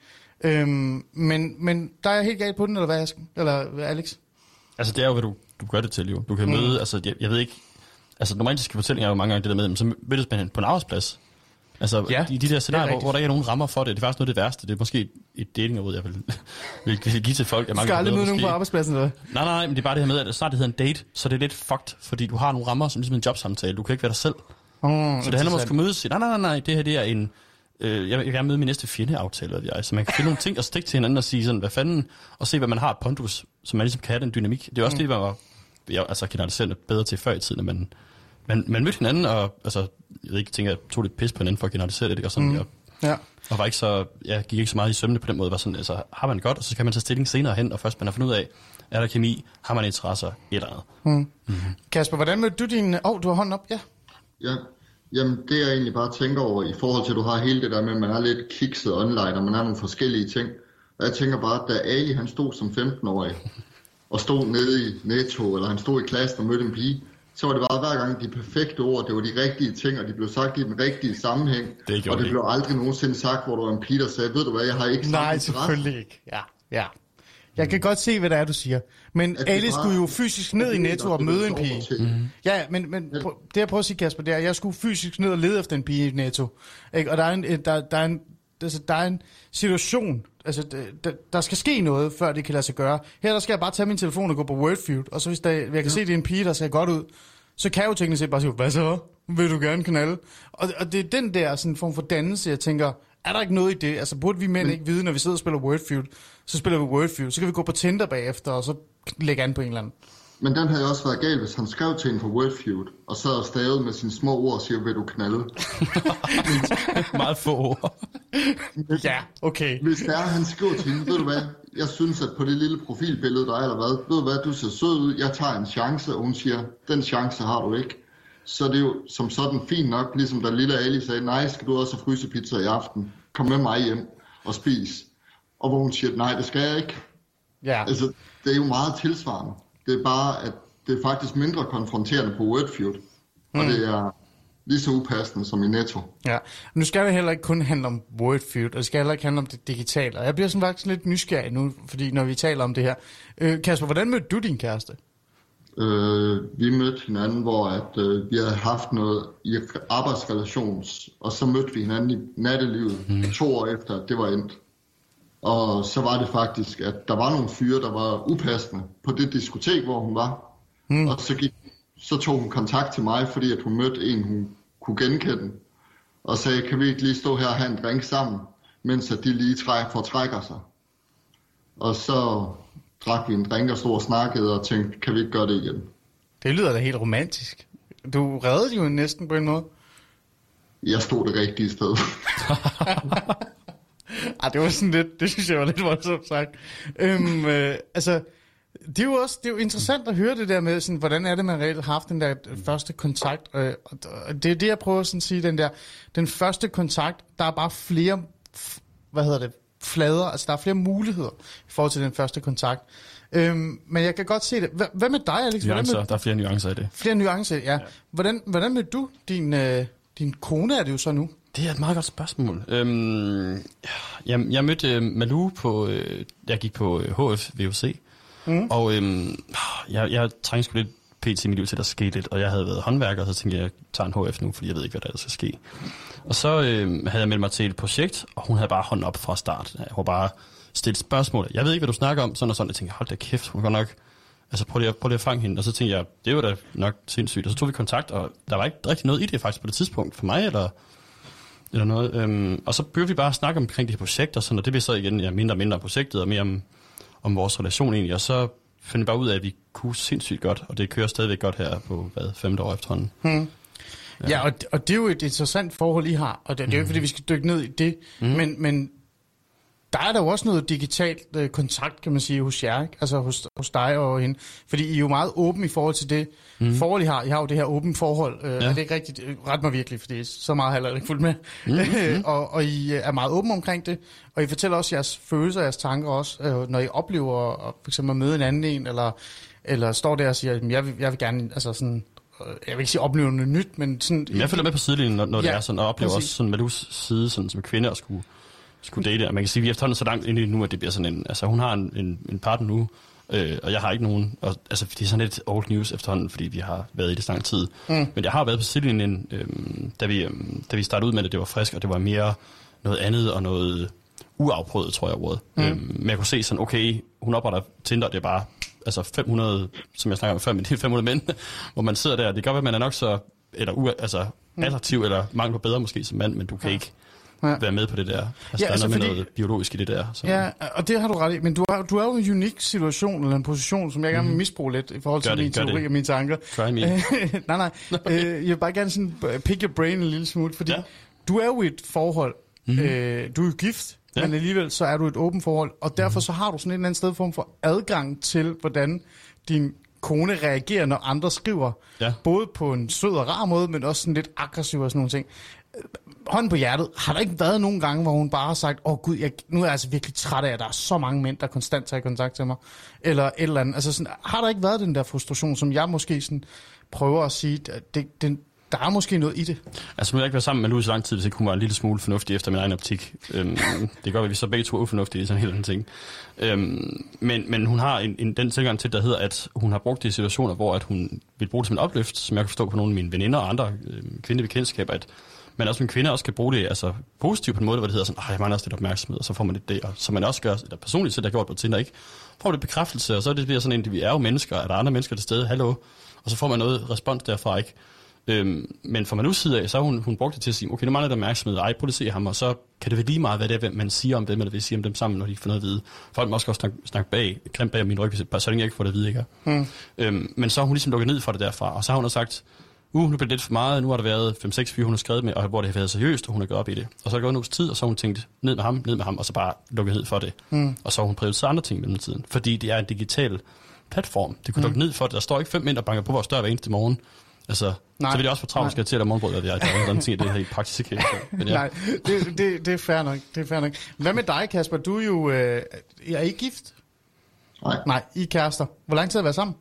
Men der er jeg helt galt på den, eller hvad, eller Alex? Altså, det er jo, hvad du gør det til, jo. Du kan møde, altså, jeg ved ikke, altså, den romantiske fortælling er jo mange gange det der med, men så mødes man på en arbejdsplads. Altså, ja, i de der scenarier, hvor der ikke er nogen rammer for det, det er faktisk noget af det værste. Det er måske et datingråd, jeg vil give til folk. Du skal aldrig møde nogen på arbejdspladsen, eller? Nej, men det er bare det her med, at snart det hedder en date, så det er lidt fucked, fordi du har nogle rammer, som ligesom en jobsamtale. Du kan ikke være dig selv. Så det handler om at skulle mødes og sige, nej, det her det er en... Jeg vil gerne møde min næste fjende-aftale, så man kan finde nogle ting og stikke til hinanden og sige sådan, hvad fanden, og se, hvad man har et pondus, så man ligesom kan have den dynamik. Det er også det, jeg altså generaliserende bedre til før i tiden, at man mødte hinanden, og altså, jeg ved ikke, tænker, jeg tog lidt pis på hinanden for at generalisere det, og sådan, og var ikke så, jeg gik ikke så meget i sømne på den måde, var sådan, altså, har man godt, og så kan man tage stilling senere hen, og først man har fundet ud af, er der kemi, har man interesser, et eller andet. Kasper, hvordan mødte du din, du har hånden op, ja? Ja. Jamen, det jeg egentlig bare tænker over, i forhold til, at du har hele det der med, at man er lidt kikset online, og man har nogle forskellige ting. Og jeg tænker bare, at da Ali, han stod som 15-årig, og stod nede i Netto, eller han stod i klassen og mødte en pige, så var det bare hver gang de perfekte ord, det var de rigtige ting, og de blev sagt i den rigtige sammenhæng. Og det blev aldrig nogensinde sagt, hvor der var en pige, der sagde, ved du hvad, jeg har ikke sagt. Nej, selvfølgelig ikke. Ja. Jeg kan godt se, hvad det er, du siger. Men Ali skulle jo fysisk ned i Netto og møde en pige. Ja, men det jeg prøver at sige, Kasper, det er, at jeg skulle fysisk ned og lede efter en pige i Netto. Ikke? Og der er en situation, altså der skal ske noget, før det kan lade sig gøre. Her der skal jeg bare tage min telefon og gå på Wordfeud, og så hvis jeg kan se, at det er en pige, der ser godt ud, så kan jeg jo teknisk set bare sige, hvad så? Vil du gerne knalde? Og det er den der sådan form for dannelse, jeg tænker, er der ikke noget i det? Altså burde vi mænd ikke vide, når vi sidder og spiller Wordfeud, så spiller vi Wordfeud, så kan vi gå på Tinder bagefter, og så lægge an på en eller anden. Men den havde også været galt, hvis han skrev til en på Wordfeud, og sad og stavede med sine små ord og siger, vil du knalde? Meget få ord. Ja, okay. Hvis der er, han skriver til hende, ved du hvad, jeg synes, at på det lille profilbillede, der er eller hvad, ved du hvad, du ser sød ud, jeg tager en chance, og hun siger, den chance har du ikke. Så det er jo som sådan fint nok, ligesom da lille Ali sagde, nej, skal du også have frysepizza i aften? Kom med mig hjem og spis. Og hvor hun siger, nej, det skal jeg ikke. Ja. Altså, det er jo meget tilsvarende. Det er bare, at det er faktisk mindre konfronterende på Wordfeud. Og det er lige så upassende som i Netto. Ja, nu skal det heller ikke kun handle om Wordfeud, og det skal heller ikke handle om det digitale. Og jeg bliver sådan faktisk lidt nysgerrig nu, fordi når vi taler om det her. Kasper, hvordan mødte du din kæreste? Vi mødte hinanden, hvor vi havde haft noget i arbejdsrelations, og så mødte vi hinanden i nattelivet 2 år efter, at det var endt. Og så var det faktisk, at der var nogle fyre, der var upassende på det diskotek, hvor hun var. Og så tog hun kontakt til mig, fordi at hun mødte en, hun kunne genkende. Og sagde, kan vi ikke lige stå her og have en drink sammen, mens at de lige fortrækker sig. Og så drak vi en drink og stod og snakkede og tænkte, kan vi ikke gøre det igen? Det lyder da helt romantisk. Du reddede jo næsten på en måde. Jeg stod det rigtige sted. Det var sådan lidt, det synes jeg var lidt voldsomt sagt. Altså, det er jo interessant at høre det der med, sådan, hvordan er det, man reelt har haft den der første kontakt. Og det er det, jeg prøver sådan at sige, den første kontakt, der er bare flere, flader, altså der er flere muligheder i forhold til den første kontakt. Men jeg kan godt se det. Hvad med dig, Alex? Nuancer, der er flere nuancer i det. Flere nuancer, ja. Hvordan mødte du din kone, er det jo så nu? Det er et meget godt spørgsmål. Jeg mødte Malou på, jeg gik på HF VUC, og jeg trængte sgu lidt pt. I mit liv til, der skete lidt, og jeg havde været håndværker, og så tænkte jeg tager en HF nu, fordi jeg ved ikke, hvad der skal ske. Og så havde jeg meldt mig til et projekt, og hun havde bare hånden op fra start. Jeg var bare stillet spørgsmål. Jeg ved ikke, hvad du snakker om, sådan og sådan. Jeg tænkte, hold da kæft, hun kan nok... Altså prøv lige at fange hende. Og så tænkte jeg, det var da nok sindssygt. Og så tog vi kontakt, og der var ikke rigtig noget i det faktisk på det tidspunkt for mig, eller noget. Og så begyndte vi bare at snakke omkring de her projekter, sådan, og det blev så igen mindre og mindre om projektet, og mere om vores relation egentlig. Og så fandt vi bare ud af, at vi kunne sindssygt godt, og det kører stadigvæk godt her på, 5 år efterhånden. Ja, og det er jo et interessant forhold, I har, og det er jo ikke, fordi vi skal dykke ned i det, men der er der jo også noget digitalt kontakt, kan man sige, hos jer, ikke? Altså hos dig og hende. Fordi I er jo meget åbne i forhold til det forhold, I har. I har jo det her åbent forhold. Er det ikke rigtigt? Ret mig virkelig, fordi så meget har jeg ikke fulgt med. Og I er meget åbne omkring det. Og I fortæller også jeres følelser og jeres tanker også, når I oplever for eksempel at møde en anden en, eller står der og siger, jeg vil gerne, altså sådan, jeg vil ikke sige opleve noget nyt, men sådan... Jeg følger med på sidelinjen, når det er sådan, og oplever også sådan Malous side, sådan, som kvinde at skulle date. Og man kan sige, at vi har efterhånden så langt ind i nu, at det bliver sådan en... Altså, hun har en partner nu, og jeg har ikke nogen. Og, altså, det er sådan lidt old news efterhånden, fordi vi har været i det så lang tid. Men jeg har været på sidelinjen, da vi startede ud med det var frisk, og det var mere noget andet og noget uafprøvet, tror jeg, ordet. Men jeg kunne se sådan, okay, hun opretter Tinder, det er bare... Altså 500, som jeg snakker om før, men det er 500 mænd, hvor man sidder der. Det kan godt være, at man er nok så attraktiv, eller mangler bedre måske som mand, men du kan ikke være med på det der. Altså, der er noget med noget biologisk i det der. Så. Ja, og det har du ret i, men du er jo i en unik situation, eller en position, som jeg gerne vil misbruge lidt, i forhold til min teori og mine tanker. Try me. nej. Jeg vil bare gerne sådan pick your brain en lille smule, fordi du er jo i et forhold, du er jo gift, men alligevel så er du et åbent forhold, og derfor så har du sådan en eller anden sted form for adgang til, hvordan din kone reagerer, når andre skriver. Ja. Både på en sød og rar måde, men også sådan lidt aggressiv og sådan nogle ting. Hånden på hjertet, har der ikke været nogen gange, hvor hun bare har sagt, gud, nu er jeg altså virkelig træt af, at der er så mange mænd, der konstant tager kontakt til mig, eller et eller andet. Altså sådan, har der ikke været den der frustration, som jeg måske sådan prøver at sige, at der er måske noget i det. Altså, nu har jeg ikke været sammen med Louise så lang tid, hvis ikke hun var en lille smule fornuftig efter min egen optik. Det gør, at vi så begge to er ufornuftige i sådan en helt anden ting. Men hun har den tilgang til, der hedder, at hun har brugt det i situationer, hvor at hun vil bruge det som en opløft, som jeg kan forstå på nogle af mine veninder og andre kvindebekendtskaber, at man også som kvinde også kan bruge det altså positivt på en måde, hvor det hedder sådan, jeg mangler også lidt opmærksomhed, og så får man lidt det, og så man også gør, eller personligt set, der har gjort på Tinder, ikke? Får det bekræftelse, og så det bliver sådan en, vi er jo mennesker, er der andre mennesker til stede, hallo, og så får man noget respons derfra, ikke? Men fra Manus side af, så har hun brugt det til at sige, okay, nu mangler der opmærksomhed, prøv at se ham, og så kan det vel lige meget, hvad det er, man siger om dem, eller vil sige om dem sammen, når de får noget at vide. Folk må også snakke grimt bag min ryg, så længe jeg ikke får det at vide, ikke? Men så har hun ligesom lukket ned for det derfra, og så har hun også sagt, nu bliver det lidt for meget, nu har der været 5-6 hun har skrevet med, og hvor det har været seriøst, og hun er gået op i det. Og så er der gået en uges tid, og så har hun tænkt, ned med ham, og så bare lukket ned for det. Og så har hun prioriteret andre ting mellem tiden, fordi det er en digital platform. Det kunne lukke ned for det. Der står ikke 5 mænd, der banker på vores dør hver eneste morgen. Altså, så vil jeg også få travlt, skal til at morgenbrød, at jeg er sådan ting, det her i praktisk ikke. Nej, det er fair nok. Det er fair nok. Hvad med dig, Kasper? Du er jo... er I gift? Nej, I er kærester. Hvor lang tid har I været sammen?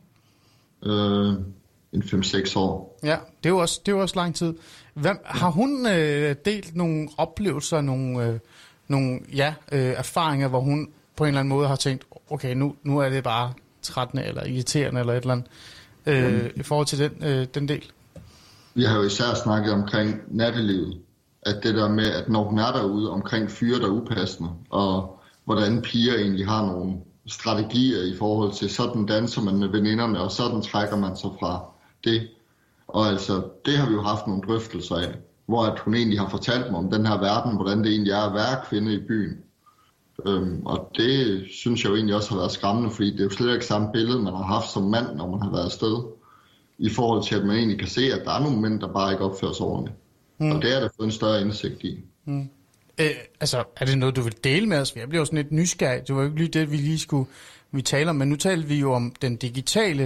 En 5-6 år. Ja, det er jo også lang tid. Har hun delt nogle oplevelser, nogle erfaringer, hvor hun på en eller anden måde har tænkt, okay, nu er det bare trættende eller irriterende eller et eller andet, i forhold til den del? Vi har jo især snakket omkring nattelivet. At det der med, at når hun er derude omkring fyre, der er upassende, og hvordan piger egentlig har nogle strategier i forhold til, sådan danser man med veninderne, og sådan trækker man sig fra det. Og altså, det har vi jo haft nogle drøftelser af, hvor at hun egentlig har fortalt mig om den her verden, hvordan det egentlig er at være kvinde i byen. Og det synes jeg jo egentlig også har været skræmmende, fordi det er jo slet ikke samme billede, man har haft som mand, når man har været afsted, i forhold til, at man egentlig kan se, at der er nogle mænd, der bare ikke opfører sig ordentligt. Og det er der fået en større indsigt i. Altså, er det noget, du vil dele med os? Jeg bliver jo sådan lidt nysgerrig. Det var jo ikke lige det, vi taler om, men nu taler vi jo om den digitale,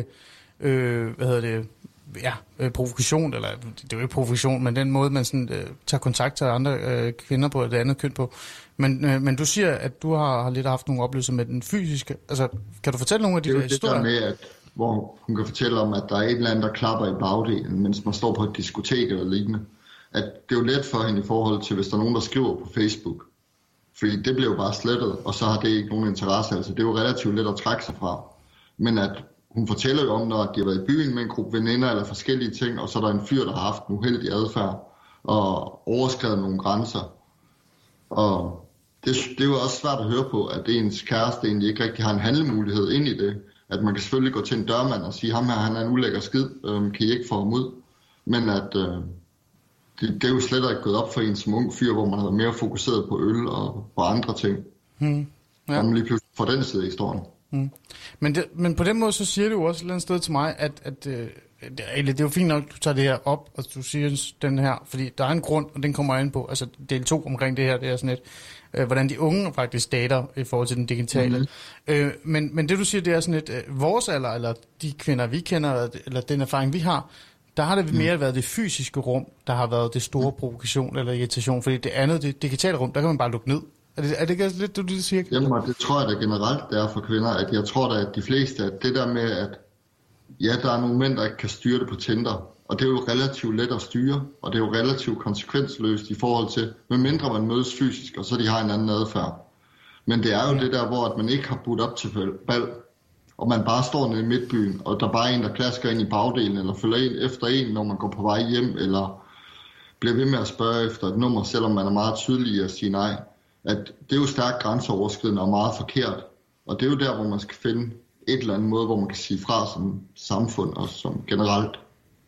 provokation, eller det er jo ikke provokation, men den måde, man sådan, tager kontakt til andre kvinder på, det andet køn på. Men du siger, at du har lidt haft nogle oplevelser med den fysiske. Altså, kan du fortælle nogle af de der historier? Det er jo det der med, hvor hun kan fortælle om, at der er et eller andet, der klapper i bagdelen, mens man står på et diskotek eller lignende. At det er jo let for hende i forhold til, hvis der er nogen, der skriver på Facebook. Fordi det bliver jo bare slettet, og så har det ikke nogen interesse. Altså, det er jo relativt let at trække sig fra. Men at hun fortæller jo om, når de har været i byen med en gruppe veninder eller forskellige ting, og så er der en fyr, der har haft en uheldig adfærd og overskredet nogle grænser. Og det er jo også svært at høre på, at ens kæreste egentlig ikke rigtig har en handlemulighed ind i det. At man kan selvfølgelig gå til en dørmand og sige, ham her, han er en ulækker skid, kan I ikke få ham ud? Men at det er jo slet ikke gået op for en som ung fyr, hvor man har været mere fokuseret på øl og på andre ting. Og man lige pludselig får den side af historien. Men på den måde, så siger det jo også et eller andet sted til mig, det er jo fint nok, du tager det her op, og du siger den her, fordi der er en grund, og den kommer ind på, altså del 2 omkring det her, det er sådan et, hvordan de unge faktisk dater i forhold til den digitale. Men det du siger, det er sådan et, vores alder, eller de kvinder, vi kender, eller den erfaring, vi har, der har det mere været det fysiske rum, der har været det store provokation eller irritation, fordi det andet, det digitale rum, der kan man bare lukke ned. Er det ikke lidt, du siger? Jamen, det tror jeg da generelt, det er for kvinder, at jeg tror da, at de fleste, at det der med, at ja, der er nogle mænd, der ikke kan styre det på Tinder, og det er jo relativt let at styre, og det er jo relativt konsekvensløst i forhold til, medmindre man mødes fysisk, og så de har en anden adfærd. Men det er jo det der, hvor at man ikke har budt op til bal, og man bare står nede i midtbyen, og der bare er en, der klasker ind i bagdelen, eller følger en efter en, når man går på vej hjem, eller bliver ved med at spørge efter et nummer, selvom man er meget tydelig i at sige nej. At det er jo stærkt grænseoverskridende og meget forkert. Og det er jo der, hvor man skal finde et eller andet måde, hvor man kan sige fra som samfund og som generelt.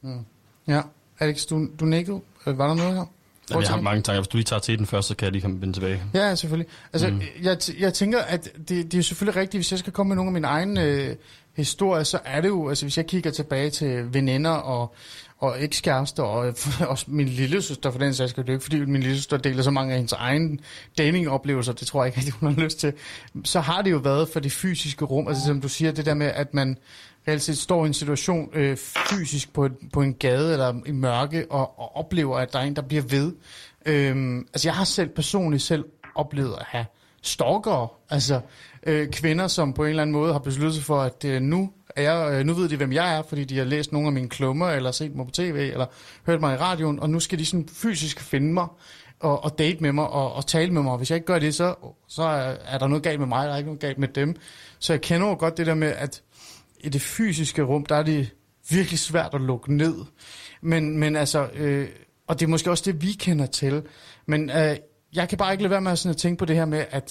Ja, Alex, du nikkede. Var der noget her? Jamen, jeg har mange tanker. Hvis du lige tager til den først, så kan jeg lige komme tilbage. Ja, selvfølgelig. Altså, jeg tænker, at det er jo selvfølgelig rigtigt. Hvis jeg skal komme med nogle af mine egne historier, så er det jo, altså hvis jeg kigger tilbage til veninder og ekskærester, og også min lillesøster, for den sags skyld, det er ikke fordi min lillesøster deler så mange af hendes egen datingoplevelser, det tror jeg ikke rigtig, hun har lyst til. Så har det jo været for det fysiske rum, altså som du siger, det der med, at man reelt set står i en situation fysisk på en gade eller i mørke, og oplever, at der er en, der bliver ved. Altså jeg har personligt oplevet at have stalkere, altså kvinder, som på en eller anden måde har besluttet sig for, at nu ved de, hvem jeg er, fordi de har læst nogle af mine klummer, eller set mig på tv, eller hørt mig i radioen, og nu skal de sådan fysisk finde mig, og date med mig, og tale med mig. Og hvis jeg ikke gør det, så er der noget galt med mig, der er ikke noget galt med dem. Så jeg kender jo godt det der med, at i det fysiske rum, der er det virkelig svært at lukke ned. Men altså, og det er måske også det, vi kender til. Men jeg kan bare ikke lade være med sådan at tænke på det her med, at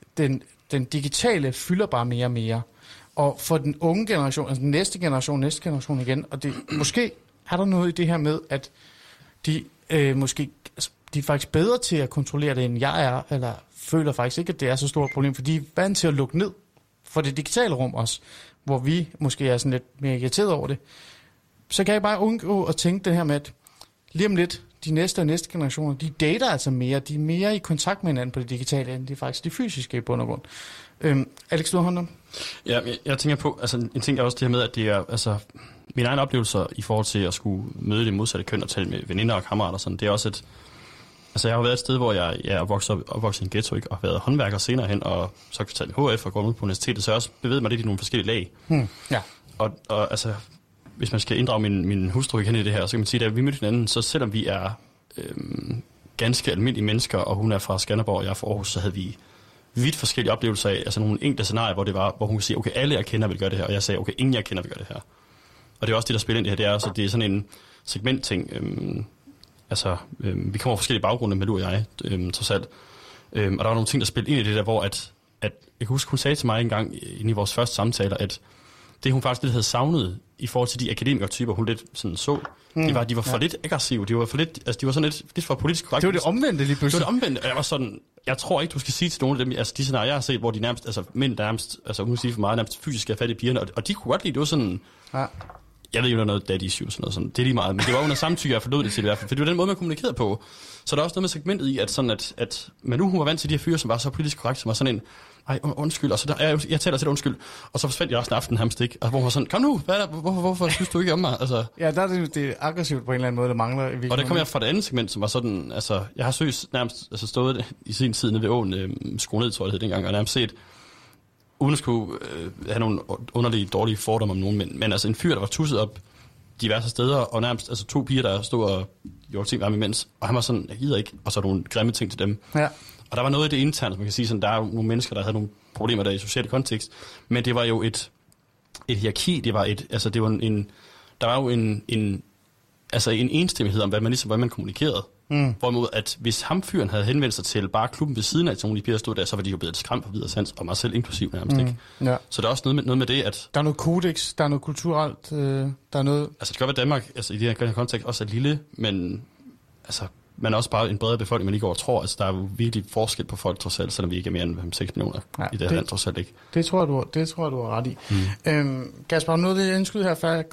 den digitale fylder bare mere og mere. Og for den unge generation, altså den næste generation igen, og det måske er der noget i det her med, at de måske de er faktisk bedre til at kontrollere det, end jeg er, eller føler faktisk ikke, at det er så stort et problem, for de er vant til at lukke ned for det digitale rum også, hvor vi måske er sådan lidt mere irriteret over det. Så kan jeg bare undgå at tænke det her med, at lige om lidt, de næste generationer, de dater altså mere, de er mere i kontakt med hinanden på det digitale, end de faktisk de fysiske i bund og grund. Alex, du har hånd om? Ja, jeg tænker på, altså en ting er også det her med, at det er, altså mine egne oplevelser i forhold til at skulle møde det modsatte køn og tale med veninder og kammerater og sådan, det er også et, altså jeg har jo været et sted, hvor jeg er opvokset i en ghetto, ikke, og har været håndværker senere hen, og så kan jeg tage HF og gå ud på universitetet, så jeg også bevæget mig lidt i nogle forskellige lag. Ja. Og altså, hvis man skal inddrage min hustru igen i det her, så kan man sige, at vi mødte hinanden, så selvom vi er ganske almindelige mennesker, og hun er fra Skanderborg, og jeg er fra Aarhus, så havde vi vidt forskellige oplevelser af, altså nogle enkelte scenarier, hvor hun kunne sige, okay, alle jeg kender vil gøre det her, og jeg sagde, okay, ingen jeg kender vil gøre det her. Og det er også det, der spiller ind i det her, det er, altså, det er sådan en segmentting. Vi kommer fra forskellige baggrunde med du og jeg, trods alt. Og der var nogle ting, der spillede ind i det der, hvor at jeg kan huske, hun sagde til mig en gang i vores første samtaler, at det hun faktisk lidt havde savnet i forhold til de akademikertyper, hun lidt sådan så, det var, at de var for lidt aggressive, de var for lidt, altså de var sådan lidt for politisk korrekt. Det var det omvendte lige pludselig. Det var det omvendte, og jeg var sådan, jeg tror ikke, du skal sige til nogen af dem, altså de scenarier, jeg har set, hvor de nærmest, altså mænd nærmest, altså hun siger for meget, nærmest fysisk er fat i pigerne, og de kunne godt lide, det var sådan, jeg ved jo, der er noget daddy issues og sådan, det er lige meget, men det var under samtykke, jeg forlod det til i hvert fald, for det var den måde, man kommunikerede på. Så der er også noget med segmentet i, at sådan, at Manu, hun var vant til de her fyre, som var så politisk korrekt, som var sådan en, undskyld, og så jeg taler til undskyld, og så forsvandt jeg også en aften nærmest ikke, og hvor hun sådan, kom nu, hvad er der, hvorfor synes du ikke om mig? Altså, ja, der er det aggressivt på en eller anden måde, der mangler. Og der kom jeg fra det andet segment, som var sådan, altså, jeg har søgt nærmest stået i sin tid nede ved åen, skruet ned, tror jeg det hed dengang, og nærmest set, uden at skulle have nogle underlige, dårlige fordomme om nogen, men altså en fyr, der var tusset op diverse steder, og nærmest altså 2 piger, der stod og gjorde ting med imens, og han var sådan, jeg gider ikke, og så nogle grimme ting til dem. Ja. Og der var noget i det interne, man kan sige, sådan, der er jo nogle mennesker, der havde nogle problemer der i sociale kontekst, men det var jo et hierarki, der var jo en enstemmighed om, hvad man kommunikerede. Hvorimod, at hvis fyren havde henvendt sig til bare klubben ved siden af, til nogle af de piger, der stod der, så var de jo blevet skræmt for videre sans, og mig selv inklusiv nærmest, ikke? Ja. Så der er også noget med det, at der er noget kodex, der er noget kulturelt, der er noget. Altså det kan godt være, Danmark, altså i det her kontekst også er lille, men altså man er også bare en bredere befolkning, man ikke over tror. Altså der er jo virkelig forskel på folk trods alt, selvom vi ikke er mere end 6 millioner i det her land trods alt ikke. Det tror jeg, du har ret i. Kasper, har du noget af det indskud her, før jeg går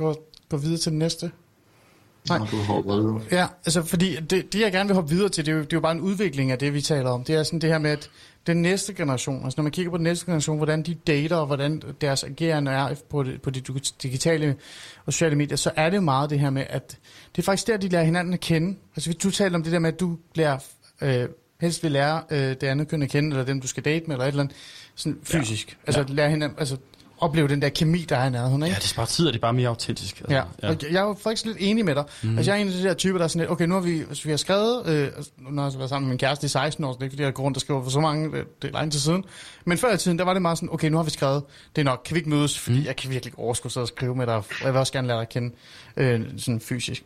gå videre til det næste? Nej. Du hopper videre. Ja, altså fordi det jeg gerne vil hoppe videre til, det er jo bare en udvikling af det, vi taler om. Det er sådan det her med, at den næste generation, altså når man kigger på den næste generation, hvordan de dater, og hvordan deres agerende er på de digitale og sociale medier, så er det jo meget det her med, at det er faktisk der, de lærer hinanden at kende. Altså hvis du taler om det der med, at du lærer, helst vil lære det andet køn at kende, eller dem du skal date med, eller et eller andet, sådan fysisk. Altså lære hinanden, altså opleve den der kemi, der er i nærheden, ikke? Ja, det er bare tid, og det er bare mere autentisk. Altså, ja. Og jeg er jo faktisk lidt enig med dig. Altså, jeg er en af de der typer, der er sådan lidt, okay, nu har vi har skrevet, nu har jeg været sammen med min kæreste i 16 år, så det er ikke fordi, jeg går rundt og skriver for så mange, det er lang tid siden. Men før i tiden, der var det meget sådan, okay, nu har vi skrevet, det er nok, kan vi ikke mødes, fordi jeg kan virkelig ikke overskue sig at skrive med dig, og jeg vil også gerne lære dig at kende sådan fysisk.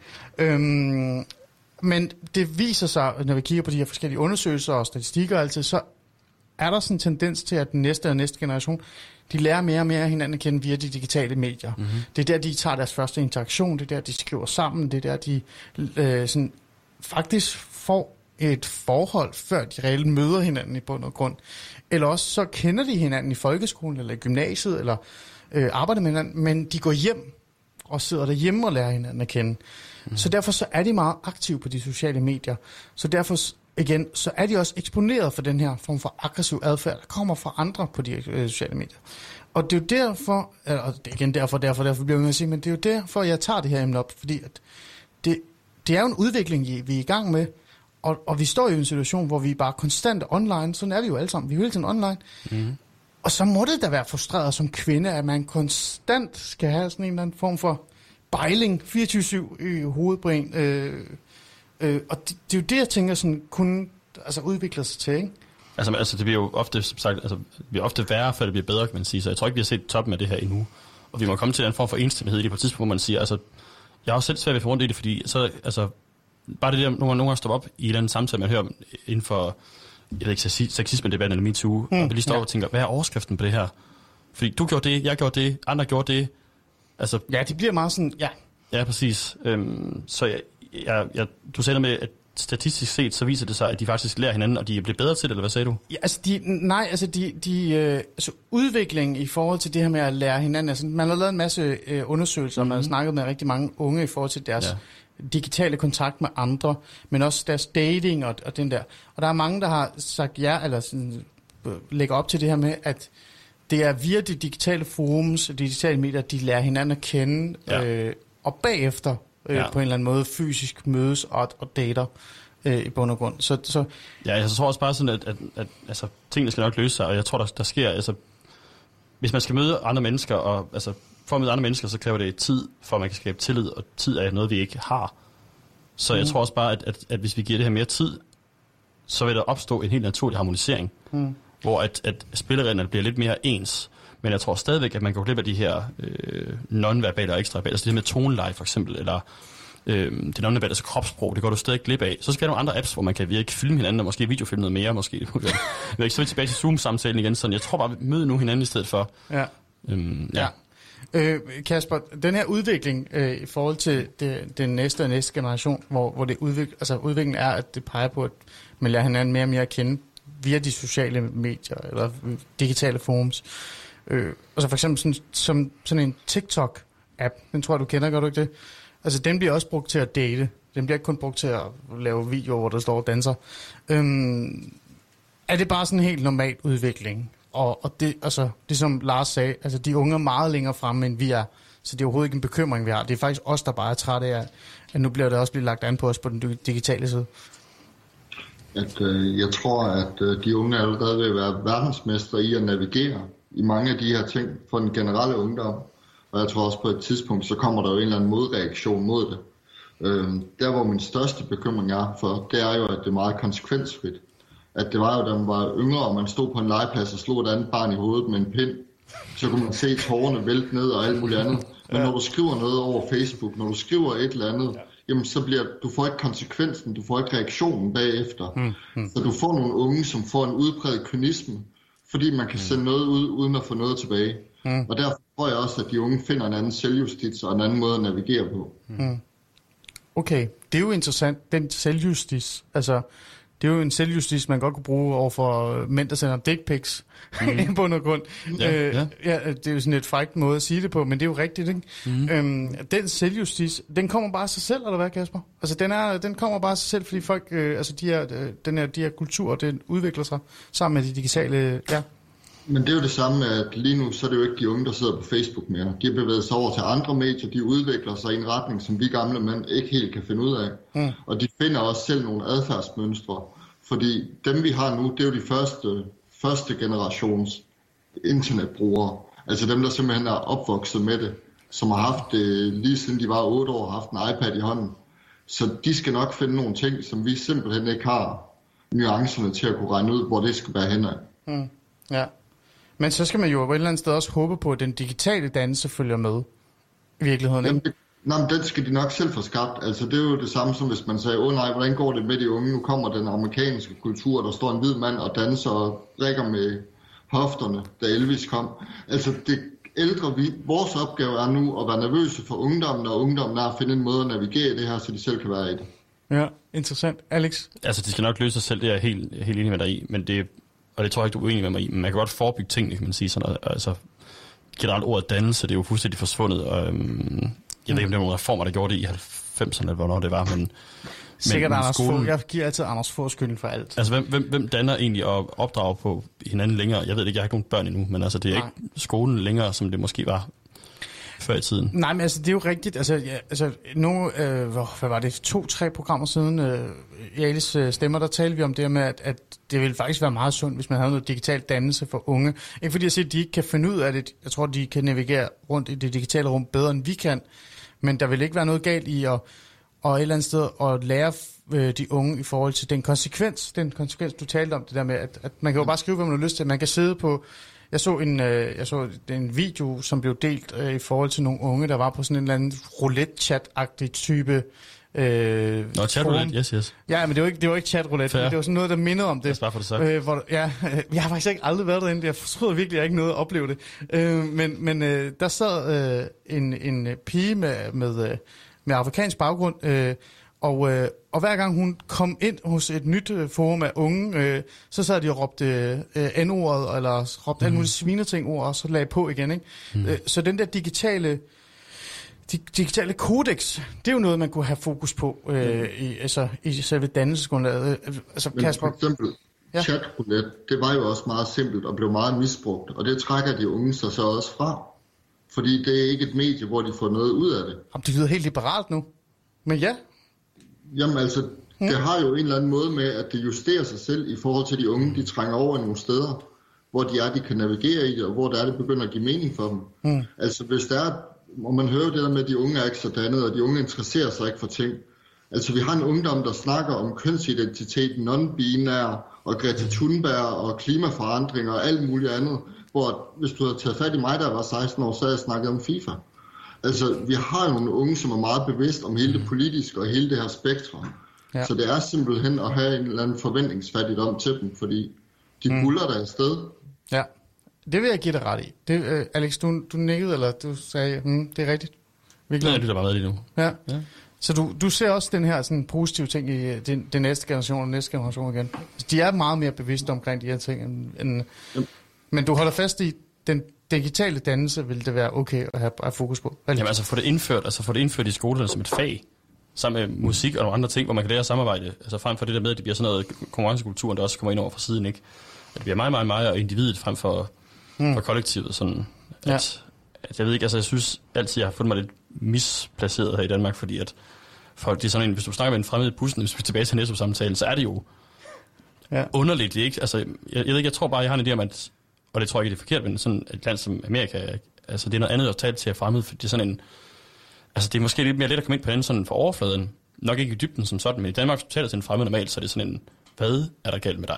Men det viser sig, når vi kigger på de her forskellige undersøgelser og statistikker og altid, så er der sådan en tendens til, at den næste generation, de lærer mere og mere hinanden at kende via de digitale medier. Mm-hmm. Det er der, de tager deres første interaktion, det er der, de skriver sammen, det er der, de sådan, faktisk får et forhold, før de reelt møder hinanden i bund og grund. Eller også så kender de hinanden i folkeskolen eller i gymnasiet, eller arbejder med hinanden, men de går hjem og sidder derhjemme og lærer hinanden at kende. Mm-hmm. Så derfor så er de meget aktive på de sociale medier. Så derfor igen, så er de også eksponeret for den her form for aggressiv adfærd, der kommer fra andre på de sociale medier. Og det er jo derfor, og igen derfor bliver jeg med at sige, men det er jo derfor, jeg tager det her emne op, fordi at det er jo en udvikling, vi er i gang med, og vi står jo i en situation, hvor vi er bare konstant online, sådan er vi jo alle sammen, vi er jo hele tiden online, og så må det da være frustreret som kvinde, at man konstant skal have sådan en eller anden form for bejling 24/7 i hovedet på en, og det er jo det, jeg tænker, sådan kunne udvikle sig til, ikke? Altså det bliver jo ofte, som sagt, det bliver ofte værre, før det bliver bedre, kan man sige. Så jeg tror ikke, vi har set toppen af det her endnu. Og vi må komme til en form for enstemmighed i det på et tidspunkt, hvor man siger, altså, jeg har også selv svært ved at få rundt i det, fordi så, bare det der, nogle gange stopper op i en eller anden samtale, man hører inden for, jeg ved ikke, sexisme-debatten eller MeToo, og vi lige står op og tænker, hvad er overskriften på det her? Fordi du gjorde det, jeg gjorde det, andre gjorde det. Altså, ja, det bliver meget sådan, ja. Ja, præcis. Så du sagde med, at statistisk set, så viser det sig, at de faktisk lærer hinanden, og de er blevet bedre til det, eller hvad sagde du? Ja, altså udviklingen i forhold til det her med at lære hinanden, altså man har lavet en masse undersøgelser, og man har snakket med rigtig mange unge i forhold til deres digitale kontakt med andre, men også deres dating og den der. Og der er mange, der har sagt ja, eller sådan, lægger op til det her med, at det er via de digitale forums, de digitale medier, de lærer hinanden at kende, og bagefter på en eller anden måde fysisk mødes og dater i bund og grund. Så ja, jeg tror også bare sådan, at altså, tingene skal nok løse sig, og jeg tror, der sker, altså, hvis man skal møde andre mennesker, og altså, for at møde andre mennesker, så kræver det tid, for at man kan skabe tillid, og tid er noget, vi ikke har. Så jeg tror også bare, at hvis vi giver det her mere tid, så vil der opstå en helt naturlig harmonisering, hvor at spillereglerne bliver lidt mere ens. Men jeg tror stadigvæk, at man går glip af de her non-verbale og ekstraverbale, altså det med toneleje for eksempel, eller det non-verbale, altså kropssprog, det går du stadig glip af. Så skal der nogle andre apps, hvor man kan virkelig filme hinanden, og måske videofilme noget mere, måske. Så er vi tilbage til Zoom-samtalen igen, sådan jeg tror bare, vi møder nu hinanden i stedet for. Ja. Kasper, den her udvikling i forhold til den næste generation, hvor det udviklingen er, at det peger på, at man lærer hinanden mere og mere at kende via de sociale medier, eller digitale forums. Altså for eksempel sådan en TikTok-app, den tror jeg, du kender, gør du ikke det? Altså den bliver også brugt til at date. Den bliver ikke kun brugt til at lave videoer, hvor der står og danser. Er det bare sådan en helt normal udvikling? Og det, altså, det som Lars sagde, altså de unge er meget længere fremme, end vi er. Så det er overhovedet ikke en bekymring, vi har. Det er faktisk os, der bare er trætte af, at nu bliver det også lagt an på os på den digitale side. Jeg tror, at de unge allerede vil være verdensmestre i at navigere i mange af de her ting for den generelle ungdom. Og jeg tror også på et tidspunkt, så kommer der jo en eller anden modreaktion mod det. Der hvor min største bekymring er for, det er jo, at det er meget konsekvensfrit. At det var jo, da man var yngre, og man stod på en legeplads og slog et andet barn i hovedet med en pind, så kunne man se tårerne vælte ned og alt muligt andet. Men når du skriver noget over Facebook, når du skriver et eller andet, jamen så bliver du får ikke konsekvensen, du får ikke reaktionen bagefter. Så du får nogle unge, som får en udpræget kynisme, fordi man kan sende noget ud, uden at få noget tilbage. Og derfor tror jeg også, at de unge finder en anden selvjustits og en anden måde at navigere på. Okay, det er jo interessant, den selvjustis. Altså, det er jo en selvjustis, man godt kunne bruge over for mænd, der sender dick pics på noget grund. Ja, det er jo sådan et frækt måde at sige det på, men det er jo rigtigt, ikke? Den selvjustis, den kommer bare af sig selv, eller hvad, Kasper? Altså, den kommer bare af sig selv, fordi folk, altså de her kulturer, den udvikler sig sammen med de digitale, ja. Men det er jo det samme, at lige nu, så er det jo ikke de unge, der sidder på Facebook mere. De har bevæget sig over til andre medier, de udvikler sig i en retning, som vi gamle mænd ikke helt kan finde ud af. Og de finder også selv nogle adfærdsmønstre. Fordi dem, vi har nu, det er jo de første generations internetbrugere. Altså dem, der simpelthen er opvokset med det, som har haft det lige siden de var 8 år, haft en iPad i hånden. Så de skal nok finde nogle ting, som vi simpelthen ikke har nuancerne til at kunne regne ud, hvor det skal være henad. Ja. Men så skal man jo på et eller andet sted også håbe på, at den digitale dannelse følger med i virkeligheden, ikke? Jamen, den skal de nok selv få skabt. Altså, det er jo det samme som hvis man sagde, nej, hvordan går det med de unge? Nu kommer den amerikanske kultur, der står en hvid mand og danser og rækker med hofterne, da Elvis kom. Altså, det ældre vores opgave er nu at være nervøse for ungdommen, og ungdommen er at finde en måde at navigere det her, så de selv kan være i det. Ja, interessant. Alex? Altså, de skal nok løse sig selv, det er jeg helt enig med dig i, men og det tror jeg ikke, du er uenig med mig i, men man kan godt forebygge tingene, kan man sige sådan. Altså, generelt ordet dannelse, det er jo fuldstændig forsvundet, og jeg ved ikke, om det er nogle reformer, der gjorde det i 90'erne, eller hvornår det var, men sikkert Anders Fogh. Jeg giver altid Anders Fogh skylden for alt. Altså, hvem danner egentlig og opdrager på hinanden længere? Jeg ved ikke, jeg har ikke nogen børn endnu, men altså, det er ikke skolen længere, som det måske var før i tiden. Nej, men altså, det er jo rigtigt. Altså nu, hvad var det, 2-3 programmer siden, i Alice Stemmer, der talte vi om det med, at det ville faktisk være meget sundt, hvis man havde noget digital dannelse for unge. Ikke fordi jeg siger, at de ikke kan finde ud af det. Jeg tror, de kan navigere rundt i det digitale rum bedre, end vi kan. Men der vil ikke være noget galt i at et eller andet sted at lære de unge i forhold til den konsekvens, du talte om, det der med, at man kan jo bare skrive, hvad man har lyst til. Man kan sidde på... Jeg så en video, som blev delt i forhold til nogle unge, der var på sådan en eller anden roulette-chat-agtig type chat-roulette, yes. Ja, men det var ikke chat-roulette, men det var sådan noget, der mindede om det. Det er bare for det sagt. Jeg har faktisk ikke aldrig været derinde, jeg troede virkelig, jeg ikke nåede at opleve det. Men der sad en pige med afrikansk baggrund, og hver gang hun kom ind hos et nyt forum af unge, så sad de og råbte N-ordet, eller råbte alle mulige svineting-ord, og så lagde på igen, ikke? Så den der digitale kodex, det er jo noget, man kunne have fokus på i selve dannelsesgrundlaget. Men for eksempel, chatroulette, det var jo også meget simpelt og blev meget misbrugt, og det trækker de unge sig så også fra. Fordi det er ikke et medie, hvor de får noget ud af det. Jamen, det lyder helt liberalt nu. Men ja. Jamen altså, det har jo en eller anden måde med, at det justerer sig selv i forhold til de unge, de trænger over i nogle steder, hvor de kan navigere i det, og hvor det begynder at give mening for dem. Altså hvis der er, og man hører det der med, at de unge er ikke så dannede, og de unge interesserer sig ikke for ting. Altså vi har en ungdom, der snakker om kønsidentitet, non-binær, og Greta Thunberg, og klimaforandringer, og alt muligt andet, hvor hvis du havde taget fat i mig, der var 16 år, så havde jeg snakket om FIFA. Altså, vi har jo nogle unge, som er meget bevidst om hele det politiske og hele det her spektrum. Ja. Så det er simpelthen at have en eller anden forventningsfattigdom til dem, fordi de buller der afsted. Ja, det vil jeg give dig ret i. Det, Alex, du nikkede, eller du sagde, det er rigtigt. Virkelig. Det er bare med lige nu. Ja. Så du ser også den her sådan positive ting i den næste generation og næste generation igen. De er meget mere bevidste omkring de her ting, end men du holder fast i den digitale dannelse, vil det være okay at have fokus på? Jamen altså få det indført i skolerne som et fag, sammen med musik og nogle andre ting, hvor man kan lære at samarbejde. Altså frem for det der med, at det bliver sådan noget konkurrencekulturen, der også kommer ind over fra siden, ikke? At det bliver meget og individet frem for kollektivet. Sådan, at jeg ved ikke, altså jeg synes altid, jeg har fundet mig lidt misplaceret her i Danmark, fordi at folk, det er sådan en, hvis du snakker med en fremmed i bussen, hvis vi er tilbage til Netto-samtalen, så er det jo underligt, ikke? Altså jeg ved ikke, jeg tror bare, jeg har en idé om, at og det tror jeg ikke, det er forkert, men sådan et land som Amerika, altså det er noget andet at tale til at fremmede, for det er sådan en, altså det er måske lidt mere let at komme ind på den sådan for overfladen, nok ikke i dybden som sådan, men i Danmark, hvis du taler til en fremmed normalt, så er det sådan en, hvad er der galt med dig?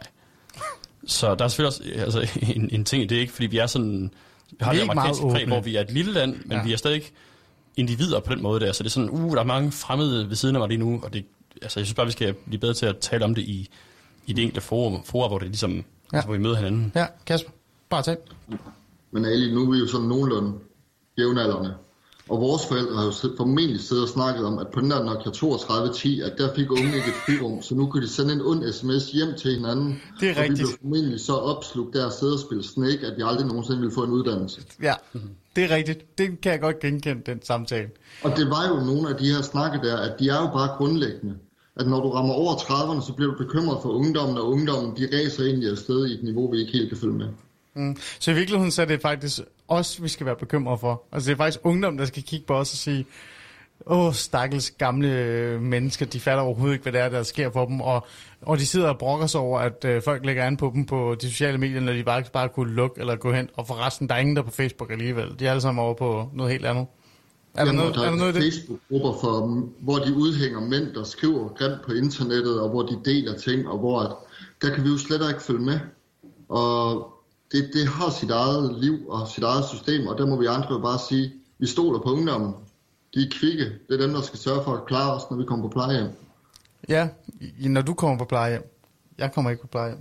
Så der er selvfølgelig også en ting i det, ikke, fordi vi er sådan, vi har det amerikanske præg, hvor vi er et lille land, men vi er stadig individer på den måde der, så det er sådan, der er mange fremmede ved siden af mig lige nu, og det, altså jeg synes bare, vi skal blive bedre til at tale om det i det enkelte forum, hvor det ligesom, altså, hvor vi møder hinanden. Ja, Kasper. Bare tag. Men Ali, nu er vi jo sådan nogenlunde jævnaldrende. Og vores forældre har jo formentlig siddet og snakket om, at på den der Nokia 3210, at der fik unge ikke et frirum, så nu kunne de sende en ond sms hjem til hinanden. Det er rigtigt. Og vi blev formentlig så opslugt der at sidde og spille Snake, at vi aldrig nogensinde ville få en uddannelse. Ja, det er rigtigt. Det kan jeg godt genkende, den samtale. Og det var jo nogle af de her snakke der, at de er jo bare grundlæggende. At når du rammer over 30'erne, så bliver du bekymret for ungdommen, og ungdommen, de ræser egentlig afsted i et niveau, vi ikke helt kan følge med. Så i virkeligheden så er det faktisk os, vi skal være bekymret for. Altså det er faktisk ungdom, der skal kigge på os og sige, stakkels gamle mennesker, de fatter overhovedet ikke, hvad det er, der sker for dem, og de sidder og brokker sig over, at folk lægger an på dem på de sociale medier, når de bare kunne lukke eller gå hen, og forresten, der er ingen der på Facebook alligevel. De er alle sammen over på noget helt andet. Er der noget Facebook-grupper, hvor de udhænger mænd, der skriver grimt på internettet, og hvor de deler ting, og hvor der kan vi jo slet ikke følge med. Og det har sit eget liv og sit eget system, og der må vi andre jo bare sige, vi stoler på ungdommen. De er kvikke. Det er dem, der skal sørge for at klare os, når vi kommer på plejehjem. Ja, når du kommer på plejehjem. Jeg kommer ikke på plejehjem.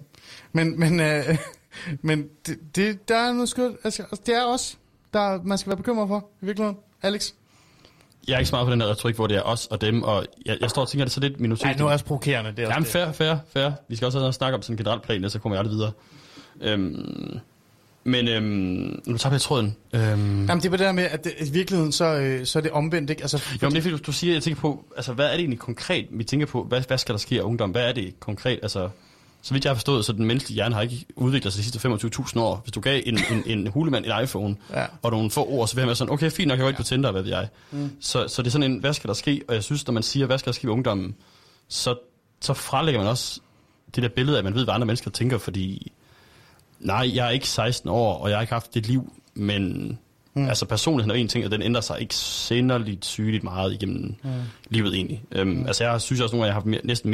Men der er noget skørt. Altså, det er også, man skal være bekymret for, i virkeligheden. Alex? Jeg er ikke så meget på den der retorik, hvor det er os og dem, og jeg står og tænker, at det er så lidt minutiøst. Nej, nu er det også provokerende. Det er Jamen, fair. Vi skal også snakke om sådan en generelt plan, så kommer jeg aldrig videre. Nu tager jeg tråden. Jamen, det er på det der med, at i virkeligheden, så er det omvendt, ikke? Altså, Jo, men det er fordi, du siger, jeg tænker på, altså, hvad er det egentlig konkret, vi tænker på? Hvad skal der ske af ungdom? Hvad er det konkret? Altså, så vidt jeg har forstået, så den menneskelige hjerne har ikke udviklet sig de sidste 25.000 år. Hvis du gav en hulemand en iPhone, og nogle få ord, så vil han være sådan, okay, fint nok, jeg går ikke på Tinder, hvad ved jeg. Så det er sådan en, hvad skal der ske? Og jeg synes, når man siger, hvad skal der ske ved ungdommen, så fralægger man også det der billede af, at man ved, hvad andre mennesker tænker, fordi nej, jeg er ikke 16 år, og jeg har ikke haft det liv, men altså personligheden er en ting, og den ændrer sig ikke sinderligt sygeligt meget igennem livet egentlig. Altså jeg synes også nogle gange, jeg har haft næsten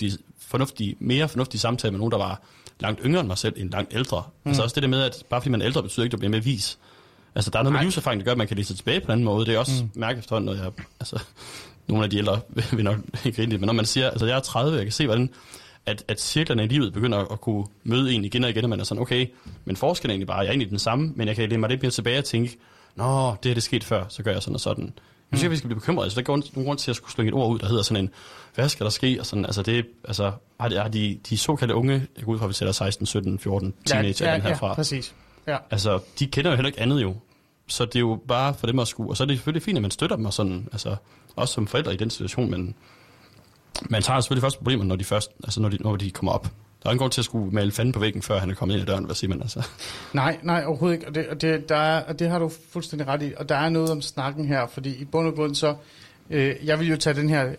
mere fornuftige samtaler med nogen, der var langt yngre end mig selv, end langt ældre. Altså også det der med, at bare fordi man er ældre, betyder ikke, at du bliver mere vis. Altså der er noget med livserfaring, der gør, at man kan læse sig tilbage på en anden måde. Det er også mærke efterhånden, når jeg, altså nogle af de ældre vil nok ikke grine lidt, men når man siger, altså jeg er 30, jeg kan se, hvordan at cirklerne i livet begynder at kunne møde en igen og igen, og man er sådan, okay, men forskellen er egentlig bare, jeg er egentlig den samme, men jeg kan læne mig lidt mere tilbage og tænke, nå, det er det sket før, så gør jeg sådan og sådan. Jeg synes, vi skal blive bekymrede, så der går nogen grund til at skulle slå et ord ud, der hedder sådan en, hvad skal der ske, og sådan, altså det, altså, har de såkaldte unge, jeg går ud fra, vi sætter 16, 17, 14, teenager herfra. Ja, præcis. Ja. Altså, de kender jo heller ikke andet jo, så det er jo bare for dem at skue, og så er det selvfølgelig fint, at man støtter dem og sådan, altså, også som forældre i den situation, men man tager selvfølgelig først problemer, når de kommer op. Der er ingen grund til at skulle male fanden på væggen, før han er kommet ind i døren, hvad siger man altså? Nej, overhovedet ikke, og det har du fuldstændig ret i, og der er noget om snakken her, fordi i bund og grund så, jeg vil jo tage den her,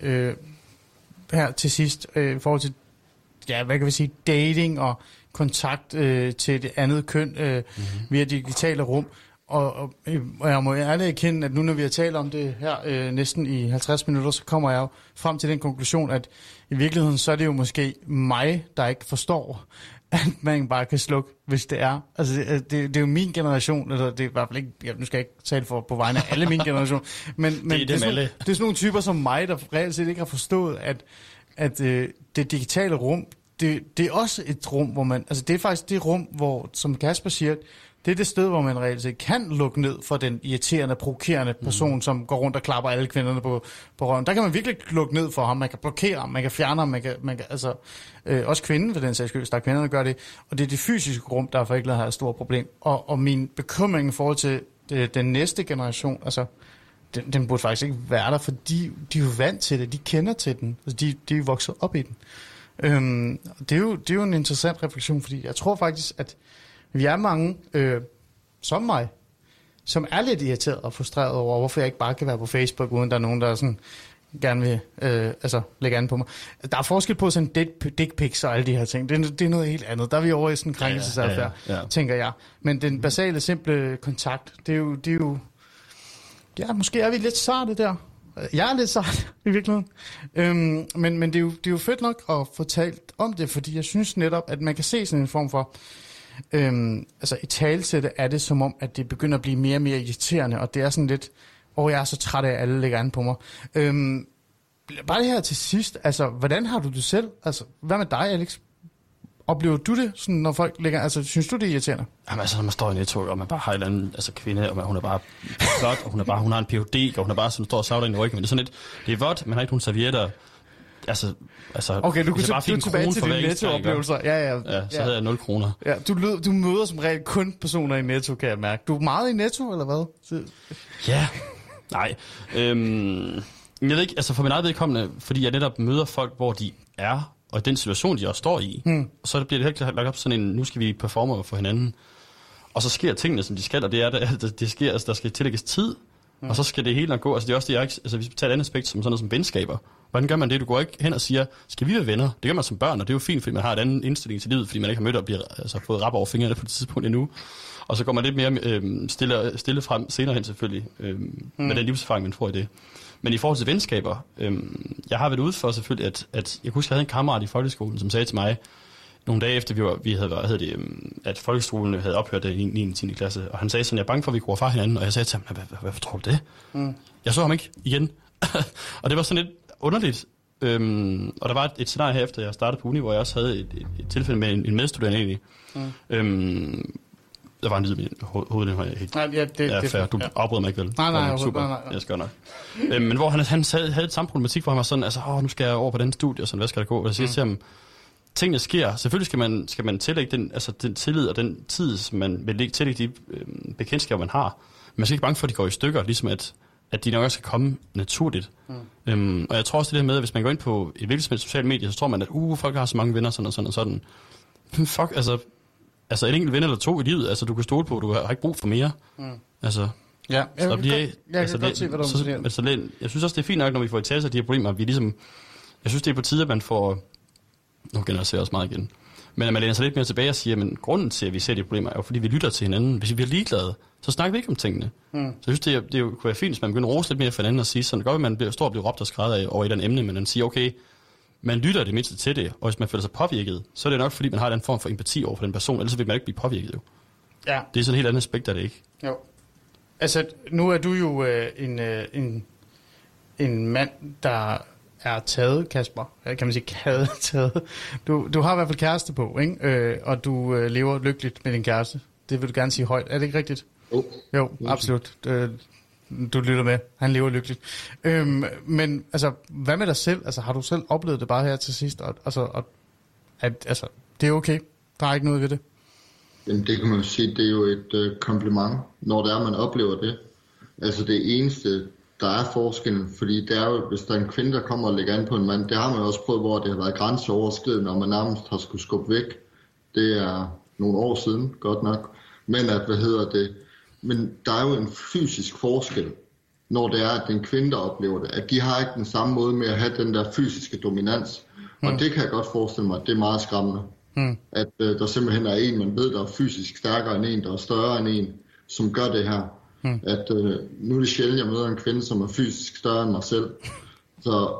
her til sidst, i forhold til, ja, hvad kan vi sige, dating og kontakt til det andet køn via digitale rum, og jeg må ærligt erkende, at nu når vi har talt om det her næsten i 50 minutter, så kommer jeg jo frem til den konklusion, at i virkeligheden så er det jo måske mig, der ikke forstår, at man bare kan slukke, hvis det er. Altså det er jo min generation, eller det er i hvert fald ikke, nu skal jeg ikke tale for på vegne af alle min generation, men det er sådan nogle typer som mig, der reelt set ikke har forstået, at det digitale rum, det er også et rum, hvor man, altså det er faktisk det rum, hvor, som Kasper siger, det er det sted, hvor man reelt set kan lukke ned for den irriterende, provokerende person, som går rundt og klapper alle kvinderne på røven. Der kan man virkelig lukke ned for ham. Man kan blokere ham, man kan fjerne ham, man kan altså også kvinden for den sags skyld, hvis der er kvinder, der gør det. Og det er det fysiske rum, der for ikke har et stort problem. Og min bekymring i forhold til den næste generation, altså den burde faktisk ikke være der, for de er jo vant til det, de kender til den, altså de er vokset op i den. Det er jo en interessant refleksion, fordi jeg tror faktisk, at vi er mange, som mig, som er lidt irriteret og frustreret over, hvorfor jeg ikke bare kan være på Facebook, uden der er nogen, der sådan gerne vil lægge an på mig. Der er forskel på sådan dick pics og alle de her ting. Det er noget helt andet. Der er vi over i sådan en krænkelsesadfærd, tænker jeg. Men den basale, simple kontakt, det er jo ja, måske er vi lidt sarte der. Jeg er lidt sart i virkeligheden. Men det er jo fedt nok at få talt om det, fordi jeg synes netop, at man kan se sådan en form for i talesætte er det som om, at det begynder at blive mere og mere irriterende, og det er sådan lidt, jeg er så træt af, at alle lægger an på mig. Bare det her til sidst, altså, hvordan har du det selv? Altså, hvad med dig, Alex? Oplever du det, sådan, når folk ligger... Altså, synes du, det er irriterende? Jamen altså, når man står i Netto, og man bare har en eller anden kvinde, og hun er bare flot, og hun har en Ph.D., og hun er bare sådan, står og savler ind i ryggen, men det er sådan lidt... Det er vådt, man har ikke nogen servietter. Altså, okay, du er tilbage til dine Netto-oplevelser. Ja, så havde jeg 0 kroner. Ja, du møder som regel kun personer i Netto, kan jeg mærke. Du er meget i Netto, eller hvad? Ja, nej. Jeg ved ikke, altså for min eget vedkommende, fordi jeg netop møder folk, hvor de er, og i den situation, de også står i, så bliver det helt lagt op sådan en, nu skal vi performe for hinanden. Og så sker tingene, som de skal, og det er, det sker, altså der skal tillægges tid, og så skal det hele nok gå. Altså det er også det, altså hvis vi tager et andet aspekt, som sådan noget som venskaber. Hvordan gør man det? Du går ikke hen og siger, skal vi være venner? Det gør man som børn, og det er jo fint, fordi man har et andet indstilling til livet, fordi man ikke har mødt og fået rap over fingrene på det tidspunkt endnu. Og så går man lidt mere stille frem senere hen selvfølgelig, med den livserfaring, man får i det. Men i forhold til venskaber, jeg har været ude for selvfølgelig, at jeg husker, jeg havde en kammerat i folkeskolen, som sagde til mig, nogle dage efter vi havde at folkeskolen havde ophørt i 9. og 10. klasse, og han sagde sådan, jeg er bange for, at vi går fra hinanden, og jeg sagde til ham, hvad tror du det? Jeg så ham ikke igen. Og det var sådan lidt underligt. Og der var et scenarie her, efter jeg startede på uni, hvor jeg også havde et tilfælde med en medstuderende egentlig. Der var en lyd med hovedet, den helt. Nej, det er fair. Du afbryder mig ikke vel? Nej, super. Nej. Jeg skal nok. Men hvor han havde et samme problematik, hvor han var sådan, altså, nu skal jeg over på den studie, og sådan, hvad skal der gå? Og jeg siger til ham, tingene sker. Selvfølgelig skal man tillægge den tillid og den tid, som man vil tillægge de bekendtskaber, man har. Men man skal ikke bange for, at de går i stykker, ligesom at de nok også skal komme naturligt. Og jeg tror også det der med, at hvis man går ind på et hvilket som helst socialt medie, så tror man, at folk har så mange venner, sådan og sådan og sådan. Fuck, altså en enkelt ven eller 2 i livet, altså du kan stole på, du har ikke brug for mere. Altså, ja, jeg kan godt se, hvad du siger. Jeg synes også, det er fint nok, når vi får i tale af de her problemer, vi ligesom, jeg synes, det er på tide, at man får, nu generaliserer jeg også meget igen, men at man læner sig lidt mere tilbage og siger, men grunden til, at vi ser de problemer, er jo, fordi vi lytter til hinanden. Hvis vi er ligeglade, så snakker vi ikke om tingene. Så jeg synes, det kunne være fint, hvis man begynder at rose lidt mere for hinanden og sige, sådan godt, at man står og bliver råbt og skrædder af over et eller andet emne, men man siger, okay, man lytter det mindste til det, og hvis man føler sig påvirket, så er det nok, fordi man har den form for empati over for den person, ellers vil man ikke blive påvirket jo. Ja. Det er sådan et helt andet aspekt af det, ikke? Jo. Altså, nu er du jo en mand, der er taget, Kasper. Kan man sige taget? Du har i hvert fald kæreste på, ikke? Og du lever lykkeligt med din kæreste. Det vil du gerne sige højt. Er det ikke rigtigt? Jo, absolut. Du lytter med. Han lever lykkeligt. Men altså, hvad med dig selv? Altså, har du selv oplevet det bare her til sidst? Altså, det er okay. Der er ikke noget ved det. Jamen, det kan man jo sige, det er jo et kompliment, når det er, man oplever det. Altså, det eneste, der er forskellen, fordi det er jo, hvis der er en kvinde, der kommer og lægger an på en mand, det har man jo også prøvet, hvor det har været grænseoverskridende, og man nærmest har skulle skubbe væk. Det er nogle år siden, godt nok. Men men der er jo en fysisk forskel, når det er, at det er en kvinde, der oplever det. At de har ikke den samme måde med at have den der fysiske dominans. Og det kan jeg godt forestille mig, at det er meget skræmmende. At der simpelthen er en, man ved, der er fysisk stærkere end en, der er større end en, som gør det her. At nu er det sjældent, jeg møder en kvinde, som er fysisk større end mig selv. Så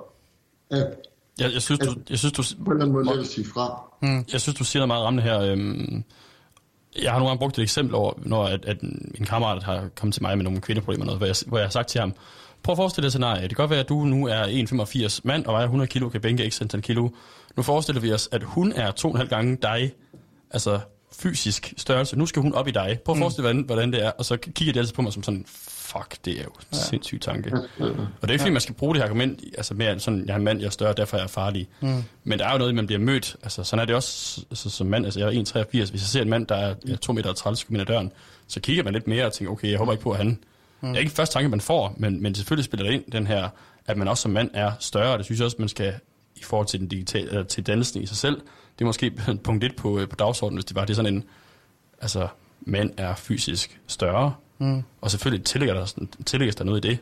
jeg synes, du på en eller anden måde lidt at sige fra. Jeg synes, du siger noget meget rammende her. Jeg har nogle gange brugt et eksempel over, når at en kammerat har kommet til mig med nogle kvindeproblemer, hvor jeg har sagt til ham, prøv at forestille dig et scenarie. Det kan godt være, at du nu er 1,85 mand og vejer 100 kilo, kan bænke x antal kilo. Nu forestiller vi os, at hun er 2,5 gange dig, altså fysisk størrelse. Nu skal hun op i dig. Prøv at forestille dig, hvordan det er. Og så kigger de altid på mig som sådan, fuck, det er jo en sindssyg tanke. Og det er ikke fordi, man skal bruge det her argument, altså mere sådan, jeg er en mand, jeg er større, derfor er jeg farlig. Men der er jo noget, man bliver mødt. Altså, sådan er det også altså, som mand. Altså, jeg er 1,83. Hvis jeg ser en mand, der er 2,30 meter ind ad døren, så kigger man lidt mere og tænker, okay, jeg håber ikke på, at han... Det er ikke første tanke, man får, men selvfølgelig spiller det ind, den her, at man også som mand er større. Det synes jeg også, man skal i forhold til den digitale, til dannelsen i sig selv. Det er måske punkt 1 på dagsordenen, hvis det var. Det er sådan en, altså, mand er fysisk større, og selvfølgelig tillægges der noget i det.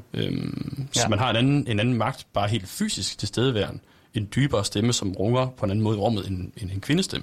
Så man har en anden magt, bare helt fysisk tilstedeværende. En dybere stemme, som runger på en anden måde i rummet end en kvindestemme.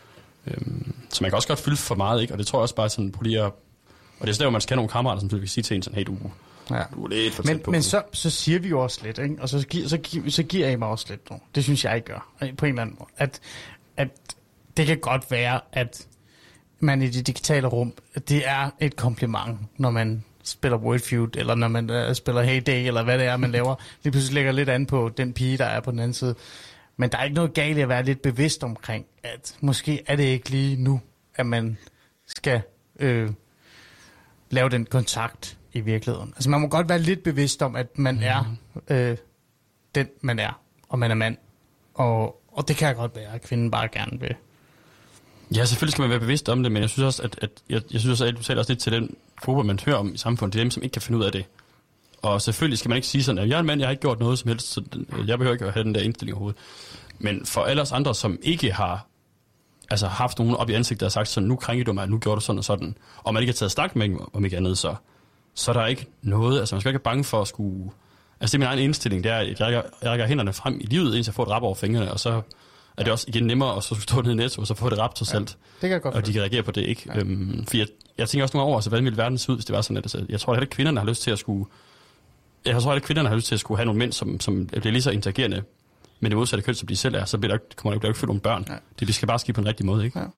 Så man kan også godt fylde for meget, ikke? Og det tror jeg også bare sådan, og det er sådan, at man skal have nogle kammerater, som vil sige til en sådan, hey, du er lidt for tæt på. Men så siger vi jo også lidt, ikke? Og så giver jeg mig også lidt nu. Det synes jeg gør, på en eller anden måde. At det kan godt være, at man i det digitale rum, det er et kompliment, når man spiller Word Feud, eller når man spiller Hey Day, eller hvad det er, man laver. Lige pludselig lægger lidt an på den pige, der er på den anden side. Men der er ikke noget galt i at være lidt bevidst omkring, at måske er det ikke lige nu, at man skal lave den kontakt i virkeligheden. Altså man må godt være lidt bevidst om, at man er den, man er, og man er mand. Og det kan godt være, at kvinden bare gerne vil. Ja, selvfølgelig skal man være bevidst om det, men jeg synes også, at du taler også lidt til den gruppe, man hører om i samfundet. Det er dem, som ikke kan finde ud af det. Og selvfølgelig skal man ikke sige sådan, at jeg er en mand, jeg har ikke gjort noget som helst, så jeg behøver ikke at have den der indstilling overhovedet. Men for alle os andre, som ikke har haft nogen op i ansigtet og sagt sådan, nu krænker du mig, nu gjorde du sådan og sådan, og man ikke har taget snak med om ikke andet, så er der ikke noget, altså man skal ikke være bange for at skulle. Altså det er min egen indstilling, det er, at jeg rækker hænderne frem i livet, indtil jeg får et rap over fingrene, og så er det også igen nemmere at så stå ned i Netto, og så få det rap trods alt. Det kan jeg godt og de kan reagere på det, ikke? Ja. For jeg tænker også nogle over, hvordan ville verden se ud, hvis det var sådan, at jeg tror heller ikke, kvinderne har lyst til at skulle. Jeg tror heller ikke, kvinderne har lyst til at skulle have nogle mænd, som bliver lige så interagerende med det modsatte køn, som de selv er, så kommer der ikke født nogle børn. Ja. Det skal bare ske på en rigtig måde, ikke? Ja.